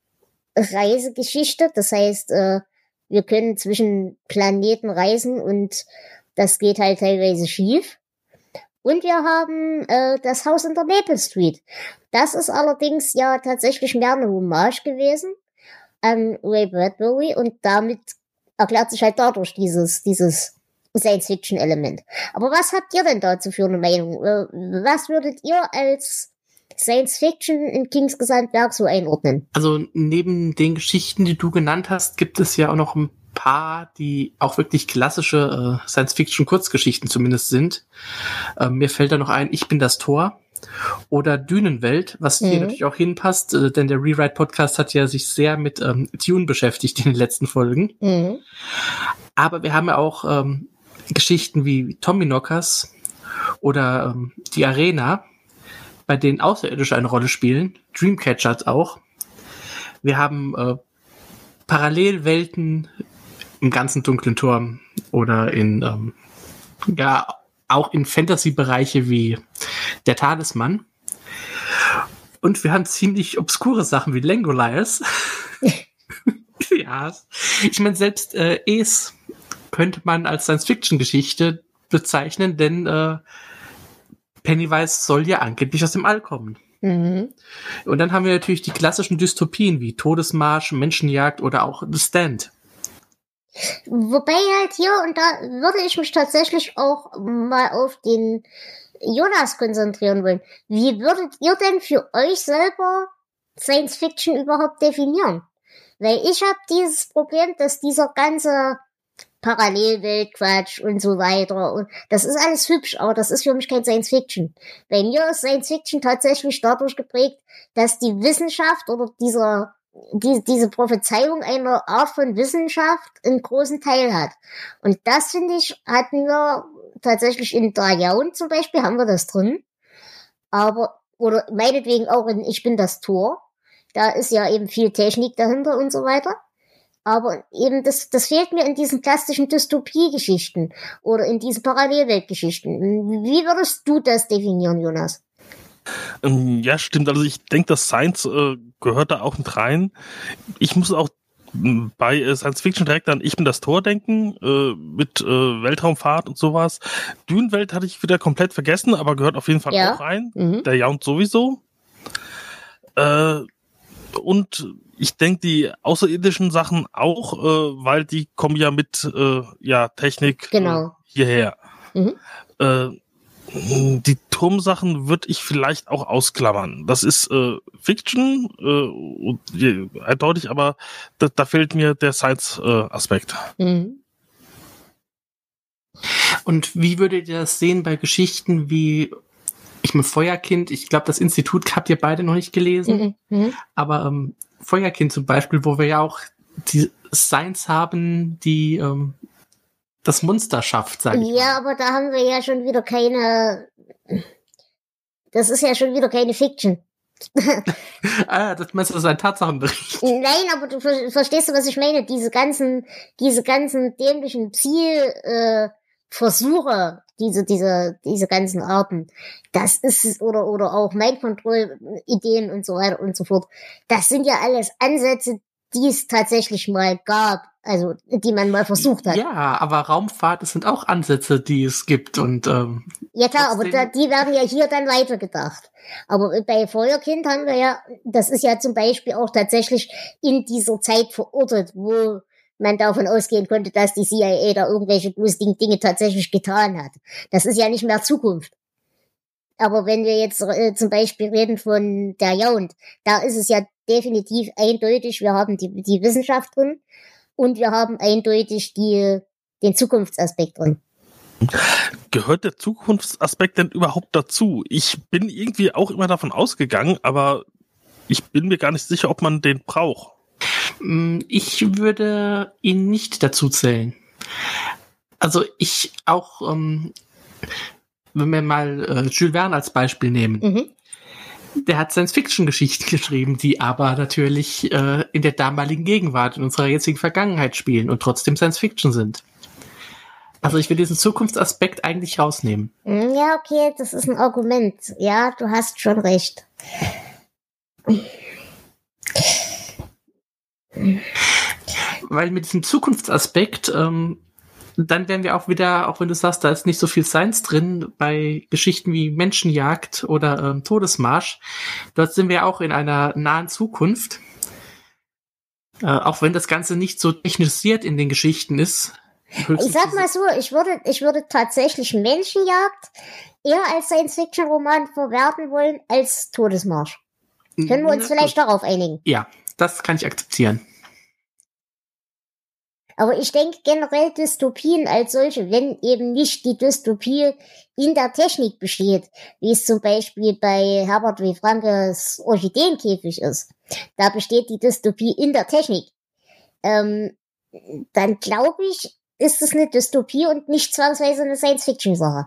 Reisegeschichte. Das heißt, äh, wir können zwischen Planeten reisen und das geht halt teilweise schief. Und wir haben äh, das Haus in der Maple Street. Das ist allerdings ja tatsächlich mehr eine Hommage gewesen an Ray Bradbury und damit erklärt sich halt dadurch dieses dieses Science-Fiction-Element. Aber was habt ihr denn dazu für eine Meinung? Was würdet ihr als Science-Fiction in Kings Gesamtwerk so einordnen? Also neben den Geschichten, die du genannt hast, gibt es ja auch noch ein paar, die auch wirklich klassische äh, Science-Fiction-Kurzgeschichten zumindest sind. Äh, mir fällt da noch ein, Ich bin das Tor oder Dünenwelt, was hier mhm. natürlich auch hinpasst, äh, denn der Rewrite-Podcast hat ja sich sehr mit ähm, Dune beschäftigt in den letzten Folgen. Mhm. Aber wir haben ja auch ähm, Geschichten wie Tommyknockers oder ähm, Die Arena, bei denen Außerirdische eine Rolle spielen. Dreamcatcher auch. Wir haben äh, Parallelwelten im ganzen dunklen Turm oder in ähm, ja auch in Fantasy-Bereiche wie der Talisman. Und wir haben ziemlich obskure Sachen wie Langoliers. Ja, ich meine, selbst äh, Es könnte man als Science-Fiction-Geschichte bezeichnen, denn äh, Pennywise soll ja angeblich aus dem All kommen. Mhm. Und dann haben wir natürlich die klassischen Dystopien wie Todesmarsch, Menschenjagd oder auch The Stand. Wobei halt hier, und da würde ich mich tatsächlich auch mal auf den Jonas konzentrieren wollen. Wie würdet ihr denn für euch selber Science Fiction überhaupt definieren? Weil ich habe dieses Problem, dass dieser ganze Parallelweltquatsch und so weiter, und das ist alles hübsch, aber das ist für mich kein Science Fiction. Bei mir ist Science Fiction tatsächlich dadurch geprägt, dass die Wissenschaft oder dieser die, diese Prophezeiung einer Art von Wissenschaft einen großen Teil hat. Und das, finde ich, hatten wir tatsächlich in Dayaun zum Beispiel, haben wir das drin. Aber, oder meinetwegen auch in Ich bin das Tor. Da ist ja eben viel Technik dahinter und so weiter. Aber eben, das, das fehlt mir in diesen klassischen Dystopie-Geschichten oder in diesen Parallelweltgeschichten. Wie würdest du das definieren, Jonas? Ja, stimmt. Also ich denke, das Science äh, gehört da auch mit rein. Ich muss auch bei äh, Science Fiction direkt an Ich bin das Tor denken, äh, mit äh, Weltraumfahrt und sowas. Dünenwelt hatte ich wieder komplett vergessen, aber gehört auf jeden Fall ja. auch rein. Mhm. Der Jaun sowieso. Äh, und ich denke, die außerirdischen Sachen auch, äh, weil die kommen ja mit äh, ja Technik genau. äh, hierher. Mhm. Äh, Die Turmsachen würde ich vielleicht auch ausklammern. Das ist äh, Fiction, äh, eindeutig, aber da, da fehlt mir der Science-Aspekt. Äh, mhm. Und wie würdet ihr das sehen bei Geschichten wie, ich meine, Feuerkind, ich glaube, das Institut habt ihr beide noch nicht gelesen, mhm. aber ähm, Feuerkind zum Beispiel, wo wir ja auch die Science haben, die ähm, das Monster schafft, sag ich ja, mal. Ja, aber da haben wir ja schon wieder keine, das ist ja schon wieder keine Fiction. ah, das meinst du, das ist ein Tatsachenbericht? Nein, aber du ver- verstehst du, was ich meine? Diese ganzen, diese ganzen dämlichen Zielversuche, äh, diese, diese, diese ganzen Arten, das ist, oder, oder auch Mind-Control-Ideen und so weiter und so fort. Das sind ja alles Ansätze, die es tatsächlich mal gab, also die man mal versucht hat. Ja, aber Raumfahrt, das sind auch Ansätze, die es gibt und ähm, ja klar, aber da, die werden ja hier dann weitergedacht. Aber bei Feuerkind haben wir ja, das ist ja zum Beispiel auch tatsächlich in dieser Zeit verortet, wo man davon ausgehen konnte, dass die C I A da irgendwelche lustigen Dinge tatsächlich getan hat. Das ist ja nicht mehr Zukunft. Aber wenn wir jetzt äh, zum Beispiel reden von der Jaund, da ist es ja definitiv eindeutig, wir haben die, die Wissenschaft drin und wir haben eindeutig die, den Zukunftsaspekt drin. Gehört der Zukunftsaspekt denn überhaupt dazu? Ich bin irgendwie auch immer davon ausgegangen, aber ich bin mir gar nicht sicher, ob man den braucht. Ich würde ihn nicht dazu zählen. Also ich auch, ähm, wenn wir mal äh, Jules Verne als Beispiel nehmen, mhm. der hat Science-Fiction-Geschichten geschrieben, die aber natürlich äh, in der damaligen Gegenwart, in unserer jetzigen Vergangenheit spielen und trotzdem Science-Fiction sind. Also ich will diesen Zukunftsaspekt eigentlich rausnehmen. Ja, okay, das ist ein Argument. Ja, du hast schon recht. Weil mit diesem Zukunftsaspekt, ähm, dann werden wir auch wieder, auch wenn du sagst, da ist nicht so viel Science drin, bei Geschichten wie Menschenjagd oder ähm, Todesmarsch, dort sind wir auch in einer nahen Zukunft. Äh, auch wenn das Ganze nicht so technisiert in den Geschichten ist. Ich sag mal so, ich würde, ich würde tatsächlich Menschenjagd eher als Science-Fiction-Roman verwerten wollen als Todesmarsch. Können wir uns vielleicht darauf einigen? Ja, das kann ich akzeptieren. Aber ich denke generell Dystopien als solche, wenn eben nicht die Dystopie in der Technik besteht, wie es zum Beispiel bei Herbert W. Frankes Orchideenkäfig ist, da besteht die Dystopie in der Technik, ähm, dann glaube ich, ist es eine Dystopie und nicht zwangsweise eine Science-Fiction-Sache.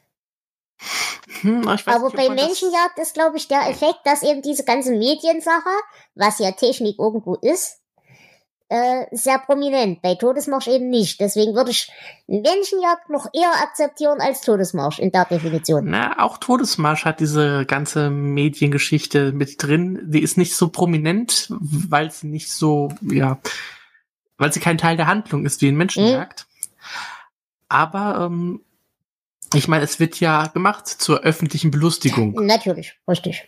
Hm, ich weiß Aber nicht, bei Menschenjagd ist, glaube ich, der Effekt, dass eben diese ganze Mediensache, was ja Technik irgendwo ist, äh, sehr prominent. Bei Todesmarsch eben nicht. Deswegen würde ich Menschenjagd noch eher akzeptieren als Todesmarsch in der Definition. Na, auch Todesmarsch hat diese ganze Mediengeschichte mit drin. Die ist nicht so prominent, weil sie nicht so, ja, weil sie kein Teil der Handlung ist wie in Menschenjagd. Mhm. Aber, ähm, ich meine, es wird ja gemacht zur öffentlichen Belustigung. Natürlich, richtig.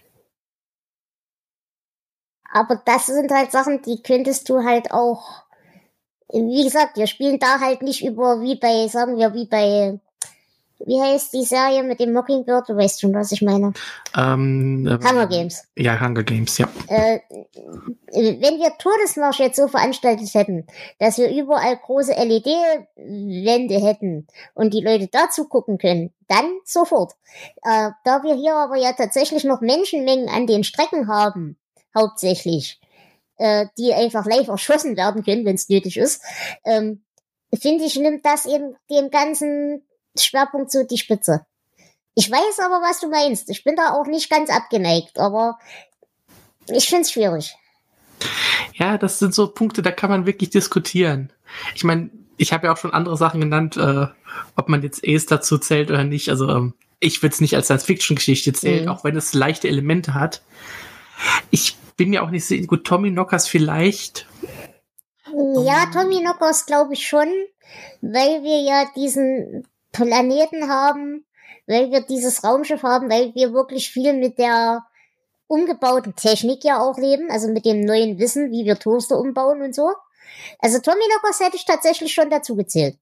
Aber das sind halt Sachen, die könntest du halt auch wie gesagt, wir spielen da halt nicht über, wie bei, sagen wir, wie bei, wie heißt die Serie mit dem Mockingbird? Du weißt schon, was ich meine. Ähm, äh, Hunger Games. Ja, Hunger Games, ja. Äh, wenn wir Todesmarsch jetzt so veranstaltet hätten, dass wir überall große L E D-Wände hätten und die Leute dazu gucken können, dann sofort. Äh, da wir hier aber ja tatsächlich noch Menschenmengen an den Strecken haben, hauptsächlich, äh, die einfach live erschossen werden können, wenn es nötig ist, ähm, finde ich, nimmt das eben dem ganzen Schwerpunkt so die Spitze. Ich weiß aber, was du meinst. Ich bin da auch nicht ganz abgeneigt, aber ich find's schwierig. Ja, das sind so Punkte, da kann man wirklich diskutieren. Ich meine, ich habe ja auch schon andere Sachen genannt, äh, ob man jetzt Ace dazu zählt oder nicht. Also ähm, ich würde es nicht als Science-Fiction-Geschichte zählen, mhm. auch wenn es leichte Elemente hat. Ich bin mir auch nicht sicher, gut, Tommy Knockers vielleicht. Ja, Tommy Knockers glaube ich schon, weil wir ja diesen Planeten haben, weil wir dieses Raumschiff haben, weil wir wirklich viel mit der umgebauten Technik ja auch leben, also mit dem neuen Wissen, wie wir Toaster umbauen und so. Also Tommy Knockers hätte ich tatsächlich schon dazu gezählt.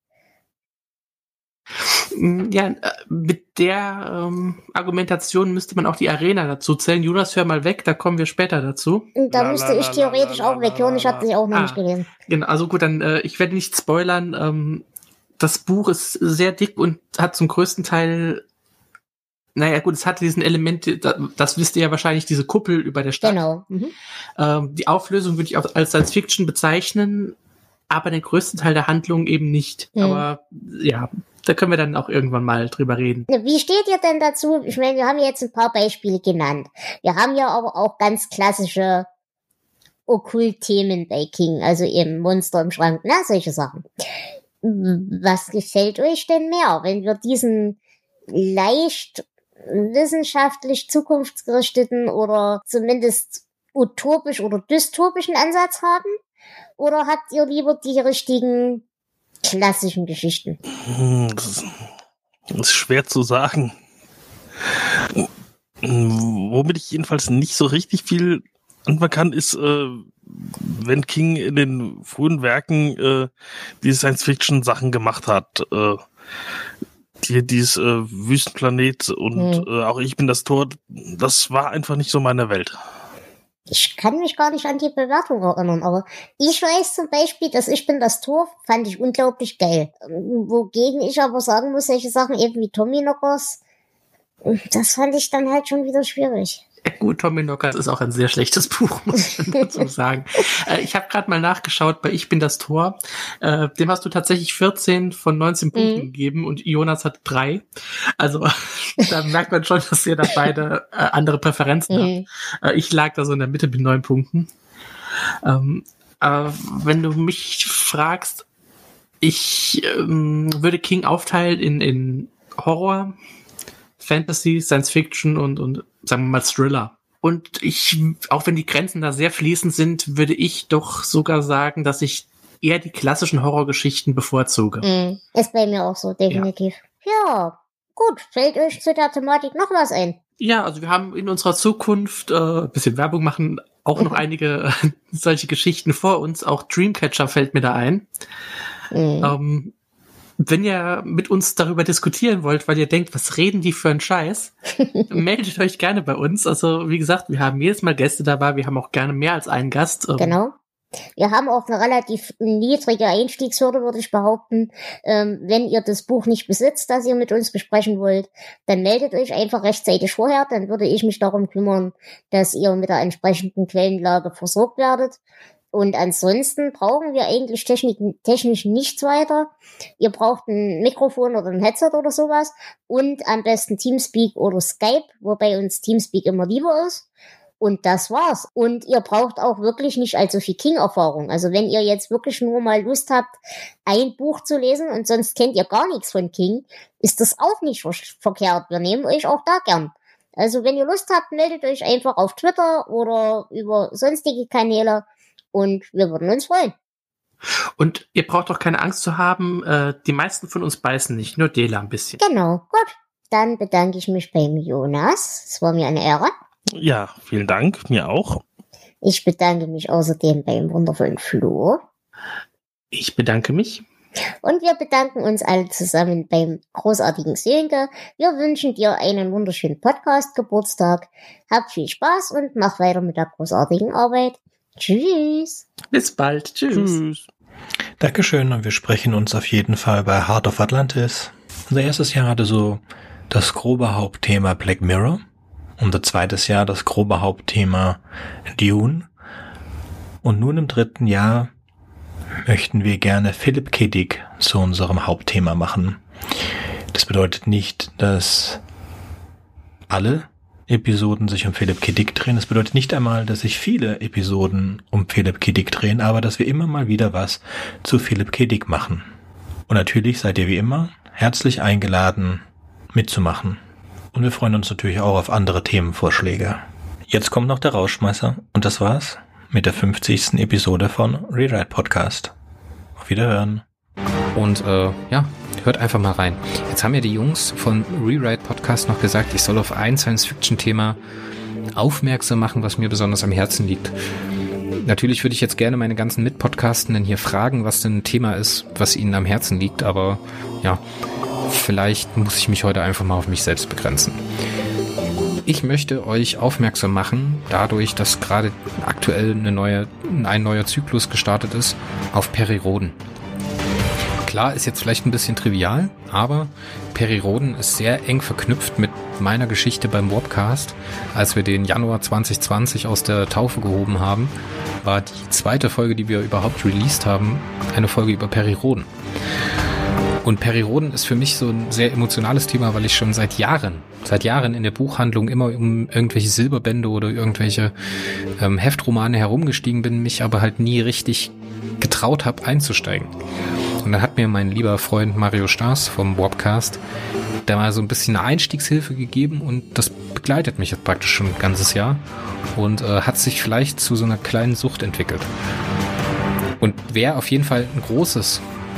Ja, mit der ähm, Argumentation müsste man auch die Arena dazu zählen. Jonas, hör mal weg, da kommen wir später dazu. Da la, müsste la, ich la, theoretisch la, la, auch weghören, ich habe das auch noch ah, nicht gelesen. Genau, also gut, dann äh, ich werde nicht spoilern. Ähm, das Buch ist sehr dick und hat zum größten Teil, naja gut, es hatte diesen Element, das wisst ihr ja wahrscheinlich, diese Kuppel über der Stadt. Genau. Mhm. Ähm, die Auflösung würde ich auch als Science-Fiction bezeichnen, aber den größten Teil der Handlung eben nicht. Mhm. Aber ja, da können wir dann auch irgendwann mal drüber reden. Wie steht ihr denn dazu? Ich meine, wir haben jetzt ein paar Beispiele genannt. Wir haben ja aber auch ganz klassische Okkult-Themen bei King, also eben Monster im Schrank, na, solche Sachen. Was gefällt euch denn mehr, wenn wir diesen leicht wissenschaftlich zukunftsgerichteten oder zumindest utopisch oder dystopischen Ansatz haben? Oder habt ihr lieber die richtigen klassischen Geschichten? Das ist schwer zu sagen. Womit ich jedenfalls nicht so richtig viel anfangen kann, ist, äh, wenn King in den frühen Werken äh, diese Science-Fiction-Sachen gemacht hat. Äh, die, dieses äh, Wüstenplanet und hm. äh, auch Ich bin das Tor, das war einfach nicht so meine Welt. Ich kann mich gar nicht an die Bewertung erinnern, aber ich weiß zum Beispiel, dass Ich bin das Tor fand ich unglaublich geil. Wogegen ich aber sagen muss, solche Sachen eben wie Tommy Knockers, das fand ich dann halt schon wieder schwierig. Ja, gut, Tommy Knockers ist auch ein sehr schlechtes Buch, muss ich dazu sagen. äh, ich habe gerade mal nachgeschaut bei Ich bin das Tor. Äh, dem hast du tatsächlich vierzehn von neunzehn mhm. Punkten gegeben und Jonas hat drei. Also da merkt man schon, dass ihr da beide äh, andere Präferenzen mhm. habt. Äh, ich lag da so in der Mitte mit neun Punkten. Ähm, äh, wenn du mich fragst, ich ähm, würde King aufteilen in, in Horror, Fantasy, Science Fiction und, und sagen wir mal Thriller. Und ich, auch wenn die Grenzen da sehr fließend sind, würde ich doch sogar sagen, dass ich eher die klassischen Horrorgeschichten bevorzuge. Mm, ist bei mir auch so, definitiv. Ja. ja, gut. Fällt euch zu der Thematik noch was ein? Ja, also wir haben in unserer Zukunft, äh, bisschen Werbung machen, auch noch einige äh, solche Geschichten vor uns. Auch Dreamcatcher fällt mir da ein. Mm. Ähm, Wenn ihr mit uns darüber diskutieren wollt, weil ihr denkt, was reden die für einen Scheiß, meldet euch gerne bei uns. Also wie gesagt, wir haben jedes Mal Gäste dabei, wir haben auch gerne mehr als einen Gast. Genau. Wir haben auch eine relativ niedrige Einstiegshürde, würde ich behaupten. Ähm, wenn ihr das Buch nicht besitzt, das ihr mit uns besprechen wollt, dann meldet euch einfach rechtzeitig vorher. Dann würde ich mich darum kümmern, dass ihr mit der entsprechenden Quellenlage versorgt werdet. Und ansonsten brauchen wir eigentlich Technik, technisch nichts weiter. Ihr braucht ein Mikrofon oder ein Headset oder sowas. Und am besten Teamspeak oder Skype, wobei uns Teamspeak immer lieber ist. Und das war's. Und ihr braucht auch wirklich nicht allzu viel King-Erfahrung. Also wenn ihr jetzt wirklich nur mal Lust habt, ein Buch zu lesen und sonst kennt ihr gar nichts von King, ist das auch nicht verkehrt. Wir nehmen euch auch da gern. Also wenn ihr Lust habt, meldet euch einfach auf Twitter oder über sonstige Kanäle. Und wir würden uns freuen. Und ihr braucht doch keine Angst zu haben, äh, die meisten von uns beißen nicht, nur Dela ein bisschen. Genau, gut. Dann bedanke ich mich beim Jonas. Es war mir eine Ehre. Ja, vielen Dank, mir auch. Ich bedanke mich außerdem beim wundervollen Flo. Ich bedanke mich. Und wir bedanken uns alle zusammen beim großartigen Sönke. Wir wünschen dir einen wunderschönen Podcast-Geburtstag. Hab viel Spaß und mach weiter mit der großartigen Arbeit. Tschüss. Bis bald. Tschüss. Tschüss. Dankeschön und wir sprechen uns auf jeden Fall bei Heart of Atlantis. Unser erstes Jahr hatte so das grobe Hauptthema Black Mirror. Unser zweites Jahr das grobe Hauptthema Dune. Und nun im dritten Jahr möchten wir gerne Philip K. Dick zu unserem Hauptthema machen. Das bedeutet nicht, dass alle Episoden sich um Philip K. Dick drehen. Das bedeutet nicht einmal, dass sich viele Episoden um Philip K. Dick drehen, aber dass wir immer mal wieder was zu Philip K. Dick machen. Und natürlich seid ihr wie immer herzlich eingeladen, mitzumachen. Und wir freuen uns natürlich auch auf andere Themenvorschläge. Jetzt kommt noch der Rausschmeißer und das war's mit der fünfzigsten Episode von Rewrite Podcast. Auf Wiederhören. Und äh, ja, hört einfach mal rein. Jetzt haben ja die Jungs von Rewrite Podcast noch gesagt, ich soll auf ein Science-Fiction-Thema aufmerksam machen, was mir besonders am Herzen liegt. Natürlich würde ich jetzt gerne meine ganzen Mitpodcastenden hier fragen, was denn ein Thema ist, was ihnen am Herzen liegt, aber ja, vielleicht muss ich mich heute einfach mal auf mich selbst begrenzen. Ich möchte euch aufmerksam machen, dadurch, dass gerade aktuell eine neue, ein neuer Zyklus gestartet ist, auf Perioden. Klar, ist jetzt vielleicht ein bisschen trivial, aber Perioden ist sehr eng verknüpft mit meiner Geschichte beim Warpcast. Als wir den Januar zwanzig zwanzig aus der Taufe gehoben haben, war die zweite Folge, die wir überhaupt released haben, eine Folge über Perioden. Und Perioden ist für mich so ein sehr emotionales Thema, weil ich schon seit Jahren, seit Jahren in der Buchhandlung immer um irgendwelche Silberbände oder irgendwelche ähm, Heftromane herumgestiegen bin, mich aber halt nie richtig getraut habe einzusteigen. Und dann hat mir mein lieber Freund Mario Staas vom Warpcast da mal so ein bisschen eine Einstiegshilfe gegeben und das begleitet mich jetzt praktisch schon ein ganzes Jahr und äh, hat sich vielleicht zu so einer kleinen Sucht entwickelt. Und wer auf jeden Fall ein großes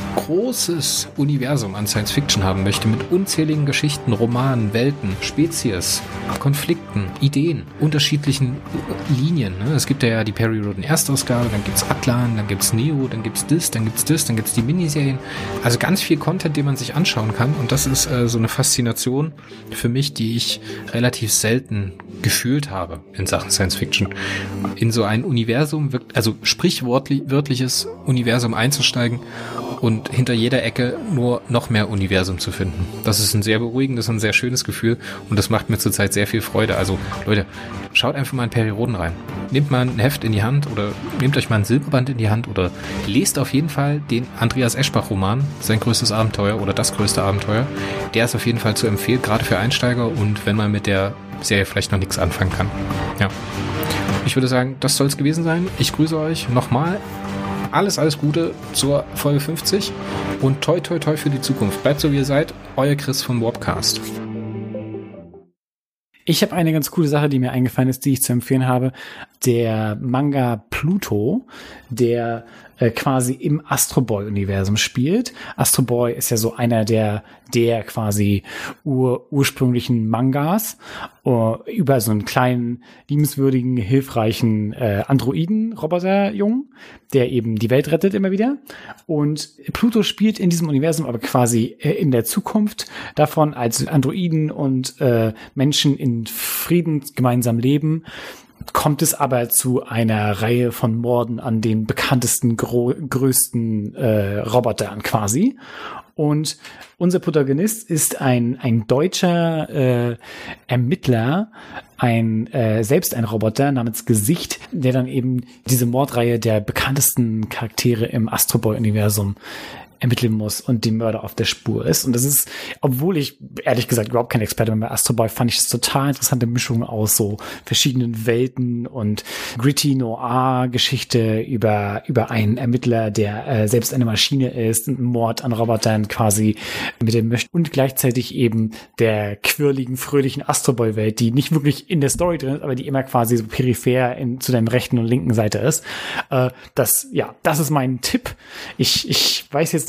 großes Universum an Science Fiction haben möchte, mit unzähligen Geschichten, Romanen, Welten, Spezies, Konflikten, Ideen, unterschiedlichen Linien. Ne? Es gibt ja die Perioden Erstausgabe, dann gibt's Atlan, dann gibt's Neo, dann gibt's das, dann gibt's das, dann gibt's die Miniserien. Also ganz viel Content, den man sich anschauen kann und das ist äh, so eine Faszination für mich, die ich relativ selten gefühlt habe in Sachen Science Fiction. In so ein Universum, also sprichwörtliches Universum einzusteigen und hinter jeder Ecke nur noch mehr Universum zu finden. Das ist ein sehr beruhigendes und sehr schönes Gefühl und das macht mir zurzeit sehr viel Freude. Also Leute, schaut einfach mal in Perioden rein. Nehmt mal ein Heft in die Hand oder nehmt euch mal ein Silberband in die Hand oder lest auf jeden Fall den Andreas Eschbach-Roman, sein größtes Abenteuer oder das größte Abenteuer. Der ist auf jeden Fall zu empfehlen, gerade für Einsteiger und wenn man mit der Serie vielleicht noch nichts anfangen kann. Ja. Ich würde sagen, das soll es gewesen sein. Ich grüße euch nochmal. Alles, alles Gute zur Folge fünfzig und toi, toi, toi für die Zukunft. Bleibt so, wie ihr seid. Euer Chris vom Warpcast. Ich habe eine ganz coole Sache, die mir eingefallen ist, die ich zu empfehlen habe. Der Manga Pluto, der äh, quasi im Astro Boy-Universum spielt. Astro Boy ist ja so einer der der quasi ur, ursprünglichen Mangas uh, über so einen kleinen, liebenswürdigen, hilfreichen äh, Androiden-Roboterjungen, der eben die Welt rettet immer wieder. Und Pluto spielt in diesem Universum aber quasi äh, in der Zukunft davon, als Androiden und äh, Menschen in Frieden gemeinsam leben. Kommt es aber zu einer Reihe von Morden an den bekanntesten, gro- größten äh, Robotern quasi. Und unser Protagonist ist ein ein deutscher äh, Ermittler, ein äh, selbst ein Roboter namens Gesicht, der dann eben diese Mordreihe der bekanntesten Charaktere im Astro Boy-Universum ermitteln muss und dem Mörder auf der Spur ist. Und das ist, obwohl ich ehrlich gesagt überhaupt kein Experte bin bei Astro Boy, fand ich es total interessante Mischung aus so verschiedenen Welten und gritty Noir-Geschichte über über einen Ermittler, der äh, selbst eine Maschine ist, einen Mord an Robotern quasi mit dem möchte und gleichzeitig eben der quirligen, fröhlichen Astro Boy-Welt, die nicht wirklich in der Story drin ist, aber die immer quasi so peripher in, zu deinem rechten und linken Seite ist. Äh, das, ja, das ist mein Tipp. Ich ich weiß jetzt nicht,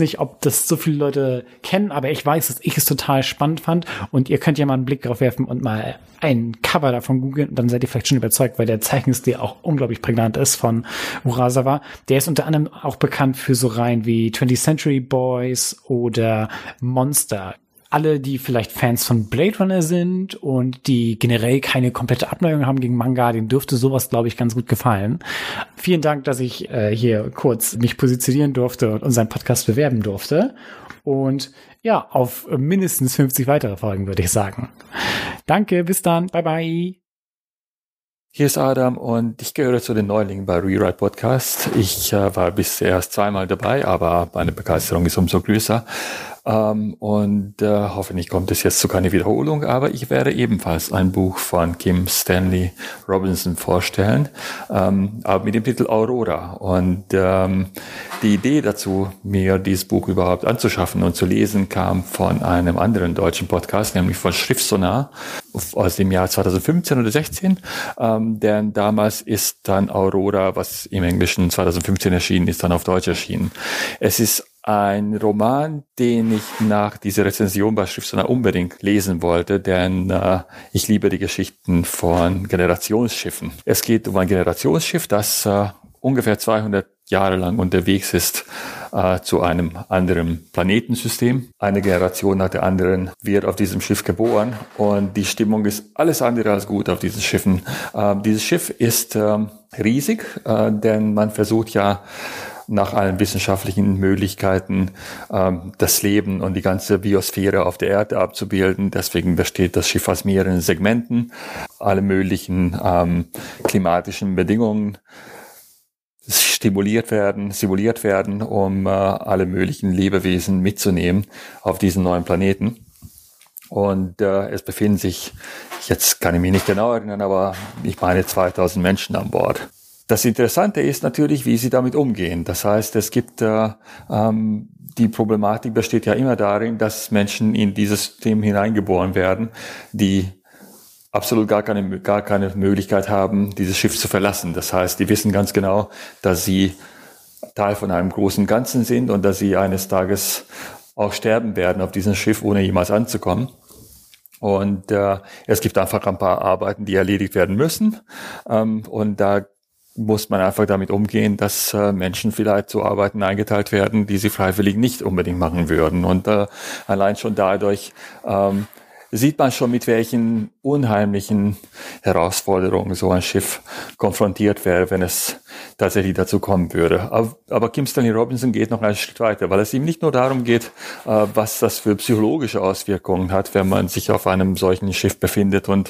nicht, ob das so viele Leute kennen, aber ich weiß, dass ich es total spannend fand und ihr könnt ja mal einen Blick drauf werfen und mal ein Cover davon googeln und dann seid ihr vielleicht schon überzeugt, weil der Zeichenstil auch unglaublich prägnant ist von Urasawa. Der ist unter anderem auch bekannt für so Reihen wie twentieth Century Boys oder Monster. Alle, die vielleicht Fans von Blade Runner sind und die generell keine komplette Abneigung haben gegen Manga, denen dürfte sowas, glaube ich, ganz gut gefallen. Vielen Dank, dass ich äh, hier kurz mich positionieren durfte und unseren Podcast bewerben durfte. Und ja, auf mindestens fünfzig weitere Folgen, würde ich sagen. Danke, bis dann, bye bye. Hier ist Adam und ich gehöre zu den Neulingen bei Rewrite Podcast. Ich äh, war bisher erst zweimal dabei, aber meine Begeisterung ist umso größer. Ähm, und äh, hoffentlich kommt es jetzt zu keiner Wiederholung, aber ich werde ebenfalls ein Buch von Kim Stanley Robinson vorstellen, ähm, aber mit dem Titel Aurora. Und ähm, die Idee dazu, mir dieses Buch überhaupt anzuschaffen und zu lesen, kam von einem anderen deutschen Podcast, nämlich von Schriftsonar aus dem Jahr zweitausendfünfzehn oder sechzehn. Ähm, denn damals ist dann Aurora, was im Englischen zweitausendfünfzehn erschienen ist, dann auf Deutsch erschienen. Es ist ein Roman, den ich nach dieser Rezension bei Schriftsonar unbedingt lesen wollte, denn äh, ich liebe die Geschichten von Generationsschiffen. Es geht um ein Generationsschiff, das äh, ungefähr zweihundert Jahre lang unterwegs ist äh, zu einem anderen Planetensystem. Eine Generation nach der anderen wird auf diesem Schiff geboren und die Stimmung ist alles andere als gut auf diesen Schiffen. Äh, dieses Schiff ist äh, riesig, äh, denn man versucht ja nach allen wissenschaftlichen Möglichkeiten ähm, das Leben und die ganze Biosphäre auf der Erde abzubilden. Deswegen besteht das Schiff aus mehreren Segmenten, alle möglichen ähm, klimatischen Bedingungen stimuliert werden, simuliert werden, um äh, alle möglichen Lebewesen mitzunehmen auf diesen neuen Planeten. Und äh, es befinden sich, jetzt kann ich mich nicht genau erinnern, aber ich meine zweitausend Menschen an Bord. Das Interessante ist natürlich, wie sie damit umgehen. Das heißt, es gibt äh, ähm, die Problematik besteht ja immer darin, dass Menschen in dieses System hineingeboren werden, die absolut gar keine gar keine Möglichkeit haben, dieses Schiff zu verlassen. Das heißt, die wissen ganz genau, dass sie Teil von einem großen Ganzen sind und dass sie eines Tages auch sterben werden auf diesem Schiff, ohne jemals anzukommen. Und äh, es gibt einfach ein paar Arbeiten, die erledigt werden müssen. Ähm, und da muss man einfach damit umgehen, dass äh, Menschen vielleicht zu Arbeiten eingeteilt werden, die sie freiwillig nicht unbedingt machen würden. Und äh, allein schon dadurch ähm, sieht man schon, mit welchen unheimlichen Herausforderungen so ein Schiff konfrontiert wäre, wenn es tatsächlich dazu kommen würde. Aber, aber Kim Stanley Robinson geht noch einen Schritt weiter, weil es ihm nicht nur darum geht, äh, was das für psychologische Auswirkungen hat, wenn man sich auf einem solchen Schiff befindet und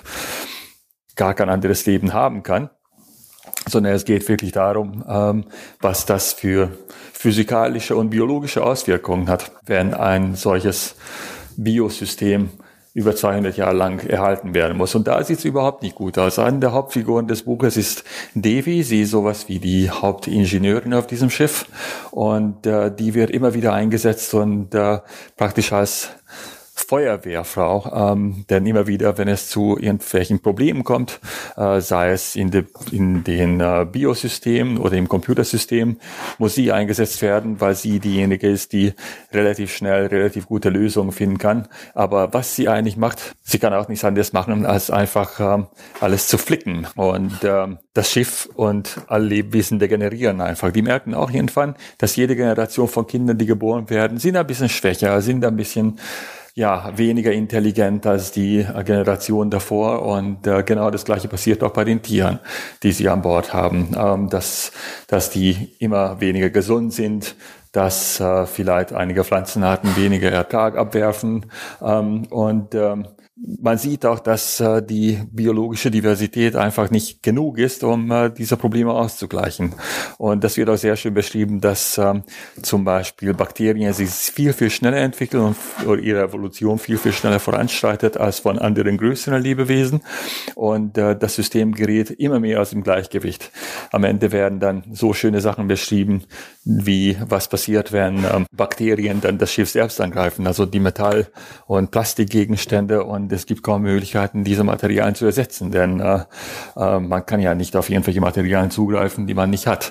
gar kein anderes Leben haben kann, sondern es geht wirklich darum, ähm, was das für physikalische und biologische Auswirkungen hat, wenn ein solches Biosystem über zweihundert Jahre lang erhalten werden muss. Und da sieht es überhaupt nicht gut aus. Eine der Hauptfiguren des Buches ist Devi. Sie ist sowas wie die Hauptingenieurin auf diesem Schiff. Und äh, die wird immer wieder eingesetzt und äh, praktisch als Feuerwehrfrau, ähm, denn immer wieder, wenn es zu irgendwelchen Problemen kommt, äh, sei es in, de, in den äh, Biosystemen oder im Computersystem, muss sie eingesetzt werden, weil sie diejenige ist, die relativ schnell, relativ gute Lösungen finden kann. Aber was sie eigentlich macht, sie kann auch nichts anderes machen, als einfach ähm, alles zu flicken. Und ähm, das Schiff und alle Lebewesen degenerieren einfach. Die merken auch irgendwann, dass jede Generation von Kindern, die geboren werden, sind ein bisschen schwächer, sind ein bisschen ja, weniger intelligent als die Generation davor. Und äh, genau das Gleiche passiert auch bei den Tieren, die sie an Bord haben, ähm, dass, dass die immer weniger gesund sind, dass äh, vielleicht einige Pflanzenarten weniger Ertrag abwerfen. Ähm, und ähm, man sieht auch, dass äh, die biologische Diversität einfach nicht genug ist, um äh, diese Probleme auszugleichen. Und das wird auch sehr schön beschrieben, dass ähm, zum Beispiel Bakterien sich viel, viel schneller entwickeln und oder ihre Evolution viel, viel schneller voranschreitet als von anderen größeren Lebewesen. Und äh, das System gerät immer mehr aus dem Gleichgewicht. Am Ende werden dann so schöne Sachen beschrieben, wie was passiert, wenn ähm, Bakterien dann das Schiff selbst angreifen, also die Metall- und Plastikgegenstände, und es gibt kaum Möglichkeiten, diese Materialien zu ersetzen, denn äh, äh, man kann ja nicht auf irgendwelche Materialien zugreifen, die man nicht hat.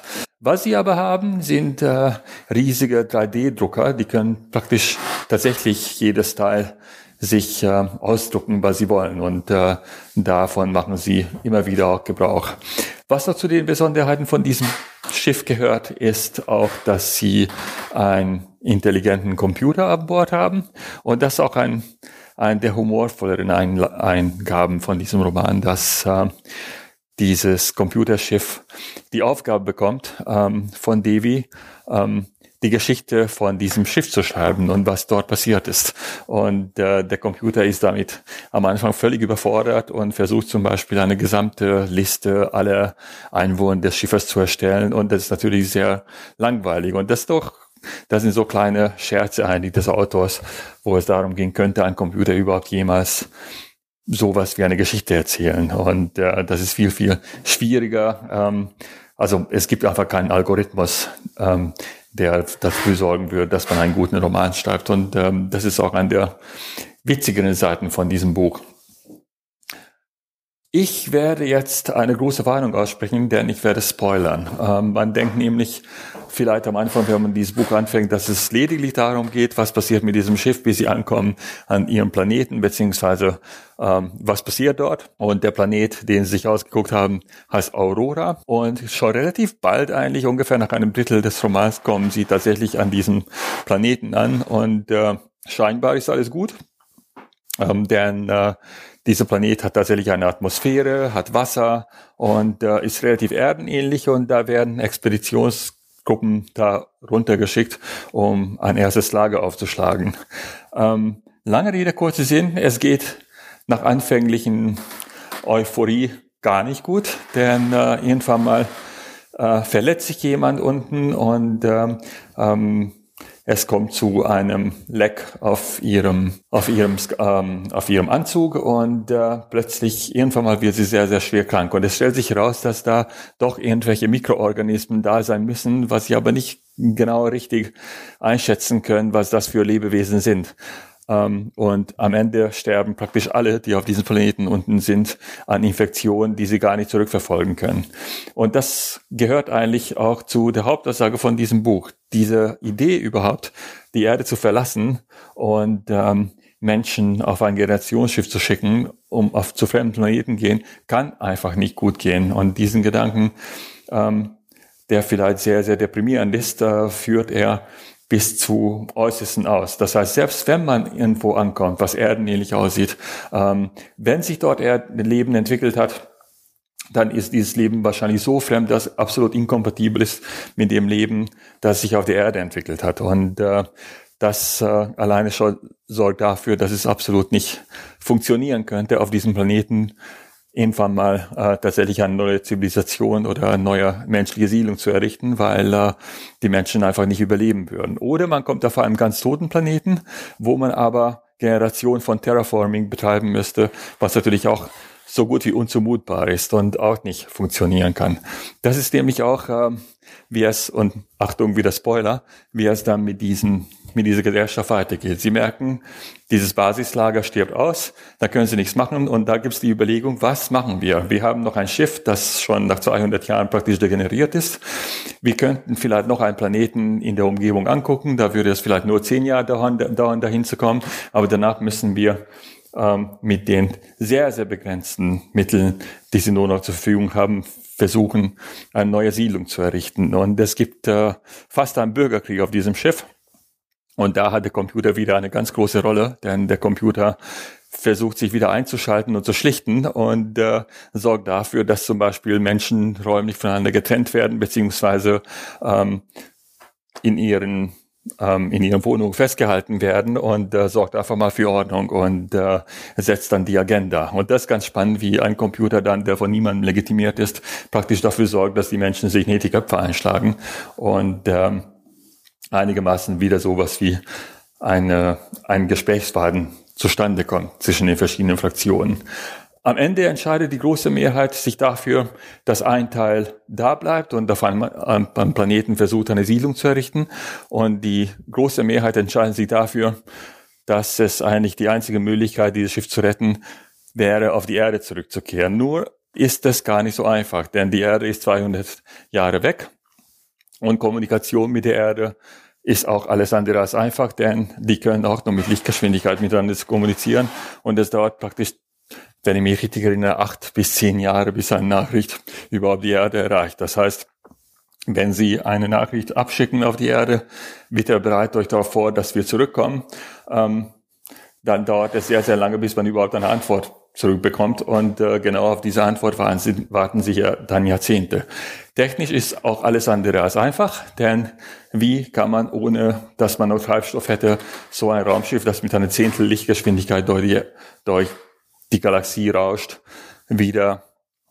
Was sie aber haben, sind äh, riesige drei D-Drucker, die können praktisch tatsächlich jedes Teil sich äh, ausdrucken, was sie wollen. Und äh, davon machen sie immer wieder auch Gebrauch. Was noch zu den Besonderheiten von diesem Schiff gehört, ist auch, dass sie einen intelligenten Computer an Bord haben. Und das ist auch ein, ein der humorvolleren Eingaben von diesem Roman, dass äh, dieses Computerschiff die Aufgabe bekommt, ähm, von Devi, ähm, die Geschichte von diesem Schiff zu schreiben und was dort passiert ist. Und äh, der Computer ist damit am Anfang völlig überfordert und versucht zum Beispiel eine gesamte Liste aller Einwohner des Schiffes zu erstellen. Und das ist natürlich sehr langweilig. Und das ist doch, das sind so kleine Scherze eigentlich des Autors, wo es darum ging, könnte ein Computer überhaupt jemals sowas wie eine Geschichte erzählen. Und äh, das ist viel, viel schwieriger. Ähm, also es gibt einfach keinen Algorithmus, ähm, der dafür sorgen würde, dass man einen guten Roman schreibt. Und ähm, das ist auch eine der witzigeren Seiten von diesem Buch. Ich werde jetzt eine große Warnung aussprechen, denn ich werde spoilern. Ähm, man denkt nämlich vielleicht am Anfang, wenn man dieses Buch anfängt, dass es lediglich darum geht, was passiert mit diesem Schiff, bis sie ankommen an ihrem Planeten, beziehungsweise ähm, was passiert dort. Und der Planet, den sie sich ausgeguckt haben, heißt Aurora. Und schon relativ bald eigentlich, ungefähr nach einem Drittel des Romans, kommen sie tatsächlich an diesem Planeten an. Und äh, scheinbar ist alles gut, ähm, denn äh, dieser Planet hat tatsächlich eine Atmosphäre, hat Wasser und äh, ist relativ erdenähnlich, und da werden Expeditionsgruppen da runtergeschickt, um ein erstes Lager aufzuschlagen. Ähm, lange Rede, kurzer Sinn, es geht nach anfänglichen Euphorie gar nicht gut, denn äh, irgendwann mal äh, verletzt sich jemand unten und äh, ähm, es kommt zu einem Leck auf ihrem, auf ihrem, ähm, auf ihrem Anzug, und äh, plötzlich irgendwann mal wird sie sehr, sehr schwer krank. Und es stellt sich heraus, dass da doch irgendwelche Mikroorganismen da sein müssen, was sie aber nicht genau richtig einschätzen können, was das für Lebewesen sind. Um, und am Ende sterben praktisch alle, die auf diesem Planeten unten sind, an Infektionen, die sie gar nicht zurückverfolgen können. Und das gehört eigentlich auch zu der Hauptaussage von diesem Buch. Diese Idee überhaupt, die Erde zu verlassen und ähm, Menschen auf ein Generationsschiff zu schicken, um auf zu fremden Planeten gehen, kann einfach nicht gut gehen. Und diesen Gedanken, ähm, der vielleicht sehr, sehr deprimierend ist, äh, führt er bis zu Äußersten aus. Das heißt, selbst wenn man irgendwo ankommt, was erdenähnlich aussieht, ähm, wenn sich dort ein Leben entwickelt hat, dann ist dieses Leben wahrscheinlich so fremd, dass es absolut inkompatibel ist mit dem Leben, das sich auf der Erde entwickelt hat. Und äh, das äh, alleine schon sorgt dafür, dass es absolut nicht funktionieren könnte, auf diesem Planeten irgendwann mal äh, tatsächlich eine neue Zivilisation oder eine neue menschliche Siedlung zu errichten, weil äh, die Menschen einfach nicht überleben würden. Oder man kommt auf einen ganz toten Planeten, wo man aber Generation von Terraforming betreiben müsste, was natürlich auch so gut wie unzumutbar ist und auch nicht funktionieren kann. Das ist nämlich auch, äh, wie es, und Achtung, wieder Spoiler, wie es dann mit diesen mit dieser Gesellschaft weitergeht. Sie merken, dieses Basislager stirbt aus, da können sie nichts machen, und da gibt es die Überlegung, was machen wir? Wir haben noch ein Schiff, das schon nach zweihundert Jahren praktisch degeneriert ist. Wir könnten vielleicht noch einen Planeten in der Umgebung angucken, da würde es vielleicht nur zehn Jahre dauern, dauern dahin zu kommen, aber danach müssen wir ähm, mit den sehr, sehr begrenzten Mitteln, die sie nur noch zur Verfügung haben, versuchen, eine neue Siedlung zu errichten. Und es gibt äh, fast einen Bürgerkrieg auf diesem Schiff. Und da hat der Computer wieder eine ganz große Rolle, denn der Computer versucht sich wieder einzuschalten und zu schlichten und äh, sorgt dafür, dass zum Beispiel Menschen räumlich voneinander getrennt werden, beziehungsweise ähm, in ihren ähm, in ihren Wohnungen festgehalten werden, und äh, sorgt einfach mal für Ordnung und äh, setzt dann die Agenda. Und das ist ganz spannend, wie ein Computer dann, der von niemandem legitimiert ist, praktisch dafür sorgt, dass die Menschen sich nicht die Köpfe einschlagen und ähm, einigermaßen wieder sowas wie eine, ein Gesprächsfaden zustande kommt zwischen den verschiedenen Fraktionen. Am Ende entscheidet die große Mehrheit sich dafür, dass ein Teil da bleibt und auf einem, einem Planeten versucht, eine Siedlung zu errichten. Und die große Mehrheit entscheidet sich dafür, dass es eigentlich die einzige Möglichkeit, dieses Schiff zu retten, wäre, auf die Erde zurückzukehren. Nur ist das gar nicht so einfach, denn die Erde ist zweihundert Jahre weg. Und Kommunikation mit der Erde ist auch alles andere als einfach, denn die können auch nur mit Lichtgeschwindigkeit miteinander kommunizieren. Und es dauert praktisch, wenn ich mich richtig erinnere, acht bis zehn Jahre, bis eine Nachricht überhaupt die Erde erreicht. Das heißt, wenn Sie eine Nachricht abschicken auf die Erde, bitte bereitet euch darauf vor, dass wir zurückkommen. Ähm, dann dauert es sehr, sehr lange, bis man überhaupt eine Antwort zurückbekommt. Und äh, genau auf diese Antwort warten Sie, warten Sie ja dann Jahrzehnte. Technisch ist auch alles andere als einfach, denn wie kann man, ohne dass man noch Treibstoff hätte, so ein Raumschiff, das mit einer Zehntel Lichtgeschwindigkeit durch die, durch die Galaxie rauscht, wieder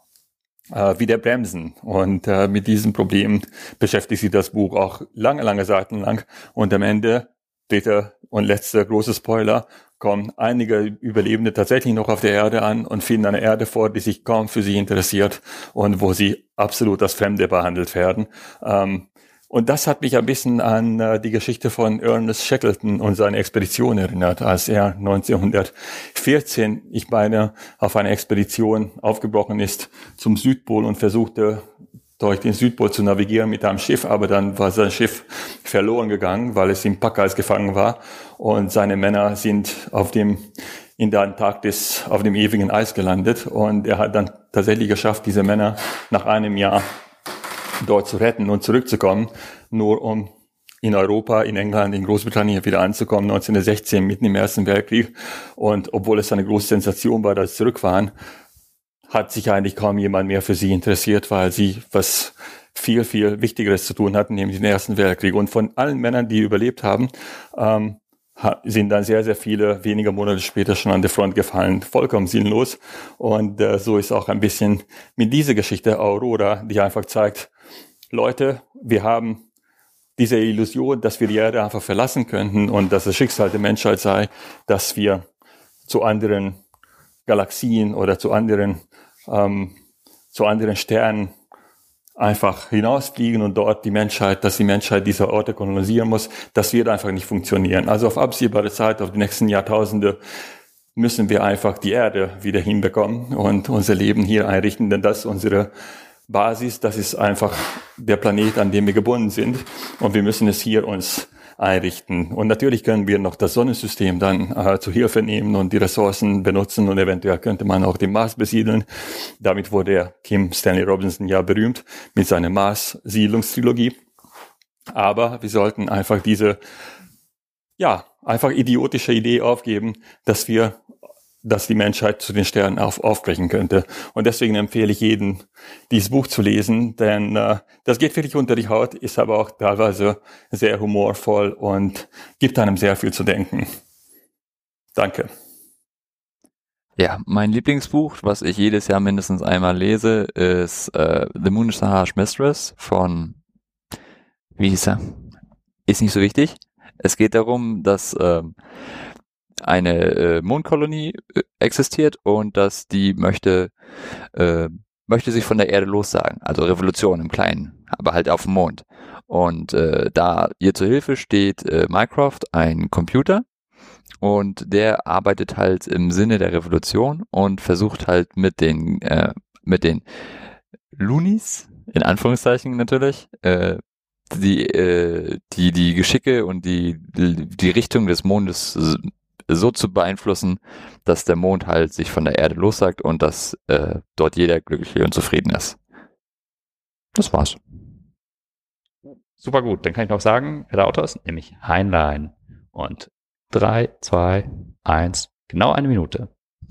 äh, wieder bremsen? Und äh, mit diesem Problem beschäftigt sich das Buch auch lange, lange Seiten lang. Und am Ende, dritter und letzter große Spoiler, kommen einige Überlebende tatsächlich noch auf der Erde an und finden eine Erde vor, die sich kaum für sie interessiert und wo sie absolut als Fremde behandelt werden. Ähm, und das hat mich ein bisschen an äh, die Geschichte von Ernest Shackleton und seine Expedition erinnert, als er neunzehnhundertvierzehn, ich meine, auf eine Expedition aufgebrochen ist zum Südpol und versuchte, durch den Südpol zu navigieren mit einem Schiff, aber dann war sein Schiff verloren gegangen, weil es im Packeis gefangen war, und seine Männer sind auf dem, in der Antarktis auf dem ewigen Eis gelandet, und er hat dann tatsächlich geschafft, diese Männer nach einem Jahr dort zu retten und zurückzukommen, nur um in Europa, in England, in Großbritannien wieder anzukommen, neunzehnhundertsechzehn, mitten im Ersten Weltkrieg. Und obwohl es eine große Sensation war, dass sie zurück waren, hat sich eigentlich kaum jemand mehr für sie interessiert, weil sie was viel, viel Wichtigeres zu tun hatten, nämlich den Ersten Weltkrieg. Und von allen Männern, die überlebt haben, ähm, sind dann sehr, sehr viele wenige Monate später schon an der Front gefallen. Vollkommen sinnlos. Und äh, so ist auch ein bisschen mit dieser Geschichte Aurora, die einfach zeigt, Leute, wir haben diese Illusion, dass wir die Erde einfach verlassen könnten und dass das Schicksal der Menschheit sei, dass wir zu anderen Galaxien oder zu anderen ähm, zu anderen Sternen einfach hinausfliegen und dort die Menschheit, dass die Menschheit diese Orte kolonisieren muss, das wird einfach nicht funktionieren. Also auf absehbare Zeit, auf die nächsten Jahrtausende müssen wir einfach die Erde wieder hinbekommen und unser Leben hier einrichten, denn das ist unsere Basis, das ist einfach der Planet, an dem wir gebunden sind, und wir müssen es hier uns einrichten. Und natürlich können wir noch das Sonnensystem dann äh, zu Hilfe nehmen und die Ressourcen benutzen, und eventuell könnte man auch den Mars besiedeln. Damit wurde der Kim Stanley Robinson ja berühmt mit seiner Mars-Siedlungstrilogie. Aber wir sollten einfach diese, ja, einfach idiotische Idee aufgeben, dass wir, dass die Menschheit zu den Sternen auf, aufbrechen könnte. Und deswegen empfehle ich jedem, dieses Buch zu lesen, denn äh, das geht wirklich unter die Haut, ist aber auch teilweise sehr humorvoll und gibt einem sehr viel zu denken. Danke. Ja, mein Lieblingsbuch, was ich jedes Jahr mindestens einmal lese, ist äh, The Moon is a Harsh Mistress von, wie hieß er? Ist nicht so wichtig. Es geht darum, dass äh, eine äh, Mondkolonie äh, existiert und dass die möchte äh, möchte sich von der Erde lossagen, also Revolution im Kleinen, aber halt auf dem Mond. Und äh, da ihr zur Hilfe steht äh, Mycroft, ein Computer, und der arbeitet halt im Sinne der Revolution und versucht halt mit den äh, mit den Loonies, in Anführungszeichen natürlich, äh, die äh, die die Geschicke und die die Richtung des Mondes so zu beeinflussen, dass der Mond halt sich von der Erde lossagt und dass äh, dort jeder glücklich und zufrieden ist. Das war's. Super gut, dann kann ich noch sagen, wer der Autor ist, nämlich Heinlein. Und drei, zwei, eins, genau eine Minute.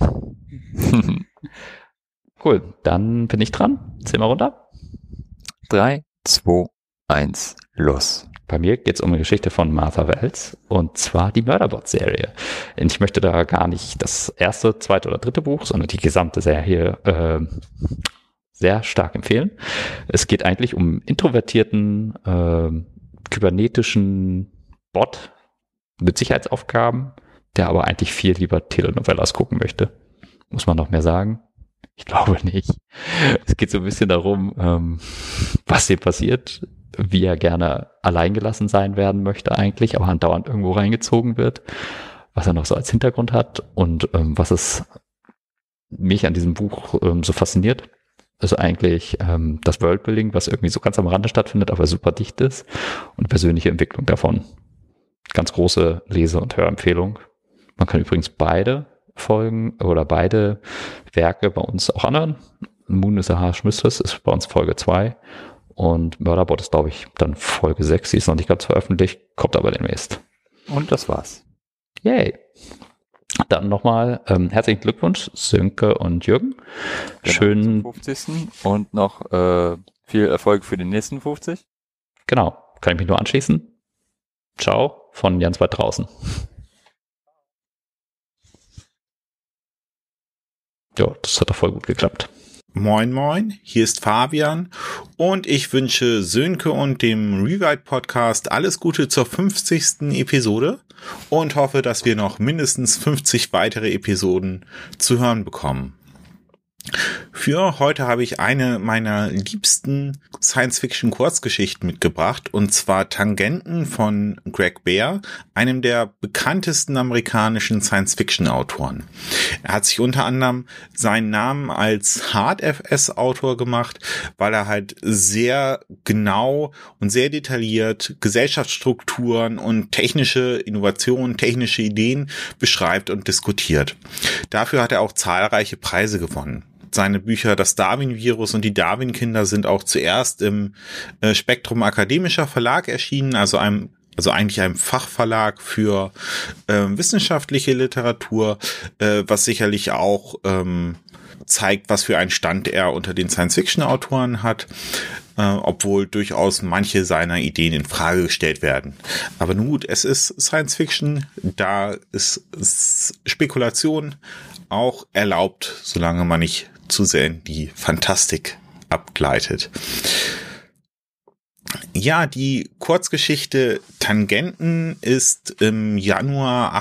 Cool, dann bin ich dran. Zähl mal runter. drei, zwei, eins, los. Bei mir geht es um eine Geschichte von Martha Wells, und zwar die Murderbot-Serie. Ich möchte da gar nicht das erste, zweite oder dritte Buch, sondern die gesamte Serie äh, sehr stark empfehlen. Es geht eigentlich um introvertierten, äh, kybernetischen Bot mit Sicherheitsaufgaben, der aber eigentlich viel lieber Telenovelas gucken möchte. Muss man noch mehr sagen? Ich glaube nicht. Es geht so ein bisschen darum, ähm, was hier passiert, wie er gerne alleingelassen sein werden möchte eigentlich, aber andauernd irgendwo reingezogen wird, was er noch so als Hintergrund hat und ähm, was es mich an diesem Buch ähm, so fasziniert. Also eigentlich ähm, das Worldbuilding, was irgendwie so ganz am Rande stattfindet, aber super dicht ist und persönliche Entwicklung davon. Ganz große Lese- und Hörempfehlung. Man kann übrigens beide Folgen oder beide Werke bei uns auch anhören. Moon is a Harsh Mistress ist bei uns Folge zwei und Murderbot ist, glaube ich, dann Folge sechs. Die ist noch nicht ganz veröffentlicht, kommt aber demnächst. Und das war's. Yay. Dann nochmal ähm, herzlichen Glückwunsch, Sönke und Jürgen. Genau, Schön. zum fünfzigsten Und noch äh, viel Erfolg für die nächsten fünfzig. Genau, kann ich mich nur anschließen. Ciao von Jans weit draußen. Ja, das hat doch voll gut geklappt. Moin moin, hier ist Fabian und ich wünsche Sönke und dem Rewrite Podcast alles Gute zur fünfzigsten Episode und hoffe, dass wir noch mindestens fünfzig weitere Episoden zu hören bekommen. Für heute habe ich eine meiner liebsten Science-Fiction-Kurzgeschichten mitgebracht, und zwar Tangenten von Greg Bear, einem der bekanntesten amerikanischen Science-Fiction-Autoren. Er hat sich unter anderem seinen Namen als Hard-F S-Autor gemacht, weil er halt sehr genau und sehr detailliert Gesellschaftsstrukturen und technische Innovationen, technische Ideen beschreibt und diskutiert. Dafür hat er auch zahlreiche Preise gewonnen. Seine Bücher Das Darwin-Virus und die Darwin-Kinder sind auch zuerst im äh, Spektrum Akademischer Verlag erschienen, also einem also eigentlich einem Fachverlag für äh, wissenschaftliche Literatur, äh, was sicherlich auch ähm, zeigt, was für einen Stand er unter den Science-Fiction-Autoren hat, äh, obwohl durchaus manche seiner Ideen in Frage gestellt werden. Aber nun gut, es ist Science-Fiction, da ist, ist Spekulation auch erlaubt, solange man nicht zu sehr in die Fantastik abgleitet. Ja, die Kurzgeschichte Tangenten ist im Januar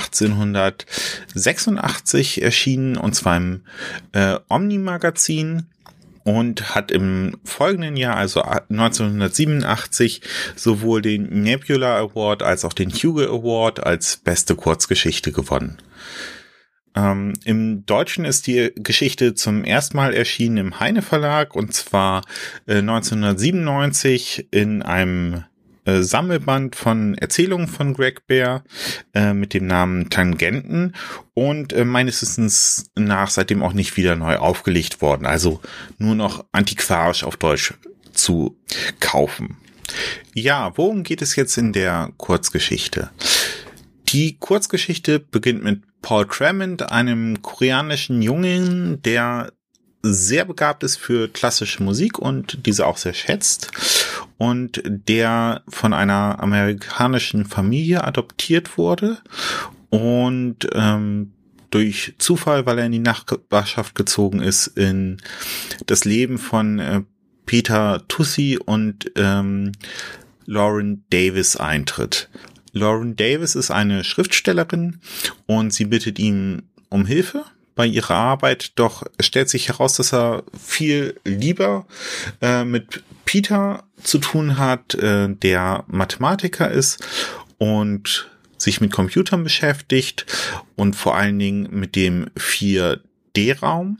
achtzehnhundertsechsundachtzig erschienen, und zwar im äh, Omni-Magazin, und hat im folgenden Jahr, also neunzehnhundertsiebenundachtzig, sowohl den Nebula Award als auch den Hugo Award als beste Kurzgeschichte gewonnen. Ähm, im Deutschen ist die Geschichte zum ersten Mal erschienen im Heine Verlag, und zwar äh, neunzehnhundertsiebenundneunzig in einem äh, Sammelband von Erzählungen von Greg Bear äh, mit dem Namen Tangenten, und äh, meines Wissens nach seitdem auch nicht wieder neu aufgelegt worden, also nur noch antiquarisch auf Deutsch zu kaufen. Ja, worum geht es jetzt in der Kurzgeschichte? Die Kurzgeschichte beginnt mit Paul Tremont, einem koreanischen Jungen, der sehr begabt ist für klassische Musik und diese auch sehr schätzt, und der von einer amerikanischen Familie adoptiert wurde und ähm, durch Zufall, weil er in die Nachbarschaft gezogen ist, in das Leben von äh, Peter Tussi und ähm, Lauren Davis eintritt. Lauren Davis ist eine Schriftstellerin und sie bittet ihn um Hilfe bei ihrer Arbeit, doch es stellt sich heraus, dass er viel lieber äh, mit Peter zu tun hat, äh, der Mathematiker ist und sich mit Computern beschäftigt und vor allen Dingen mit dem vier D Raum.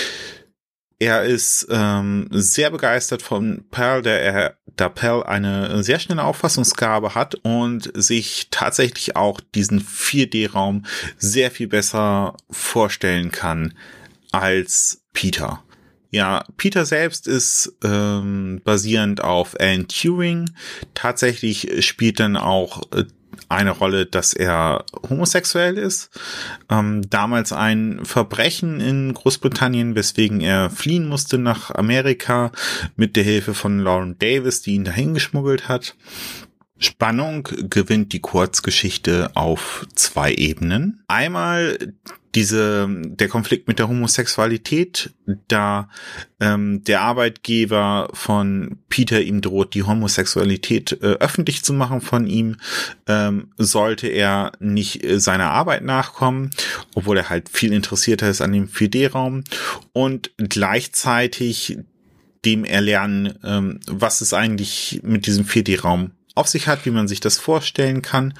Er ist ähm, sehr begeistert von Pearl, der er, da Pearl eine sehr schnelle Auffassungsgabe hat und sich tatsächlich auch diesen vier D Raum sehr viel besser vorstellen kann als Peter. Ja, Peter selbst ist ähm, basierend auf Alan Turing. Tatsächlich spielt dann auch äh, eine Rolle, dass er homosexuell ist. Ähm, damals ein Verbrechen in Großbritannien, weswegen er fliehen musste nach Amerika mit der Hilfe von Lauren Davis, die ihn dahin geschmuggelt hat. Spannung gewinnt die Kurzgeschichte auf zwei Ebenen. Einmal diese, der Konflikt mit der Homosexualität, da ähm, der Arbeitgeber von Peter ihm droht, die Homosexualität äh, öffentlich zu machen von ihm, ähm, sollte er nicht äh, seiner Arbeit nachkommen, obwohl er halt viel interessierter ist an dem vier D Raum, und gleichzeitig dem erlernen, ähm, was es eigentlich mit diesem vier D Raum auf sich hat, wie man sich das vorstellen kann,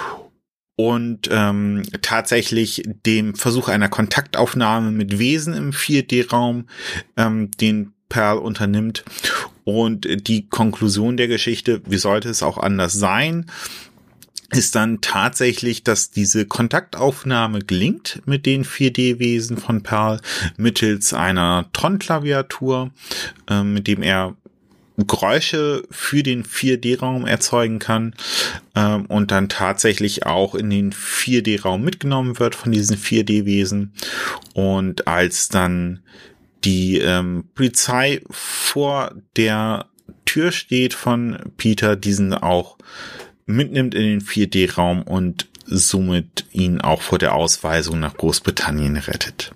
und ähm, tatsächlich dem Versuch einer Kontaktaufnahme mit Wesen im vier D Raum, ähm, den Pearl unternimmt. Und die Konklusion der Geschichte, wie sollte es auch anders sein, ist dann tatsächlich, dass diese Kontaktaufnahme gelingt mit den vier D-Wesen von Pearl mittels einer Tron-Klaviatur, äh, mit dem er Geräusche für den vier D-Raum erzeugen kann, ähm, und dann tatsächlich auch in den vier D-Raum mitgenommen wird von diesen vier D-Wesen. Und als dann die ähm, Polizei vor der Tür steht von Peter, diesen auch mitnimmt in den vier D-Raum und somit ihn auch vor der Ausweisung nach Großbritannien rettet.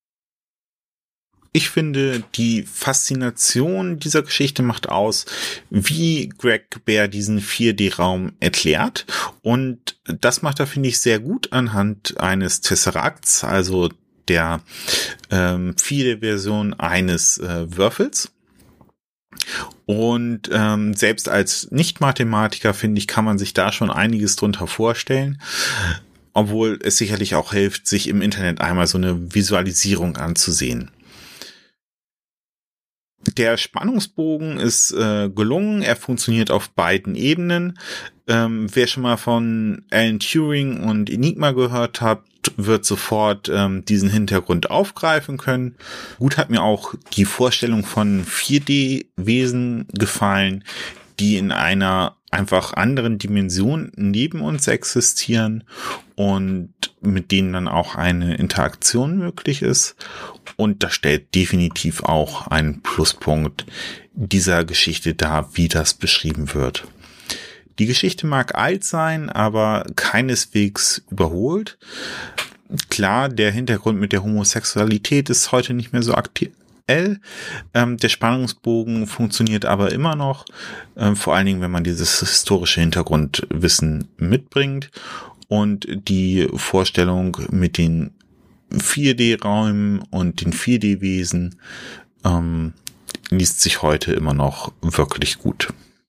Ich finde, die Faszination dieser Geschichte macht aus, wie Greg Bear diesen vier D-Raum erklärt. Und das macht er, finde ich, sehr gut anhand eines Tesseracts, also der ähm, vier D-Version eines äh, Würfels. Und ähm, selbst als Nicht-Mathematiker, finde ich, kann man sich da schon einiges drunter vorstellen. Obwohl es sicherlich auch hilft, sich im Internet einmal so eine Visualisierung anzusehen. Der Spannungsbogen ist äh, gelungen, er funktioniert auf beiden Ebenen. Ähm, wer schon mal von Alan Turing und Enigma gehört hat, wird sofort ähm, diesen Hintergrund aufgreifen können. Gut hat mir auch die Vorstellung von vier D-Wesen gefallen, die in einer einfach anderen Dimension neben uns existieren und mit denen dann auch eine Interaktion möglich ist. Und das stellt definitiv auch einen Pluspunkt dieser Geschichte dar, wie das beschrieben wird. Die Geschichte mag alt sein, aber keineswegs überholt. Klar, der Hintergrund mit der Homosexualität ist heute nicht mehr so aktiv. Ähm, der Spannungsbogen funktioniert aber immer noch, ähm, vor allen Dingen, wenn man dieses historische Hintergrundwissen mitbringt, und die Vorstellung mit den vier D-Räumen und den vier D-Wesen ähm, liest sich heute immer noch wirklich gut.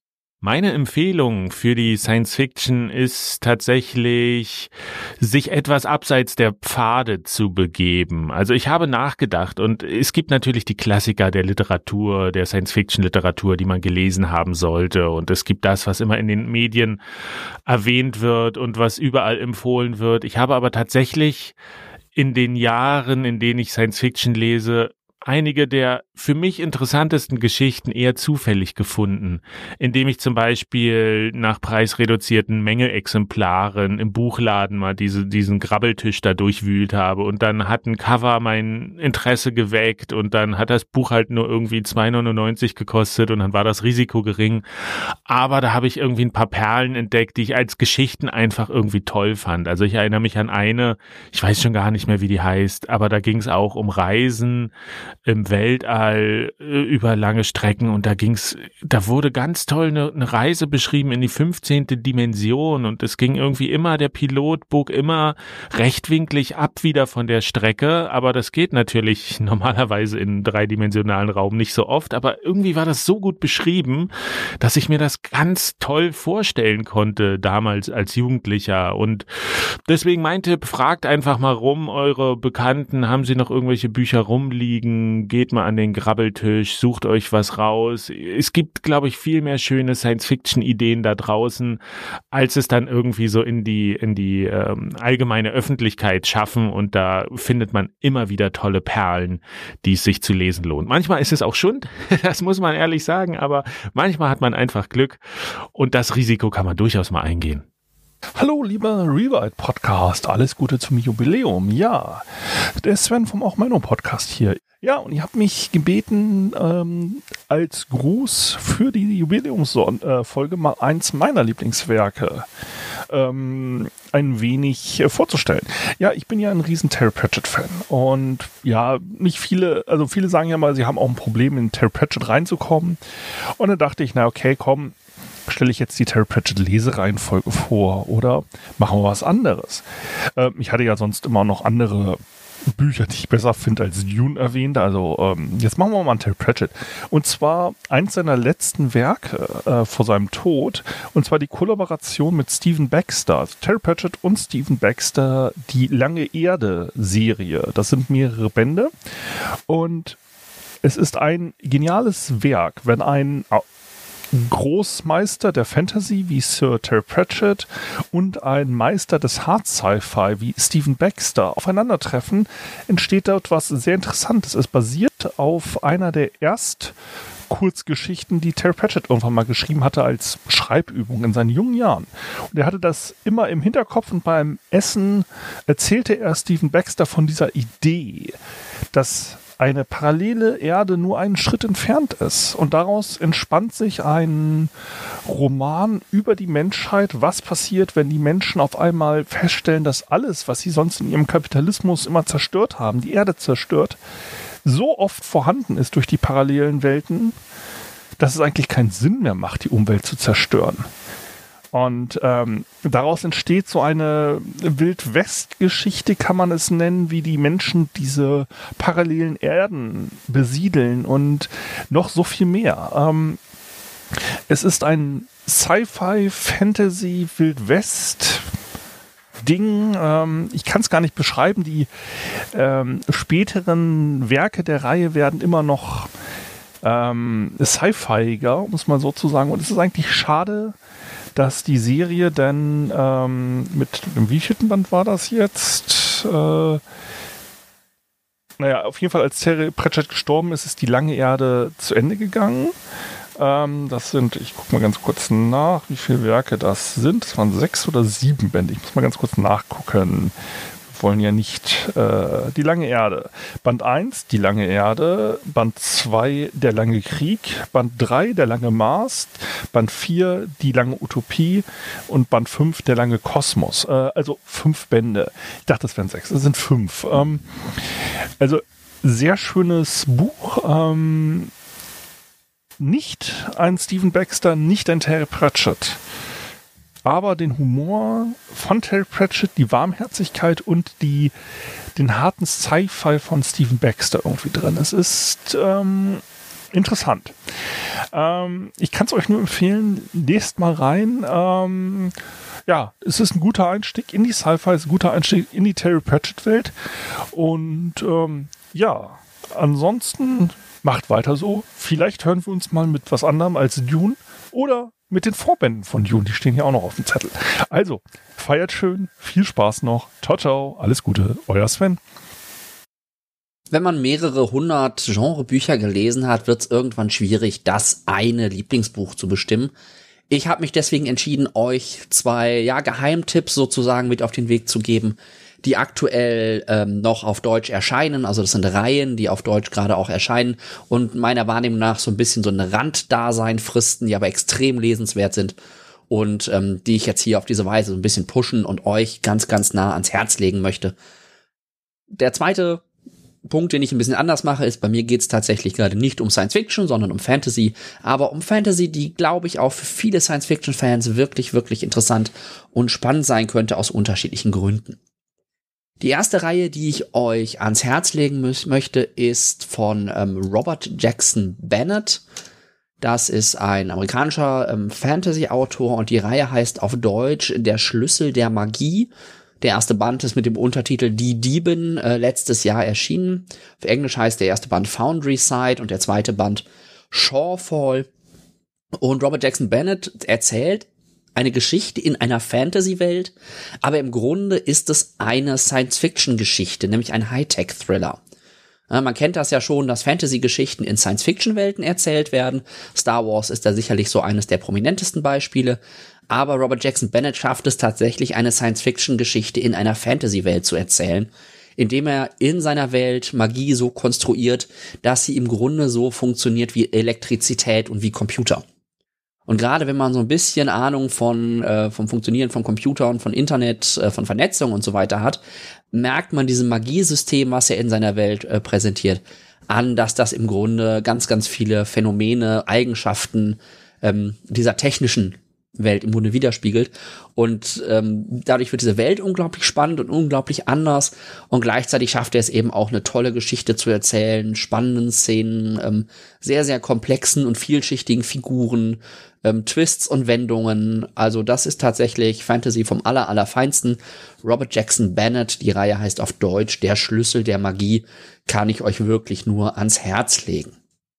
Meine Empfehlung für die Science Fiction ist tatsächlich, sich etwas abseits der Pfade zu begeben. Also ich habe nachgedacht, und es gibt natürlich die Klassiker der Literatur, der Science Fiction Literatur, die man gelesen haben sollte, und es gibt das, was immer in den Medien erwähnt wird und was überall empfohlen wird. Ich habe aber tatsächlich in den Jahren, in denen ich Science Fiction lese, einige der für mich interessantesten Geschichten eher zufällig gefunden, indem ich zum Beispiel nach preisreduzierten Mängelexemplaren im Buchladen mal diese, diesen Grabbeltisch da durchwühlt habe, und dann hat ein Cover mein Interesse geweckt, und dann hat das Buch halt nur irgendwie zwei neunundneunzig gekostet, und dann war das Risiko gering, aber da habe ich irgendwie ein paar Perlen entdeckt, die ich als Geschichten einfach irgendwie toll fand. Also ich erinnere mich an eine, ich weiß schon gar nicht mehr, wie die heißt, aber da ging es auch um Reisen im Weltall äh, über lange Strecken, und da ging's, da wurde ganz toll eine, eine Reise beschrieben in die fünfzehnte Dimension, und es ging irgendwie immer, der Pilot bog immer rechtwinklig ab wieder von der Strecke, aber das geht natürlich normalerweise in dreidimensionalen Raum nicht so oft, aber irgendwie war das so gut beschrieben, dass ich mir das ganz toll vorstellen konnte damals als Jugendlicher, und deswegen mein Tipp, fragt einfach mal rum, eure Bekannten, haben sie noch irgendwelche Bücher rumliegen? Geht mal an den Grabbeltisch, sucht euch was raus. Es gibt, glaube ich, viel mehr schöne Science-Fiction-Ideen da draußen, als es dann irgendwie so in die in die ähm, allgemeine Öffentlichkeit schaffen, und da findet man immer wieder tolle Perlen, die es sich zu lesen lohnt. Manchmal ist es auch Schund, das muss man ehrlich sagen, aber manchmal hat man einfach Glück, und das Risiko kann man durchaus mal eingehen. Hallo, lieber Rewrite Podcast, alles Gute zum Jubiläum. Ja, der Sven vom Auch Meino Podcast hier. Ja, und ihr habt mich gebeten, ähm, als Gruß für die Jubiläumsfolge mal eins meiner Lieblingswerke ähm, ein wenig äh, vorzustellen. Ja, ich bin ja ein riesen Terry Pratchett-Fan, und ja, nicht viele, also viele sagen ja mal, sie haben auch ein Problem, in Terry Pratchett reinzukommen, und dann dachte ich, na okay, komm, stelle ich jetzt die Terry Pratchett Lesereihenfolge vor, oder machen wir was anderes. Ähm, ich hatte ja sonst immer noch andere Bücher, die ich besser finde als Dune erwähnt, also ähm, jetzt machen wir mal einen Terry Pratchett. Und zwar eins seiner letzten Werke äh, vor seinem Tod, und zwar die Kollaboration mit Stephen Baxter. Also Terry Pratchett und Stephen Baxter, die Lange Erde-Serie. Das sind mehrere Bände, und es ist ein geniales Werk, wenn ein Großmeister der Fantasy wie Sir Terry Pratchett und ein Meister des Hard Sci-Fi wie Stephen Baxter aufeinandertreffen, entsteht dort was sehr Interessantes. Es basiert auf einer der erst Kurzgeschichten, die Terry Pratchett irgendwann mal geschrieben hatte als Schreibübung in seinen jungen Jahren. Und er hatte das immer im Hinterkopf und beim Essen erzählte er Stephen Baxter von dieser Idee, dass eine parallele Erde nur einen Schritt entfernt ist. Und daraus entspannt sich ein Roman über die Menschheit. Was passiert, wenn die Menschen auf einmal feststellen, dass alles, was sie sonst in ihrem Kapitalismus immer zerstört haben, die Erde zerstört, so oft vorhanden ist durch die parallelen Welten, dass es eigentlich keinen Sinn mehr macht, die Umwelt zu zerstören. Und ähm, daraus entsteht so eine Wild-West-Geschichte, kann man es nennen, wie die Menschen diese parallelen Erden besiedeln und noch so viel mehr. Ähm, es ist ein Sci-Fi, Fantasy, Wild-West Ding. Ähm, ich kann es gar nicht beschreiben. Die ähm, späteren Werke der Reihe werden immer noch ähm, Sci-Fiiger, um es mal so zu sagen. Und es ist eigentlich schade, dass die Serie dann ähm, mit dem wievielten Band war das jetzt? Äh, naja, auf jeden Fall, als Terry Pratchett gestorben ist, ist die lange Erde zu Ende gegangen. Ähm, das sind, ich gucke mal ganz kurz nach, wie viele Werke das sind. Das waren sechs oder sieben Bände. Ich muss mal ganz kurz nachgucken. Wir wollen ja nicht äh, die lange Erde. Band eins, die lange Erde. Band zwei, der lange Krieg. Band drei, der lange Mars. Band vier, die lange Utopie. Und Band fünf, der lange Kosmos. Äh, also fünf Bände. Ich dachte, das wären sechs. Das sind fünf. Ähm, also sehr schönes Buch. Ähm, nicht ein Stephen Baxter, nicht ein Terry Pratchett. Aber den Humor von Terry Pratchett, die Warmherzigkeit und die, den harten Sci-Fi von Stephen Baxter irgendwie drin. Es ist ähm, interessant. Ähm, ich kann es euch nur empfehlen, lest mal rein. Ähm, ja, es ist ein guter Einstieg in die Sci-Fi, es ist ein guter Einstieg in die Terry Pratchett-Welt. Und ähm, ja, ansonsten macht weiter so. Vielleicht hören wir uns mal mit was anderem als Dune oder mit den Vorbänden von Dune. Die stehen hier auch noch auf dem Zettel. Also, feiert schön, viel Spaß noch. Ciao, ciao, alles Gute, euer Sven. Wenn man mehrere hundert Genrebücher gelesen hat, wird es irgendwann schwierig, das eine Lieblingsbuch zu bestimmen. Ich habe mich deswegen entschieden, euch zwei ja, Geheimtipps sozusagen mit auf den Weg zu geben, die aktuell ähm, noch auf Deutsch erscheinen. Also das sind Reihen, die auf Deutsch gerade auch erscheinen und meiner Wahrnehmung nach so ein bisschen so ein Randdasein fristen, die aber extrem lesenswert sind und ähm, die ich jetzt hier auf diese Weise so ein bisschen pushen und euch ganz, ganz nah ans Herz legen möchte. Der zweite Punkt, den ich ein bisschen anders mache, ist, bei mir geht es tatsächlich gerade nicht um Science Fiction, sondern um Fantasy, aber um Fantasy, die, glaube ich, auch für viele Science Fiction Fans wirklich, wirklich interessant und spannend sein könnte aus unterschiedlichen Gründen. Die erste Reihe, die ich euch ans Herz legen mü- möchte, ist von ähm, Robert Jackson Bennett. Das ist ein amerikanischer ähm, Fantasy-Autor und die Reihe heißt auf Deutsch Der Schlüssel der Magie. Der erste Band ist mit dem Untertitel Die Dieben äh, letztes Jahr erschienen. Auf Englisch heißt der erste Band Foundry Side und der zweite Band Shorefall. Und Robert Jackson Bennett erzählt eine Geschichte in einer Fantasy-Welt, aber im Grunde ist es eine Science-Fiction-Geschichte, nämlich ein Hightech-Thriller. Ja, man kennt das ja schon, dass Fantasy-Geschichten in Science-Fiction-Welten erzählt werden. Star Wars ist da sicherlich so eines der prominentesten Beispiele, aber Robert Jackson Bennett schafft es tatsächlich, eine Science-Fiction-Geschichte in einer Fantasy-Welt zu erzählen, indem er in seiner Welt Magie so konstruiert, dass sie im Grunde so funktioniert wie Elektrizität und wie Computer. Und gerade wenn man so ein bisschen Ahnung von äh, vom Funktionieren von Computern, von Internet, äh, von Vernetzung und so weiter hat, merkt man diesem Magiesystem, was er in seiner Welt äh, präsentiert, an, dass das im Grunde ganz, ganz viele Phänomene, Eigenschaften ähm, dieser technischen Welt im Grunde widerspiegelt. Und ähm, dadurch wird diese Welt unglaublich spannend und unglaublich anders. Und gleichzeitig schafft er es eben auch, eine tolle Geschichte zu erzählen, spannenden Szenen, ähm, sehr, sehr komplexen und vielschichtigen Figuren, ähm, Twists und Wendungen. Also das ist tatsächlich Fantasy vom aller, allerfeinsten. Robert Jackson Bennett, die Reihe heißt auf Deutsch Der Schlüssel der Magie, kann ich euch wirklich nur ans Herz legen.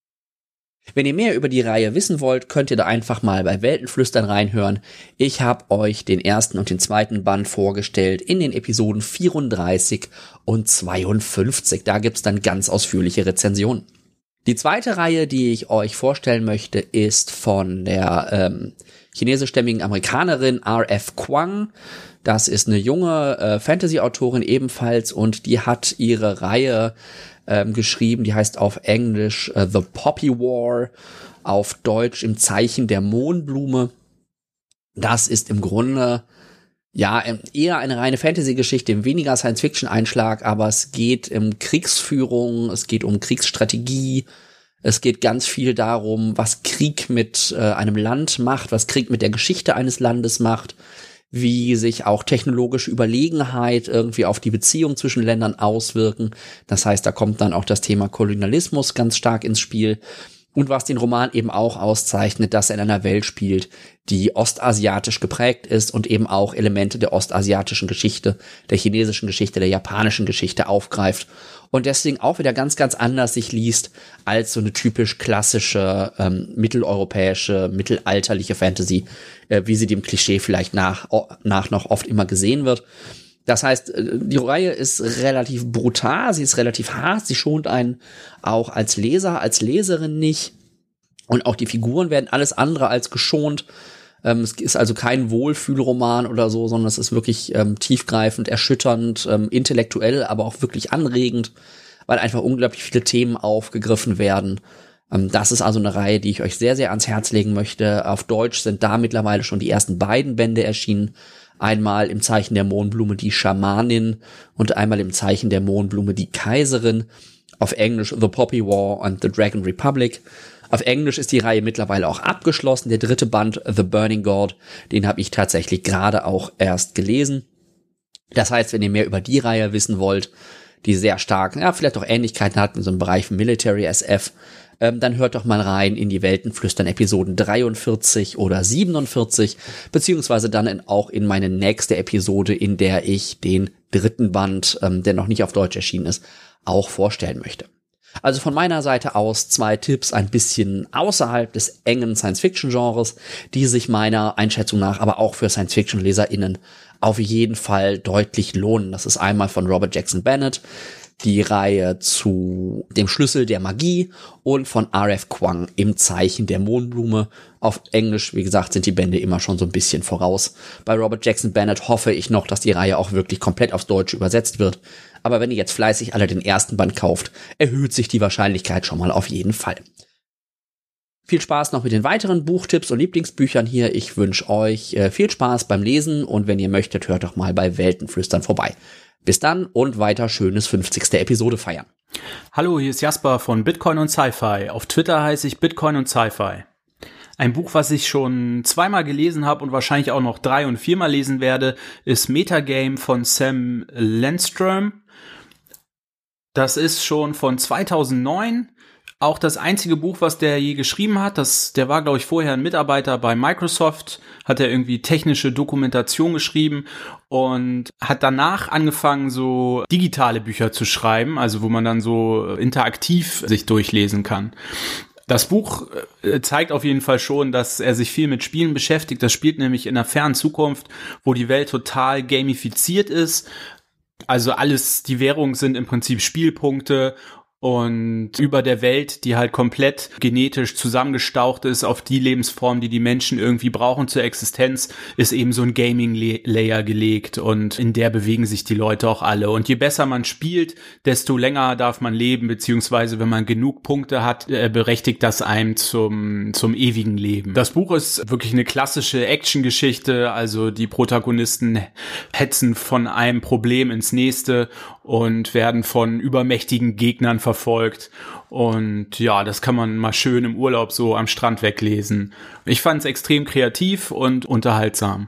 Wenn ihr mehr über die Reihe wissen wollt, könnt ihr da einfach mal bei Weltenflüstern reinhören. Ich habe euch den ersten und den zweiten Band vorgestellt in den Episoden vierunddreißig und zweiundfünfzig. Da gibt's dann ganz ausführliche Rezensionen. Die zweite Reihe, die ich euch vorstellen möchte, ist von der ähm, chinesischstämmigen Amerikanerin R F Kuang. Das ist eine junge äh, Fantasy-Autorin ebenfalls und die hat ihre Reihe ähm, geschrieben, die heißt auf Englisch uh, The Poppy War, auf Deutsch Im Zeichen der Mohnblume. Das ist im Grunde ja eher eine reine Fantasy-Geschichte, weniger Science-Fiction-Einschlag, aber es geht um Kriegsführung, es geht um Kriegsstrategie, es geht ganz viel darum, was Krieg mit äh, einem Land macht, was Krieg mit der Geschichte eines Landes macht, wie sich auch technologische Überlegenheit irgendwie auf die Beziehung zwischen Ländern auswirken. Das heißt, da kommt dann auch das Thema Kolonialismus ganz stark ins Spiel. Und was den Roman eben auch auszeichnet, dass er in einer Welt spielt, die ostasiatisch geprägt ist und eben auch Elemente der ostasiatischen Geschichte, der chinesischen Geschichte, der japanischen Geschichte aufgreift und deswegen auch wieder ganz, ganz anders sich liest als so eine typisch klassische ähm, mitteleuropäische, mittelalterliche Fantasy, äh, wie sie dem Klischee vielleicht nach, nach noch oft immer gesehen wird. Das heißt, die Reihe ist relativ brutal, sie ist relativ hart, sie schont einen auch als Leser, als Leserin nicht. Und auch die Figuren werden alles andere als geschont. Ähm, es ist also kein Wohlfühlroman oder so, sondern es ist wirklich ähm, tiefgreifend, erschütternd, ähm, intellektuell, aber auch wirklich anregend, weil einfach unglaublich viele Themen aufgegriffen werden. Ähm, das ist also eine Reihe, die ich euch sehr, sehr ans Herz legen möchte. Auf Deutsch sind da mittlerweile schon die ersten beiden Bände erschienen. Einmal Im Zeichen der Mohnblume die Schamanin und einmal Im Zeichen der Mohnblume die Kaiserin. Auf Englisch The Poppy War and the Dragon Republic. Auf Englisch ist die Reihe mittlerweile auch abgeschlossen. Der dritte Band, The Burning God, den habe ich tatsächlich gerade auch erst gelesen. Das heißt, wenn ihr mehr über die Reihe wissen wollt, die sehr stark, ja, vielleicht auch Ähnlichkeiten hat in so einem Bereich von Military S F, ähm, dann hört doch mal rein in die Weltenflüstern Episoden dreiundvierzig oder siebenundvierzig, beziehungsweise dann in, auch in meine nächste Episode, in der ich den dritten Band, ähm, der noch nicht auf Deutsch erschienen ist, auch vorstellen möchte. Also von meiner Seite aus zwei Tipps ein bisschen außerhalb des engen Science-Fiction-Genres, die sich meiner Einschätzung nach aber auch für Science-Fiction-LeserInnen auf jeden Fall deutlich lohnen. Das ist einmal von Robert Jackson Bennett die Reihe zu Dem Schlüssel der Magie und von R F Kuang Im Zeichen der Mohnblume. Auf Englisch, wie gesagt, sind die Bände immer schon so ein bisschen voraus. Bei Robert Jackson Bennett hoffe ich noch, dass die Reihe auch wirklich komplett aufs Deutsche übersetzt wird. Aber wenn ihr jetzt fleißig alle den ersten Band kauft, erhöht sich die Wahrscheinlichkeit schon mal auf jeden Fall. Viel Spaß noch mit den weiteren Buchtipps und Lieblingsbüchern hier. Ich wünsche euch äh, viel Spaß beim Lesen und wenn ihr möchtet, hört doch mal bei Weltenflüstern vorbei. Bis dann und weiter schönes fünfzigste Episode feiern. Hallo, hier ist Jasper von Bitcoin und Sci-Fi. Auf Twitter heiße ich Bitcoin und Sci-Fi. Ein Buch, was ich schon zweimal gelesen habe und wahrscheinlich auch noch drei- und viermal lesen werde, ist Metagame von Sam Landstrom. Das ist schon von zweitausendneun. Auch das einzige Buch, was der je geschrieben hat, das, der war, glaube ich, vorher ein Mitarbeiter bei Microsoft, hat er irgendwie technische Dokumentation geschrieben und hat danach angefangen, so digitale Bücher zu schreiben, also wo man dann so interaktiv sich durchlesen kann. Das Buch zeigt auf jeden Fall schon, dass er sich viel mit Spielen beschäftigt. Das spielt nämlich in einer fernen Zukunft, wo die Welt total gamifiziert ist. Also alles, die Währungen sind im Prinzip Spielpunkte und über der Welt, die halt komplett genetisch zusammengestaucht ist auf die Lebensform, die die Menschen irgendwie brauchen zur Existenz, ist eben so ein Gaming-Layer gelegt und in der bewegen sich die Leute auch alle. Und je besser man spielt, desto länger darf man leben, beziehungsweise wenn man genug Punkte hat, berechtigt das einem zum, zum ewigen Leben. Das Buch ist wirklich eine klassische Action-Geschichte, also die Protagonisten hetzen von einem Problem ins nächste und werden von übermächtigen Gegnern verfolgt. Und ja, das kann man mal schön im Urlaub so am Strand weglesen. Ich fand es extrem kreativ und unterhaltsam.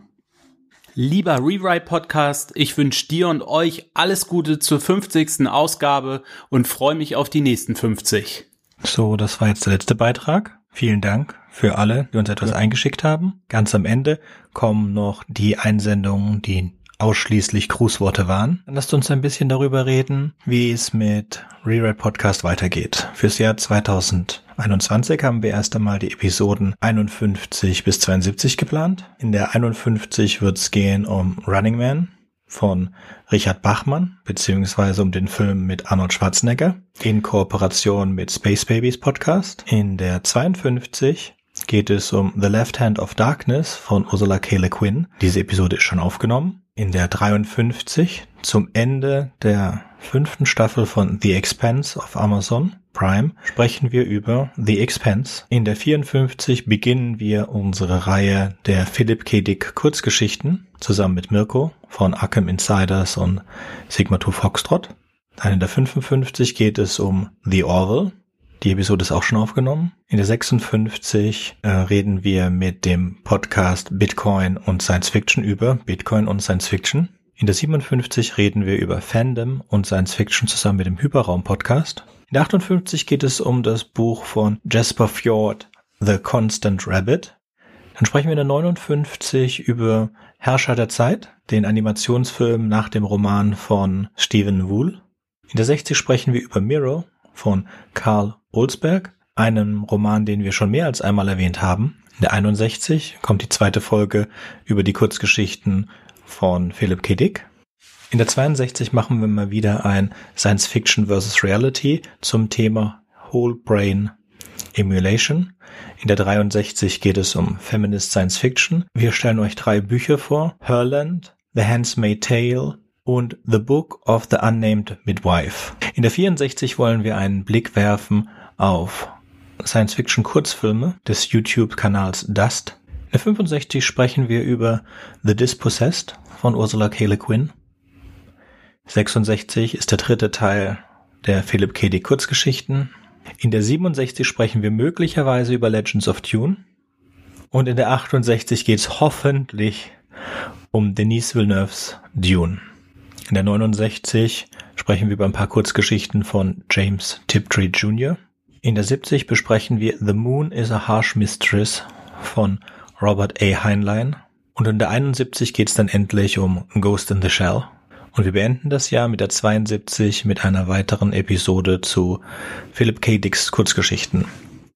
Lieber Rewrite-Podcast, ich wünsche dir und euch alles Gute zur fünfzigsten Ausgabe und freue mich auf die nächsten fünfzig. So, das war jetzt der letzte Beitrag. Vielen Dank für alle, die uns etwas eingeschickt haben. Ganz am Ende kommen noch die Einsendungen, die ausschließlich Grußworte waren. Dann lasst uns ein bisschen darüber reden, wie es mit Rewrite Podcast weitergeht. Fürs Jahr zweitausendeinundzwanzig haben wir erst einmal die Episoden einundfünfzig bis zweiundsiebzig geplant. In der einundfünfzig wird es gehen um Running Man von Richard Bachmann, beziehungsweise um den Film mit Arnold Schwarzenegger in Kooperation mit Space Babies Podcast. In der zweiundfünfzig geht es um The Left Hand of Darkness von Ursula K. Le Guin. Diese Episode ist schon aufgenommen. In der dreiundfünfzig zum Ende der fünften Staffel von The Expanse auf Amazon Prime sprechen wir über The Expanse. In der vierundfünfzig beginnen wir unsere Reihe der Philip K. Dick Kurzgeschichten zusammen mit Mirko von Arkham Insiders und Sigma zwei Foxtrot. Dann in der fünfundfünfzig geht es um The Orville. Die Episode ist auch schon aufgenommen. In der sechsundfünfzig äh, reden wir mit dem Podcast Bitcoin und Science Fiction über Bitcoin und Science Fiction. In der siebenundfünfzig reden wir über Fandom und Science Fiction zusammen mit dem Hyperraum-Podcast. In der achtundfünfzig geht es um das Buch von Jasper Fjord, The Constant Rabbit. Dann sprechen wir in der neunundfünfzig über Herrscher der Zeit, den Animationsfilm nach dem Roman von Stephen Wool. In der sechzig sprechen wir über Miro von Karl Olsberg, einem Roman, den wir schon mehr als einmal erwähnt haben. In der einundsechzig kommt die zweite Folge über die Kurzgeschichten von Philip K. Dick. In der zweiundsechzig machen wir mal wieder ein Science Fiction versus Reality zum Thema Whole Brain Emulation. In der dreiundsechzig geht es um Feminist Science Fiction. Wir stellen euch drei Bücher vor: Herland, The Handmaid's Tale und The Book of the Unnamed Midwife. In der vierundsechzig wollen wir einen Blick werfen auf Science-Fiction-Kurzfilme des YouTube-Kanals Dust. In der fünfundsechzig sprechen wir über The Dispossessed von Ursula K. Le Guin. sechsundsechzig ist der dritte Teil der Philip K. Dick Kurzgeschichten. In der siebenundsechzig sprechen wir möglicherweise über Legends of Dune. Und in der achtundsechzig geht es hoffentlich um Denis Villeneuves Dune. In der neunundsechzig sprechen wir über ein paar Kurzgeschichten von James Tiptree Junior In der siebzig besprechen wir The Moon is a Harsh Mistress von Robert A. Heinlein. Und in der einundsiebzig geht es dann endlich um Ghost in the Shell. Und wir beenden das Jahr mit der zweiundsiebzig mit einer weiteren Episode zu Philip K. Dicks Kurzgeschichten.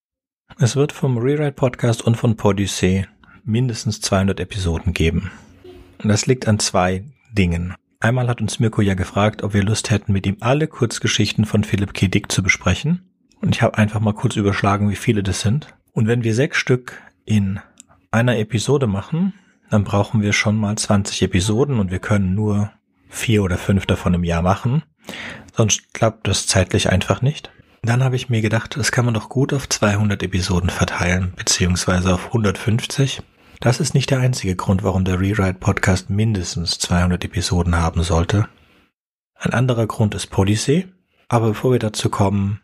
Es wird vom Rewrite Podcast und von Podyssey mindestens zweihundert Episoden geben. Und das liegt an zwei Dingen. Einmal hat uns Mirko ja gefragt, ob wir Lust hätten, mit ihm alle Kurzgeschichten von Philip K. Dick zu besprechen. Und ich habe einfach mal kurz überschlagen, wie viele das sind. Und wenn wir sechs Stück in einer Episode machen, dann brauchen wir schon mal zwanzig Episoden und wir können nur vier oder fünf davon im Jahr machen. Sonst klappt das zeitlich einfach nicht. Dann habe ich mir gedacht, das kann man doch gut auf zweihundert Episoden verteilen, beziehungsweise auf hundertfünfzig. Das ist nicht der einzige Grund, warum der Rewrite-Podcast mindestens zweihundert Episoden haben sollte. Ein anderer Grund ist Podyssey. Aber bevor wir dazu kommen,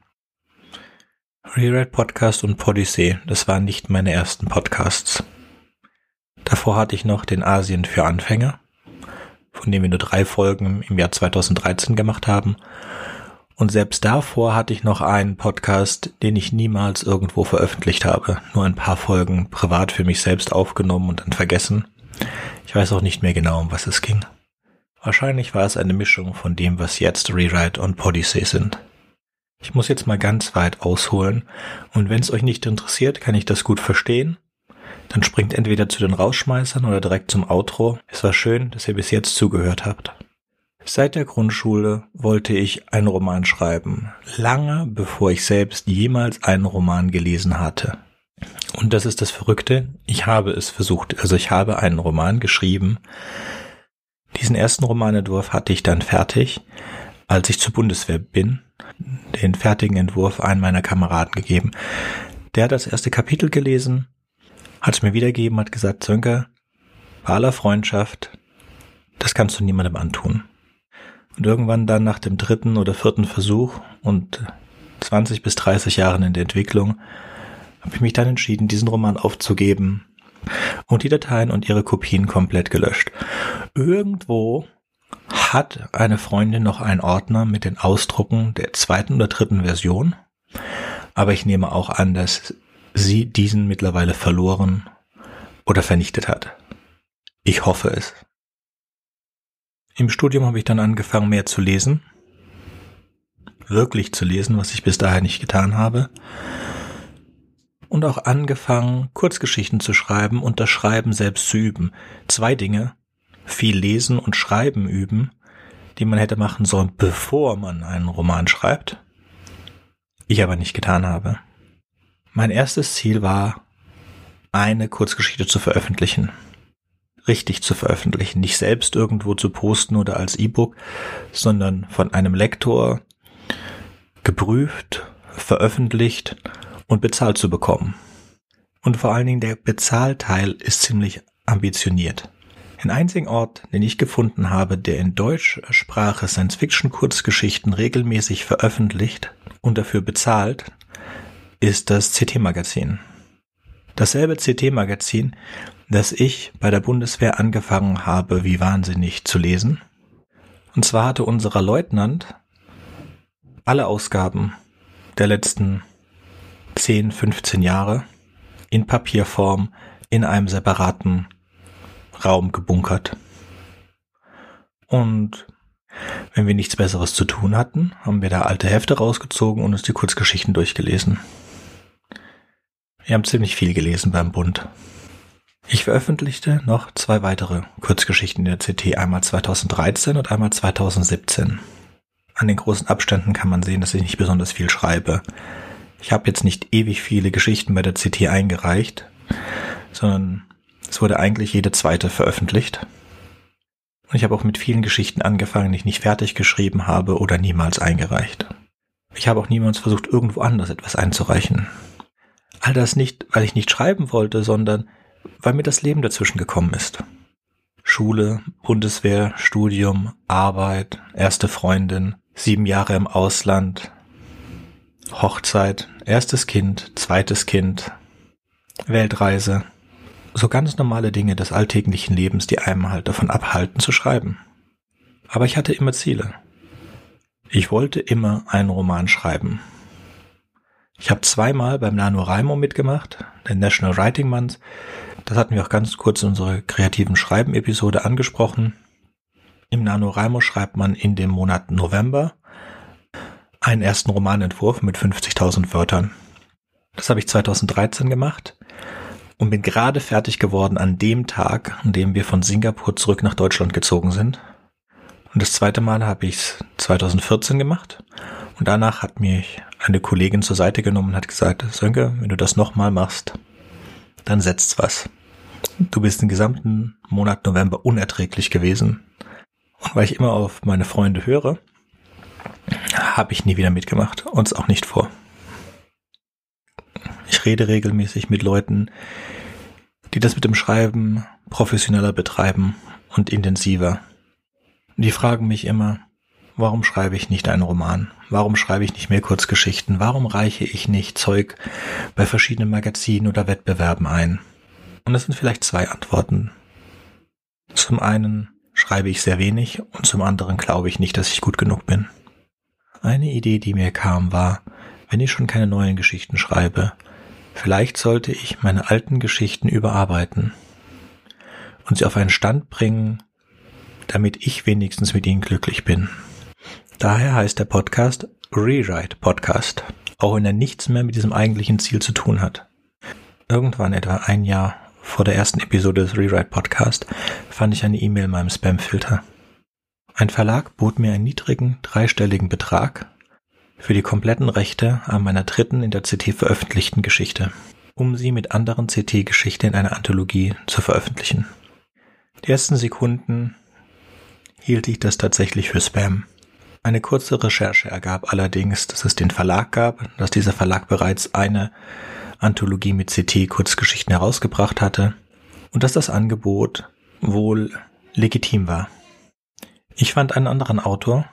Rewrite-Podcast und Podyssey, das waren nicht meine ersten Podcasts. Davor hatte ich noch den Asien für Anfänger, von dem wir nur drei Folgen im Jahr zweitausenddreizehn gemacht haben. Und selbst davor hatte ich noch einen Podcast, den ich niemals irgendwo veröffentlicht habe. Nur ein paar Folgen privat für mich selbst aufgenommen und dann vergessen. Ich weiß auch nicht mehr genau, um was es ging. Wahrscheinlich war es eine Mischung von dem, was jetzt Rewrite und Podyssey sind. Ich muss jetzt mal ganz weit ausholen. Und wenn es euch nicht interessiert, kann ich das gut verstehen. Dann springt entweder zu den Rausschmeißern oder direkt zum Outro. Es war schön, dass ihr bis jetzt zugehört habt. Seit der Grundschule wollte ich einen Roman schreiben, lange bevor ich selbst jemals einen Roman gelesen hatte. Und das ist das Verrückte, ich habe es versucht, also ich habe einen Roman geschrieben. Diesen ersten Romanentwurf hatte ich dann fertig, als ich zur Bundeswehr bin, den fertigen Entwurf einem meiner Kameraden gegeben. Der hat das erste Kapitel gelesen, hat es mir wiedergegeben, hat gesagt, Sönke, bei aller Freundschaft, das kannst du niemandem antun. Und Und irgendwann dann nach dem dritten oder vierten Versuch und zwanzig bis dreißig Jahren in der Entwicklung habe ich mich dann entschieden, diesen Roman aufzugeben und die Dateien und ihre Kopien komplett gelöscht. Irgendwo hat eine Freundin noch einen Ordner mit den Ausdrucken der zweiten oder dritten Version, aber ich nehme auch an, dass sie diesen mittlerweile verloren oder vernichtet hat. Ich hoffe es. Im Studium habe ich dann angefangen, mehr zu lesen, wirklich zu lesen, was ich bis dahin nicht getan habe, und auch angefangen, Kurzgeschichten zu schreiben und das Schreiben selbst zu üben. Zwei Dinge, viel lesen und schreiben üben, die man hätte machen sollen, bevor man einen Roman schreibt, ich aber nicht getan habe. Mein erstes Ziel war, eine Kurzgeschichte zu veröffentlichen. Richtig zu veröffentlichen, nicht selbst irgendwo zu posten oder als E-Book, sondern von einem Lektor geprüft, veröffentlicht und bezahlt zu bekommen. Und vor allen Dingen der Bezahlteil ist ziemlich ambitioniert. Den einzigen Ort, den ich gefunden habe, der in Deutschsprache Science-Fiction-Kurzgeschichten regelmäßig veröffentlicht und dafür bezahlt, ist das C T-Magazin. Dasselbe C T-Magazin, das ich bei der Bundeswehr angefangen habe, wie wahnsinnig zu lesen. Und zwar hatte unser Leutnant alle Ausgaben der letzten zehn, fünfzehn Jahre in Papierform in einem separaten Raum gebunkert. Und wenn wir nichts Besseres zu tun hatten, haben wir da alte Hefte rausgezogen und uns die Kurzgeschichten durchgelesen. Wir haben ziemlich viel gelesen beim Bund. Ich veröffentlichte noch zwei weitere Kurzgeschichten in der C T, einmal zweitausenddreizehn und einmal zweitausendsiebzehn. An den großen Abständen kann man sehen, dass ich nicht besonders viel schreibe. Ich habe jetzt nicht ewig viele Geschichten bei der C T eingereicht, sondern es wurde eigentlich jede zweite veröffentlicht. Und ich habe auch mit vielen Geschichten angefangen, die ich nicht fertig geschrieben habe oder niemals eingereicht. Ich habe auch niemals versucht, irgendwo anders etwas einzureichen. All das nicht, weil ich nicht schreiben wollte, sondern weil mir das Leben dazwischen gekommen ist. Schule, Bundeswehr, Studium, Arbeit, erste Freundin, sieben Jahre im Ausland, Hochzeit, erstes Kind, zweites Kind, Weltreise. So ganz normale Dinge des alltäglichen Lebens, die einem halt davon abhalten zu schreiben. Aber ich hatte immer Ziele. Ich wollte immer einen Roman schreiben. Ich habe zweimal beim NaNoWriMo mitgemacht, der National Writing Month. Das hatten wir auch ganz kurz in unserer kreativen Schreiben-Episode angesprochen. Im NaNoWriMo schreibt man in dem Monat November einen ersten Romanentwurf mit fünfzigtausend Wörtern. Das habe ich zweitausenddreizehn gemacht und bin gerade fertig geworden an dem Tag, an dem wir von Singapur zurück nach Deutschland gezogen sind. Und das zweite Mal habe ich es zweitausendvierzehn gemacht und danach hat mich eine Kollegin zur Seite genommen und hat gesagt, Sönke, wenn du das nochmal machst, dann setzt's was. Du bist den gesamten Monat November unerträglich gewesen. Und weil ich immer auf meine Freunde höre, habe ich nie wieder mitgemacht, uns auch nicht vor. Ich rede regelmäßig mit Leuten, die das mit dem Schreiben professioneller betreiben und intensiver. Die fragen mich immer, warum schreibe ich nicht einen Roman? Warum schreibe ich nicht mehr Kurzgeschichten? Warum reiche ich nicht Zeug bei verschiedenen Magazinen oder Wettbewerben ein? Und das sind vielleicht zwei Antworten. Zum einen schreibe ich sehr wenig und zum anderen glaube ich nicht, dass ich gut genug bin. Eine Idee, die mir kam, war, wenn ich schon keine neuen Geschichten schreibe, vielleicht sollte ich meine alten Geschichten überarbeiten und sie auf einen Stand bringen, damit ich wenigstens mit ihnen glücklich bin. Daher heißt der Podcast Rewrite Podcast, auch wenn er nichts mehr mit diesem eigentlichen Ziel zu tun hat. Irgendwann etwa ein Jahr vor der ersten Episode des Rewrite Podcast fand ich eine E-Mail in meinem Spam-Filter. Ein Verlag bot mir einen niedrigen, dreistelligen Betrag für die kompletten Rechte an meiner dritten in der C T veröffentlichten Geschichte, um sie mit anderen C T-Geschichten in einer Anthologie zu veröffentlichen. Die ersten Sekunden hielt ich das tatsächlich für Spam. Eine kurze Recherche ergab allerdings, dass es den Verlag gab, dass dieser Verlag bereits eine Anthologie mit C T-Kurzgeschichten herausgebracht hatte und dass das Angebot wohl legitim war. Ich fand einen anderen Autor,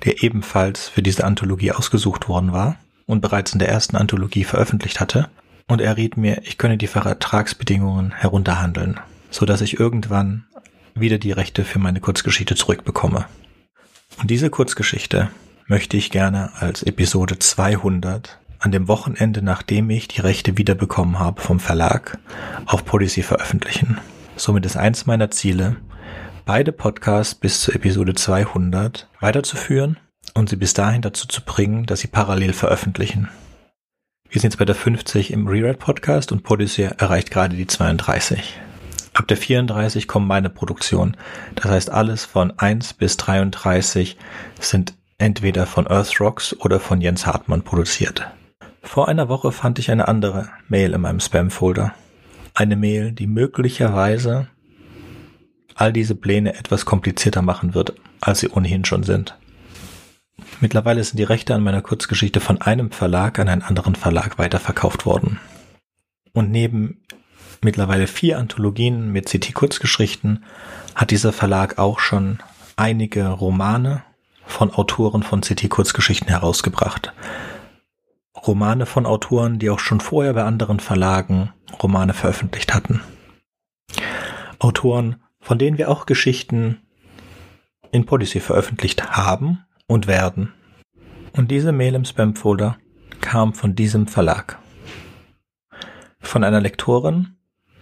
der ebenfalls für diese Anthologie ausgesucht worden war und bereits in der ersten Anthologie veröffentlicht hatte. Und er riet mir, ich könne die Vertragsbedingungen herunterhandeln, sodass ich irgendwann wieder die Rechte für meine Kurzgeschichte zurückbekomme. Und diese Kurzgeschichte möchte ich gerne als Episode zweihundert an dem Wochenende, nachdem ich die Rechte wiederbekommen habe vom Verlag, auf Podyssey veröffentlichen. Somit ist eins meiner Ziele, beide Podcasts bis zur Episode zweihundert weiterzuführen und sie bis dahin dazu zu bringen, dass sie parallel veröffentlichen. Wir sind jetzt bei der fünfzig im Rewrite-Podcast und Podyssey erreicht gerade die zweiunddreißig. Ab der vierunddreißig kommen meine Produktionen. Das heißt, alles von eins bis dreiunddreißig sind entweder von Earth Rocks oder von Jens Hartmann produziert. Vor einer Woche fand ich eine andere Mail in meinem Spam-Folder. Eine Mail, die möglicherweise all diese Pläne etwas komplizierter machen wird, als sie ohnehin schon sind. Mittlerweile sind die Rechte an meiner Kurzgeschichte von einem Verlag an einen anderen Verlag weiterverkauft worden. Und neben mittlerweile vier Anthologien mit C T-Kurzgeschichten hat dieser Verlag auch schon einige Romane von Autoren von C T-Kurzgeschichten herausgebracht. Romane von Autoren, die auch schon vorher bei anderen Verlagen Romane veröffentlicht hatten. Autoren, von denen wir auch Geschichten in Podyssey veröffentlicht haben und werden. Und diese Mail im Spam-Folder kam von diesem Verlag. Von einer Lektorin,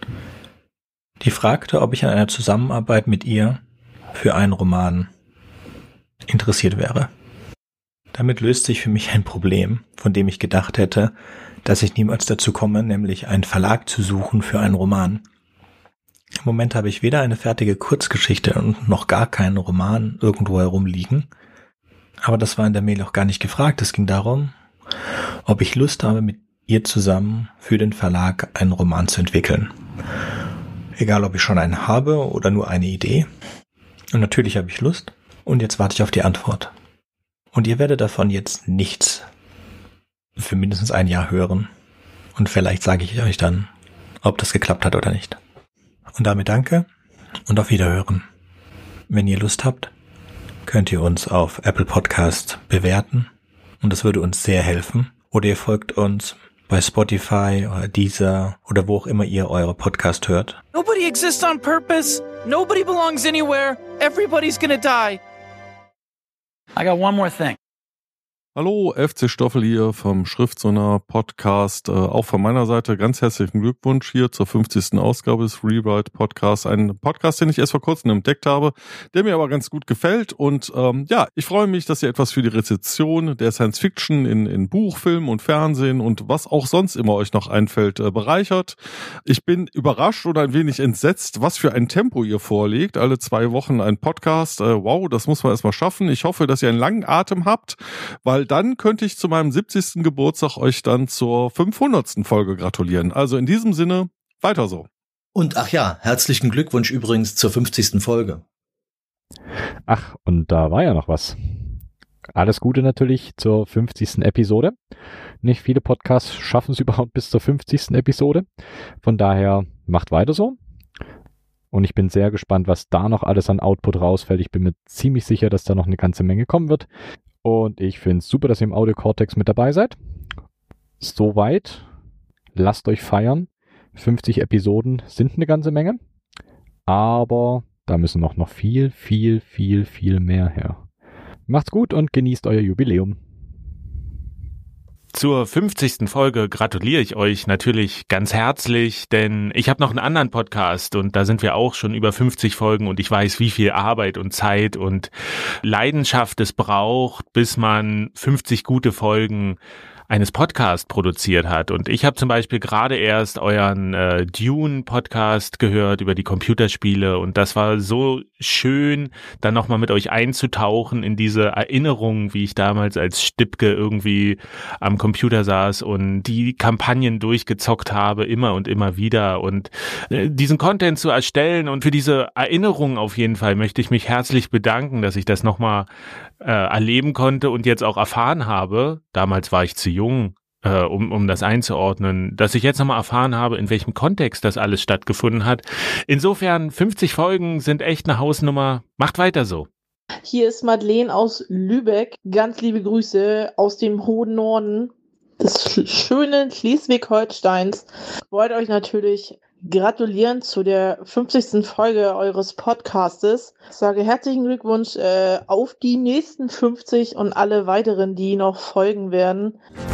die fragte, ob ich an einer Zusammenarbeit mit ihr für einen Roman interessiert wäre. Damit löst sich für mich ein Problem, von dem ich gedacht hätte, dass ich niemals dazu komme, nämlich einen Verlag zu suchen für einen Roman. Im Moment habe ich weder eine fertige Kurzgeschichte und noch gar keinen Roman irgendwo herumliegen. Aber das war in der Mail auch gar nicht gefragt. Es ging darum, ob ich Lust habe, mit ihr zusammen für den Verlag einen Roman zu entwickeln. Egal, ob ich schon einen habe oder nur eine Idee. Und natürlich habe ich Lust. Und jetzt warte ich auf die Antwort. Und ihr werdet davon jetzt nichts für mindestens ein Jahr hören. Und vielleicht sage ich euch dann, ob das geklappt hat oder nicht. Und damit danke und auf Wiederhören. Wenn ihr Lust habt, könnt ihr uns auf Apple Podcast bewerten. Und das würde uns sehr helfen. Oder ihr folgt uns bei Spotify oder Deezer oder wo auch immer ihr eure Podcast hört. Nobody exists on purpose. Nobody belongs anywhere. Everybody's gonna die. I got one more thing. Hallo, F C Stoffel hier vom Schriftsonar Podcast. Äh, auch von meiner Seite ganz herzlichen Glückwunsch hier zur fünfzigsten Ausgabe des Rewrite Podcasts. Ein Podcast, den ich erst vor kurzem entdeckt habe, der mir aber ganz gut gefällt. Und ähm, ja, ich freue mich, dass ihr etwas für die Rezeption der Science Fiction in, in Buch, Film und Fernsehen und was auch sonst immer euch noch einfällt, äh, bereichert. Ich bin überrascht oder ein wenig entsetzt, was für ein Tempo ihr vorlegt. Alle zwei Wochen ein Podcast. Äh, wow, das muss man erstmal schaffen. Ich hoffe, dass ihr einen langen Atem habt, weil dann könnte ich zu meinem siebzigsten Geburtstag euch dann zur fünfhundertsten Folge gratulieren. Also in diesem Sinne, weiter so. Und ach ja, herzlichen Glückwunsch übrigens zur fünfzigsten Folge. Ach, und da war ja noch was. Alles Gute natürlich zur fünfzigsten Episode. Nicht viele Podcasts schaffen es überhaupt bis zur fünfzigsten Episode. Von daher macht weiter so. Und ich bin sehr gespannt, was da noch alles an Output rausfällt. Ich bin mir ziemlich sicher, dass da noch eine ganze Menge kommen wird. Und ich finde es super, dass ihr im Audio Cortex mit dabei seid. Soweit. Lasst euch feiern. fünfzig Episoden sind eine ganze Menge. Aber da müssen noch, noch viel, viel, viel, viel mehr her. Macht's gut und genießt euer Jubiläum. Zur fünfzigsten Folge gratuliere ich euch natürlich ganz herzlich, denn ich habe noch einen anderen Podcast und da sind wir auch schon über fünfzig Folgen und ich weiß, wie viel Arbeit und Zeit und Leidenschaft es braucht, bis man fünfzig gute Folgen eines Podcasts produziert hat. Und ich habe zum Beispiel gerade erst euren äh, Dune-Podcast gehört über die Computerspiele und das war so schön, dann nochmal mit euch einzutauchen in diese Erinnerungen, wie ich damals als Stipke irgendwie am Computer saß und die Kampagnen durchgezockt habe, immer und immer wieder. Und äh, diesen Content zu erstellen und für diese Erinnerung auf jeden Fall möchte ich mich herzlich bedanken, dass ich das nochmal äh, erleben konnte und jetzt auch erfahren habe. Damals war ich zu jung, äh, um, um das einzuordnen, dass ich jetzt nochmal erfahren habe, in welchem Kontext das alles stattgefunden hat. Insofern, fünfzig Folgen sind echt eine Hausnummer. Macht weiter so. Hier ist Madeleine aus Lübeck. Ganz liebe Grüße aus dem hohen Norden des sch- schönen Schleswig-Holsteins. Wollte euch natürlich gratulieren zu der fünfzigsten Folge eures Podcastes. Ich sage herzlichen Glückwunsch äh, auf die nächsten fünfzig und alle weiteren, die noch folgen werden.